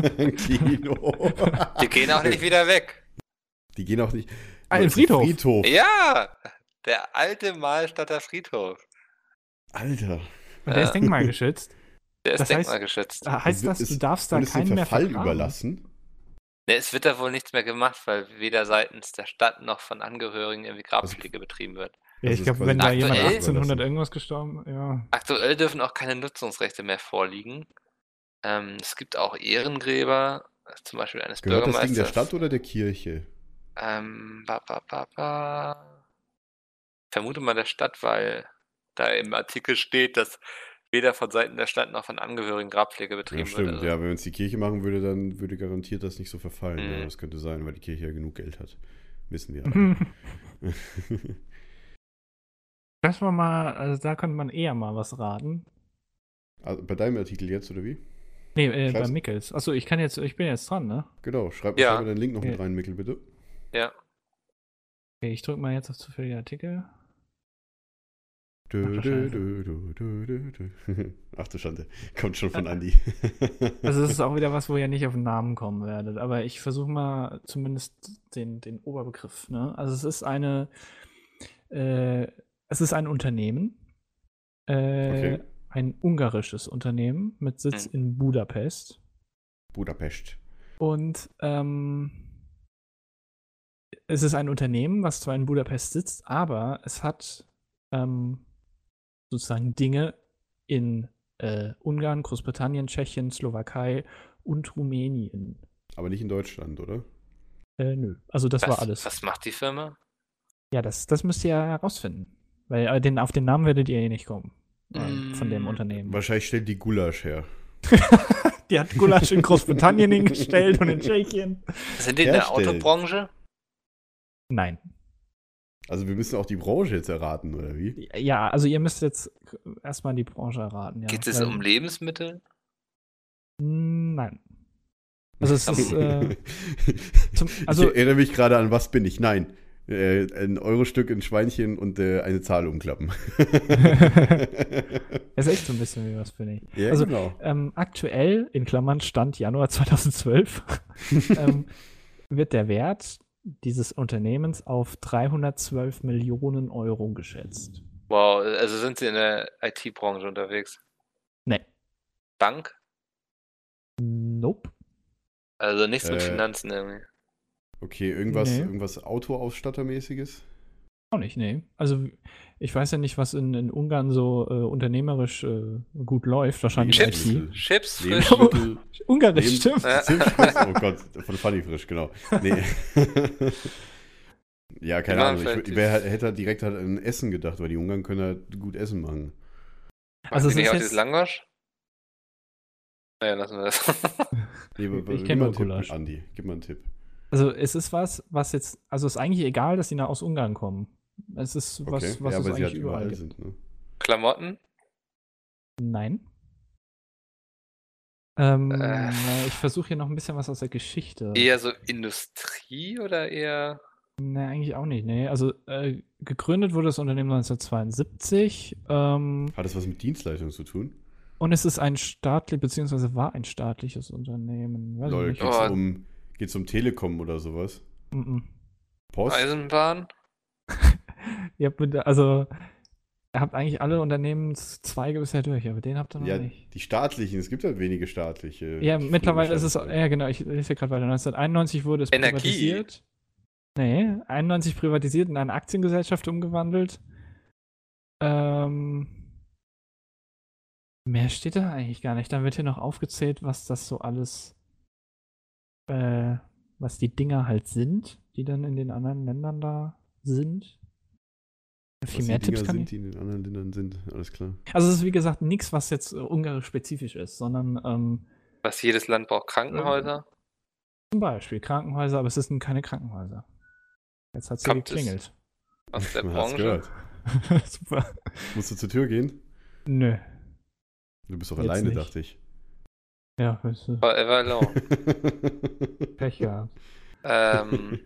Kino.
die gehen auch nicht wieder weg.
Die gehen auch nicht.
Ah, ein
Das ist
Friedhof.
Friedhof.
Ja, der alte Mahlstadter Friedhof.
Alter.
Und der ist
Ja.
denkmalgeschützt.
Der ist
Das heißt-
denkmalgeschützt.
Ah, heißt das,
Ist-
du darfst da
wird es dem
keinen mehr
Verfall
vergraben?
überlassen?
Nee, es wird da wohl nichts mehr gemacht, weil weder seitens der Stadt noch von Angehörigen irgendwie Grabpflege betrieben wird.
Ja,
Das
ich
ist
glaube,
quasi
wenn da
aktuell
jemand
überlassen.
achtzehnhundert irgendwas gestorben, ja.
Aktuell dürfen auch keine Nutzungsrechte mehr vorliegen. Ähm, es gibt auch Ehrengräber, zum Beispiel eines
Gehört das
Bürgermeisters.
Ding der Stadt oder der Kirche?
Ähm, ba, ba, ba, ba. Vermute mal der Stadt, weil da im Artikel steht, dass weder von Seiten der Stadt noch von Angehörigen Grabpflege
Ja,
betrieben
stimmt.
wird. Also,
Ja, wenn es die Kirche machen würde, dann würde garantiert das nicht so verfallen.
Mhm.
Ja, das könnte sein, weil die Kirche ja genug Geld hat. Wissen wir. alle.
Das war mal, also da könnte man eher mal was raten.
Also bei deinem Artikel jetzt, oder wie?
Nee, äh, bei
Scheiße.
Mickels. Achso, ich kann jetzt, ich bin jetzt dran, ne?
Genau, schreib,
Ja.
schreib mir deinen Link noch mit
Ja.
rein, Mikkel, bitte.
ja.
Okay, ich drücke mal jetzt auf zufällige Artikel.
Dö,
Ach du
dö,
Scheiße.
dö, dö, dö, dö, dö. Ach du Schande, kommt schon von Andi.
Also das ist auch wieder was, wo ihr nicht auf den Namen kommen werdet. Aber ich versuche mal zumindest den, den Oberbegriff. Ne? Also es ist eine, äh, es ist ein Unternehmen, äh,
Okay.
ein ungarisches Unternehmen mit Sitz
Hm.
in Budapest.
Budapest.
Und ähm, es ist ein Unternehmen, was zwar in Budapest sitzt, aber es hat ähm, sozusagen Dinge in äh, Ungarn, Großbritannien, Tschechien, Slowakei und Rumänien.
Aber nicht in Deutschland, oder?
Äh, nö. Also das
was,
war alles.
Was macht die Firma?
Ja, das, das müsst ihr ja herausfinden. Weil äh, den, auf den Namen werdet ihr eh nicht kommen. Äh, von dem
Mm,
Unternehmen.
Wahrscheinlich stellt die Gulasch her.
Die hat Gulasch in Großbritannien hingestellt und in Tschechien.
Sind die in der
Herstellen.
Autobranche?
Nein.
Also wir müssen auch die Branche jetzt erraten, oder wie?
Ja, also ihr müsst jetzt erstmal die Branche erraten. Ja,
Geht es
weil-
um Lebensmittel?
Nein. Also es ist, äh, zum,
ich
also
erinnere mich gerade an Was bin ich? Nein. Äh, ein Eurostück, ein Schweinchen und äh, eine Zahl umklappen.
ist echt so ein bisschen wie was für ich.
Ja,
Also,
genau.
Ähm, aktuell, in Klammern Stand Januar zweitausendzwölf, ähm, wird der Wert dieses Unternehmens auf dreihundertzwölf Millionen Euro geschätzt.
Wow, also sind sie in der I T-Branche unterwegs?
Nee.
Bank?
Nope.
Also nichts mit
Äh,
Finanzen irgendwie.
Okay, irgendwas,
Nee.
irgendwas Autoausstattermäßiges?
Auch nicht, nee. Also ich weiß ja nicht, was in, in Ungarn so äh, unternehmerisch äh, gut läuft. Wahrscheinlich
Chips,
I T.
Lebensmittel.
Chips, frisch.
Lebensmittel.
Ungarisch,
Lebens-
stimmt.
Ja.
Zimtfrisch? Oh Gott, von Funny Frisch, genau. Nee. Ja, keine
Ja,
Ahnung. Ich,
vielleicht
wer
ist-
hätte halt direkt halt an Essen gedacht, weil die Ungarn können halt gut Essen machen.
Also
Also
es
nicht
ist
auch
jetzt-
dieses Langosch? Naja, lassen wir das.
Nee,
Ich
gib
kenn
mal
nur
einen Tipp,
Gulasch.
Andi. Gib mal einen Tipp.
Also es ist was, was jetzt, also es ist eigentlich egal, dass die nach aus Ungarn kommen. Es ist was,
Okay.
was
ja,
es
weil sie
eigentlich
halt
überall
überall
gibt.
sind. Ne?
Klamotten?
Nein. Ähm,
Äh.
Ich versuche hier noch ein bisschen was aus der Geschichte.
Eher so Industrie oder eher.
Ne, eigentlich auch nicht. Nee, also äh, gegründet wurde das Unternehmen neunzehnhundertzweiundsiebzig. Ähm,
Hat das was mit Dienstleistungen zu tun?
und es ist ein staatlich, beziehungsweise war ein staatliches Unternehmen. Weiß
Lol,
ich
geht's
nicht.
Oh.
um, geht's um Telekom oder sowas?
Mm-mm.
Post?
Eisenbahn?
Ihr habt mit, also, ihr habt eigentlich alle Unternehmenszweige bisher durch, aber den habt ihr noch
Ja,
nicht.
die staatlichen, es gibt halt wenige staatliche.
Ja,
die
mittlerweile
früher
ist es,
gestartet
ja genau, ich lese hier gerade weiter. neunzehnhunderteinundneunzig wurde es
Energie.
privatisiert. Nee, einundneunzig privatisiert in eine Aktiengesellschaft umgewandelt. Ähm, mehr steht da eigentlich gar nicht. Dann wird hier noch aufgezählt, was das so alles, äh, was die Dinger halt sind, die dann in den anderen Ländern da sind.
Was
Viel
die
mehr
Dinger
Tipps kann
sind,
ich.
die in den anderen Ländern sind. Alles klar.
Also es ist wie gesagt nichts, was jetzt äh, ungarisch spezifisch ist, sondern ähm,
Was jedes Land braucht Krankenhäuser.
zum Beispiel Krankenhäuser, aber es sind keine Krankenhäuser. Jetzt hat es hier
Kommt es-
geklingelt.
Aus der
Man hat's
Branche.
gehört.
Super.
Musst du zur Tür gehen?
Nö.
Du bist doch
Jetzt
alleine,
nicht.
dachte ich.
Ja, weißt du,
Forever alone.
Pech gehabt.
ähm,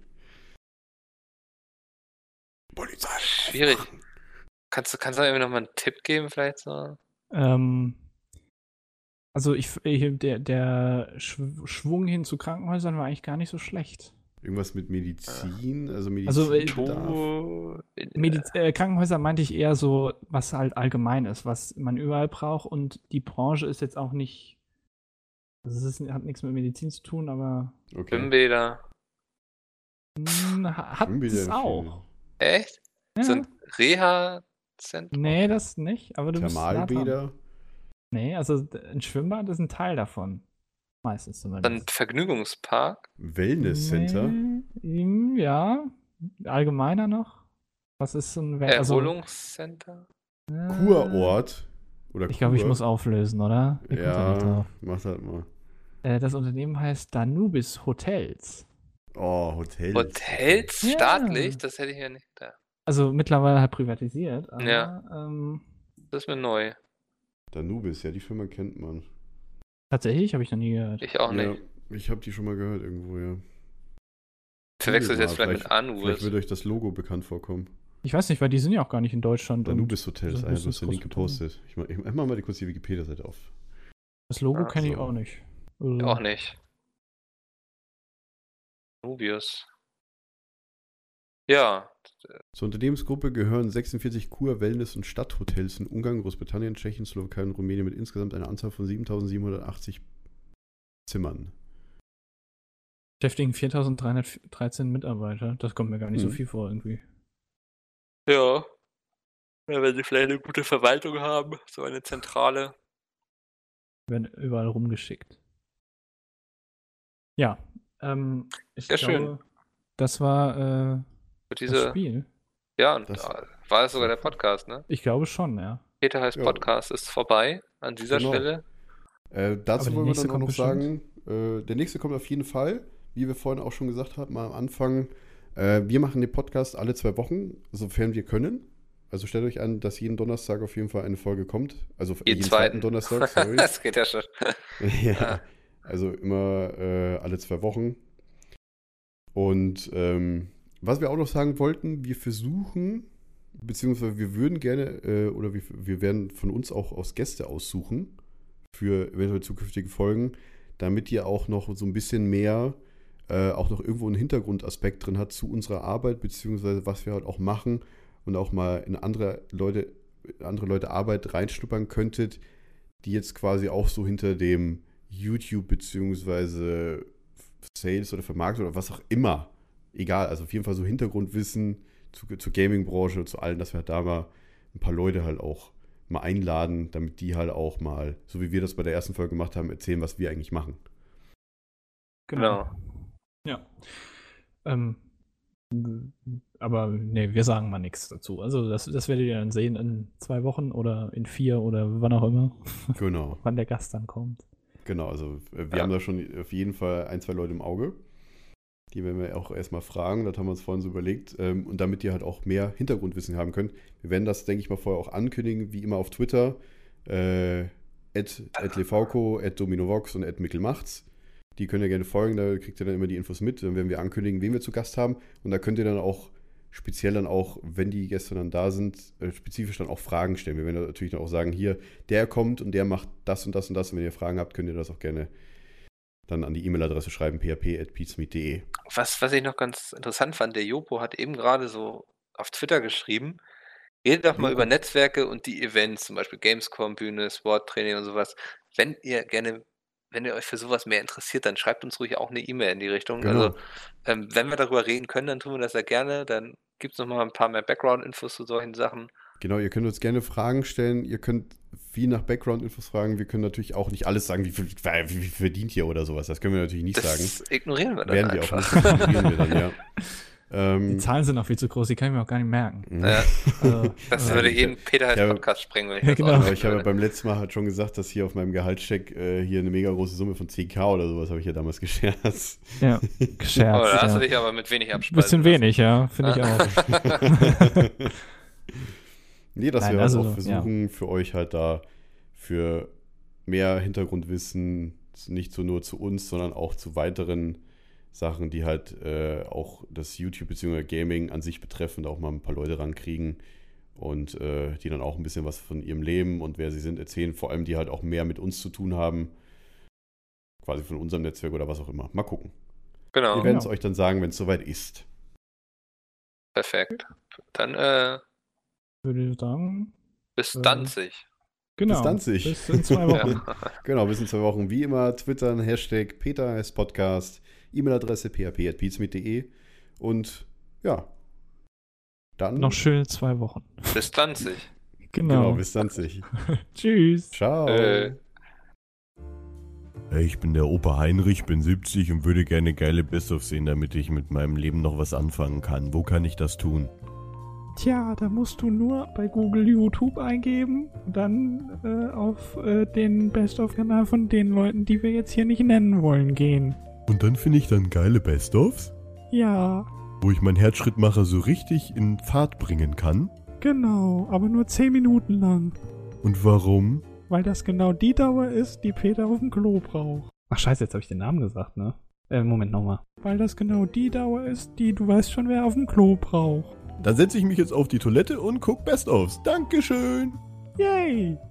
Polizei.
schwierig. Kannst du, kannst du mir noch mal einen Tipp geben, vielleicht so?
Ähm, also ich, ich der, der Schw- Schwung hin zu Krankenhäusern war eigentlich gar nicht so schlecht.
Irgendwas mit Medizin? Also Medizin.
Also, äh,
Tu,
Mediz äh, Krankenhäuser meinte ich eher so, was halt allgemein ist, was man überall braucht, und die Branche ist jetzt auch nicht, also es ist, hat nichts mit Medizin zu tun, aber
Okay.
Schwimmbäder.
mh, ha- hat
Schwimmbäder
es
in
auch.
Echt?
Ja.
So ein Reha-Zentrum?
Nee, das nicht, aber du bist nah dran.
Thermalbäder?
Nee, also d- ein Schwimmbad ist ein Teil davon. Meistens
Dann
zumindest.
Vergnügungspark?
Wellness-Center?
Nee, ihm, ja. Allgemeiner noch. Was ist so ein We- also,
Erholungscenter?
äh,
Kurort? Oder
Ich glaube, ich
Kur?
muss auflösen, oder? Ihr kommt ja nicht
Ja,
drauf.
mach halt mal.
Äh, das Unternehmen heißt Danubis Hotels.
Oh, Hotels.
Hotels?
Ja.
Staatlich? Das hätte ich ja nicht gedacht.
Also mittlerweile halt privatisiert, aber
Ja.
ähm,
Das ist mir neu.
Danubis, ja, die Firma kennt man.
tatsächlich habe ich noch nie gehört.
Ich auch
Ja,
nicht.
ich habe die schon mal gehört irgendwo, ja.
Verwechselst
Mal,
jetzt vielleicht mit
Vielleicht
Anus.
wird euch das Logo bekannt vorkommen.
Ich weiß nicht, weil die sind ja auch gar nicht in Deutschland. und
Danubis Hotels,
so
ah, ja, du
ist
hast den Link
Großbritannien.
gepostet. Ich mach, ich mach mal kurz die Wikipedia-Seite auf.
Das Logo
Ah,
kenne ich
so.
auch nicht. Also,
Ich auch nicht. Nubius. Ja.
Zur Unternehmensgruppe gehören sechsundvierzig Kur-, Wellness- und Stadthotels in Ungarn, Großbritannien, Tschechien, Slowakei und Rumänien mit insgesamt einer Anzahl von siebentausendsiebenhundertachtzig Zimmern.
beschäftigen viertausenddreihundertdreizehn Mitarbeiter. Das kommt mir gar nicht so
Mhm.
viel vor irgendwie.
Ja. Ja, wenn sie vielleicht eine gute Verwaltung haben, so eine Zentrale.
Werden überall rumgeschickt. Ja, ähm, ich
Sehr
glaube,
schön.
das war äh,
Für
das
diese,
Spiel.
ja, und
Das-
da war es sogar der Podcast, ne?
Ich glaube schon, ja.
Peter heißt
Ja.
Podcast ist vorbei an dieser
Genau.
Stelle.
Äh, dazu
Aber der
wollen wir
nächste
dann auch noch
kommt
sagen, äh, der nächste kommt auf jeden Fall, wie wir vorhin auch schon gesagt haben, mal am Anfang. Äh, wir machen den Podcast alle zwei Wochen, sofern wir können. Also stellt euch an, dass jeden Donnerstag auf jeden Fall eine Folge kommt. Also
Jeden zweiten.
Donnerstag, sorry.
Das geht ja schon.
Ja, also immer äh, alle zwei Wochen. Und ähm, was wir auch noch sagen wollten, wir versuchen, beziehungsweise wir würden gerne, äh, oder wir, wir werden von uns auch aus Gäste aussuchen für eventuell zukünftige Folgen, damit ihr auch noch so ein bisschen mehr, äh, auch noch irgendwo einen Hintergrundaspekt drin hat zu unserer Arbeit, beziehungsweise was wir halt auch machen und auch mal in andere Leute, andere Leute Arbeit reinschnuppern könntet, die jetzt quasi auch so hinter dem YouTube beziehungsweise Sales oder Vermarktung oder was auch immer, egal, also auf jeden Fall so Hintergrundwissen zu, zur Gaming-Branche, zu allen, dass wir halt da mal ein paar Leute halt auch mal einladen, damit die halt auch mal, so wie wir das bei der ersten Folge gemacht haben, erzählen, was wir eigentlich machen.
Genau.
Ja. Ähm, aber nee, wir sagen mal nichts dazu. Also das, das werdet ihr dann sehen in zwei Wochen oder in vier oder wann auch immer,
Genau,
wann der Gast dann kommt.
genau, also äh, wir
Ja.
haben da schon auf jeden Fall ein, zwei Leute im Auge. Die werden wir auch erstmal fragen, das haben wir uns vorhin so überlegt. Ähm, und damit ihr halt auch mehr Hintergrundwissen haben könnt. Wir werden das, denke ich mal, vorher auch ankündigen, wie immer auf Twitter. Äh, at, at Levauco, at Dominovox und at Mickelmachts. Die könnt ihr gerne folgen, da kriegt ihr dann immer die Infos mit, dann werden wir ankündigen, wen wir zu Gast haben. Und da könnt ihr dann auch speziell dann auch, wenn die Gäste dann da sind, äh, spezifisch dann auch Fragen stellen. Wir werden natürlich dann auch sagen, hier, der kommt und der macht das und das und das. Und wenn ihr Fragen habt, könnt ihr das auch gerne dann an die E-Mail-Adresse schreiben, p h p at peatsmeet punkt d e.
Was, was ich noch ganz interessant fand, der Jopo hat eben gerade so auf Twitter geschrieben, redet doch mal
Ja.
über Netzwerke und die Events, zum Beispiel Gamescom, Bühne, Sporttraining und sowas. Wenn ihr gerne, wenn ihr euch für sowas mehr interessiert, dann schreibt uns ruhig auch eine E-Mail in die Richtung.
Genau.
Also, ähm, wenn wir darüber reden können, dann tun wir das ja gerne. Dann gibt es nochmal ein paar mehr Background-Infos zu solchen Sachen.
Genau, ihr könnt uns gerne Fragen stellen, ihr könnt viel nach Background-Infos fragen, wir können natürlich auch nicht alles sagen, wie viel, wie viel verdient ihr oder sowas, das können wir natürlich nicht
Das
sagen.
ignorieren wir dann
Werden wir
einfach.
auch nicht, das ignorieren wir dann, ja.
Die
Ähm,
Zahlen sind auch viel zu groß, die kann ich mir auch gar nicht merken.
Ja,
Also,
das
äh,
würde jeden Peter als
Ja,
Podcast sprengen, wenn ich
ja,
das
genau.
auch
aber ich habe
würde.
beim letzten Mal halt schon gesagt, dass hier auf meinem Gehaltscheck äh, hier eine mega große Summe von zehn K oder sowas habe ich ja damals gescherzt.
Ja,
Oh,
gescherzt.
da hast
ja.
du dich aber mit wenig abspeisen
Bisschen
lassen.
wenig, ja, finde ich auch.
Nee, dass
Nein,
wir halt
also,
auch versuchen, für euch halt da für mehr Hintergrundwissen, nicht so nur zu uns, sondern auch zu weiteren Sachen, die halt äh, auch das YouTube bzw. Gaming an sich betreffen, da auch mal ein paar Leute rankriegen und äh, die dann auch ein bisschen was von ihrem Leben und wer sie sind erzählen, vor allem die halt auch mehr mit uns zu tun haben, quasi von unserem Netzwerk oder was auch immer. Mal gucken.
Genau,
Wir werden es
Genau.
euch dann sagen, wenn es soweit ist.
perfekt. Dann äh,
Würde ich sagen.
bis
Ähm,
Danzig.
Genau.
Bis Danzig.
Bis in zwei Wochen.
Ja.
Genau, bis in zwei Wochen. Wie immer, twittern, Hashtag Peter S. Podcast, E-Mail-Adresse p h p at peatsmeet punkt d e und ja, dann
Noch schöne zwei Wochen.
Bis Danzig.
genau,
Genau.
bis zwanzig.
Tschüss.
Ciao.
Äh.
Hey, ich bin der Opa Heinrich, bin siebzig und würde gerne geile Best-of sehen, damit ich mit meinem Leben noch was anfangen kann. Wo kann ich das tun?
Tja, da musst du nur bei Google YouTube eingeben und dann äh, auf äh, den Best-of-Kanal von den Leuten, die wir jetzt hier nicht nennen wollen, gehen.
Und dann finde ich dann geile Best-ofs,
Ja,
wo ich meinen Herzschrittmacher so richtig in Fahrt bringen kann.
genau, aber nur zehn Minuten lang.
Und warum?
Weil das genau die Dauer ist, die Peter auf dem Klo braucht. Ach scheiße, jetzt habe ich den Namen gesagt, ne? Äh, Moment nochmal. Weil das genau die Dauer ist, die du weißt schon, wer auf dem Klo braucht.
Dann setze ich mich jetzt auf die Toilette und guck Best-ofs. Dankeschön!
Yay!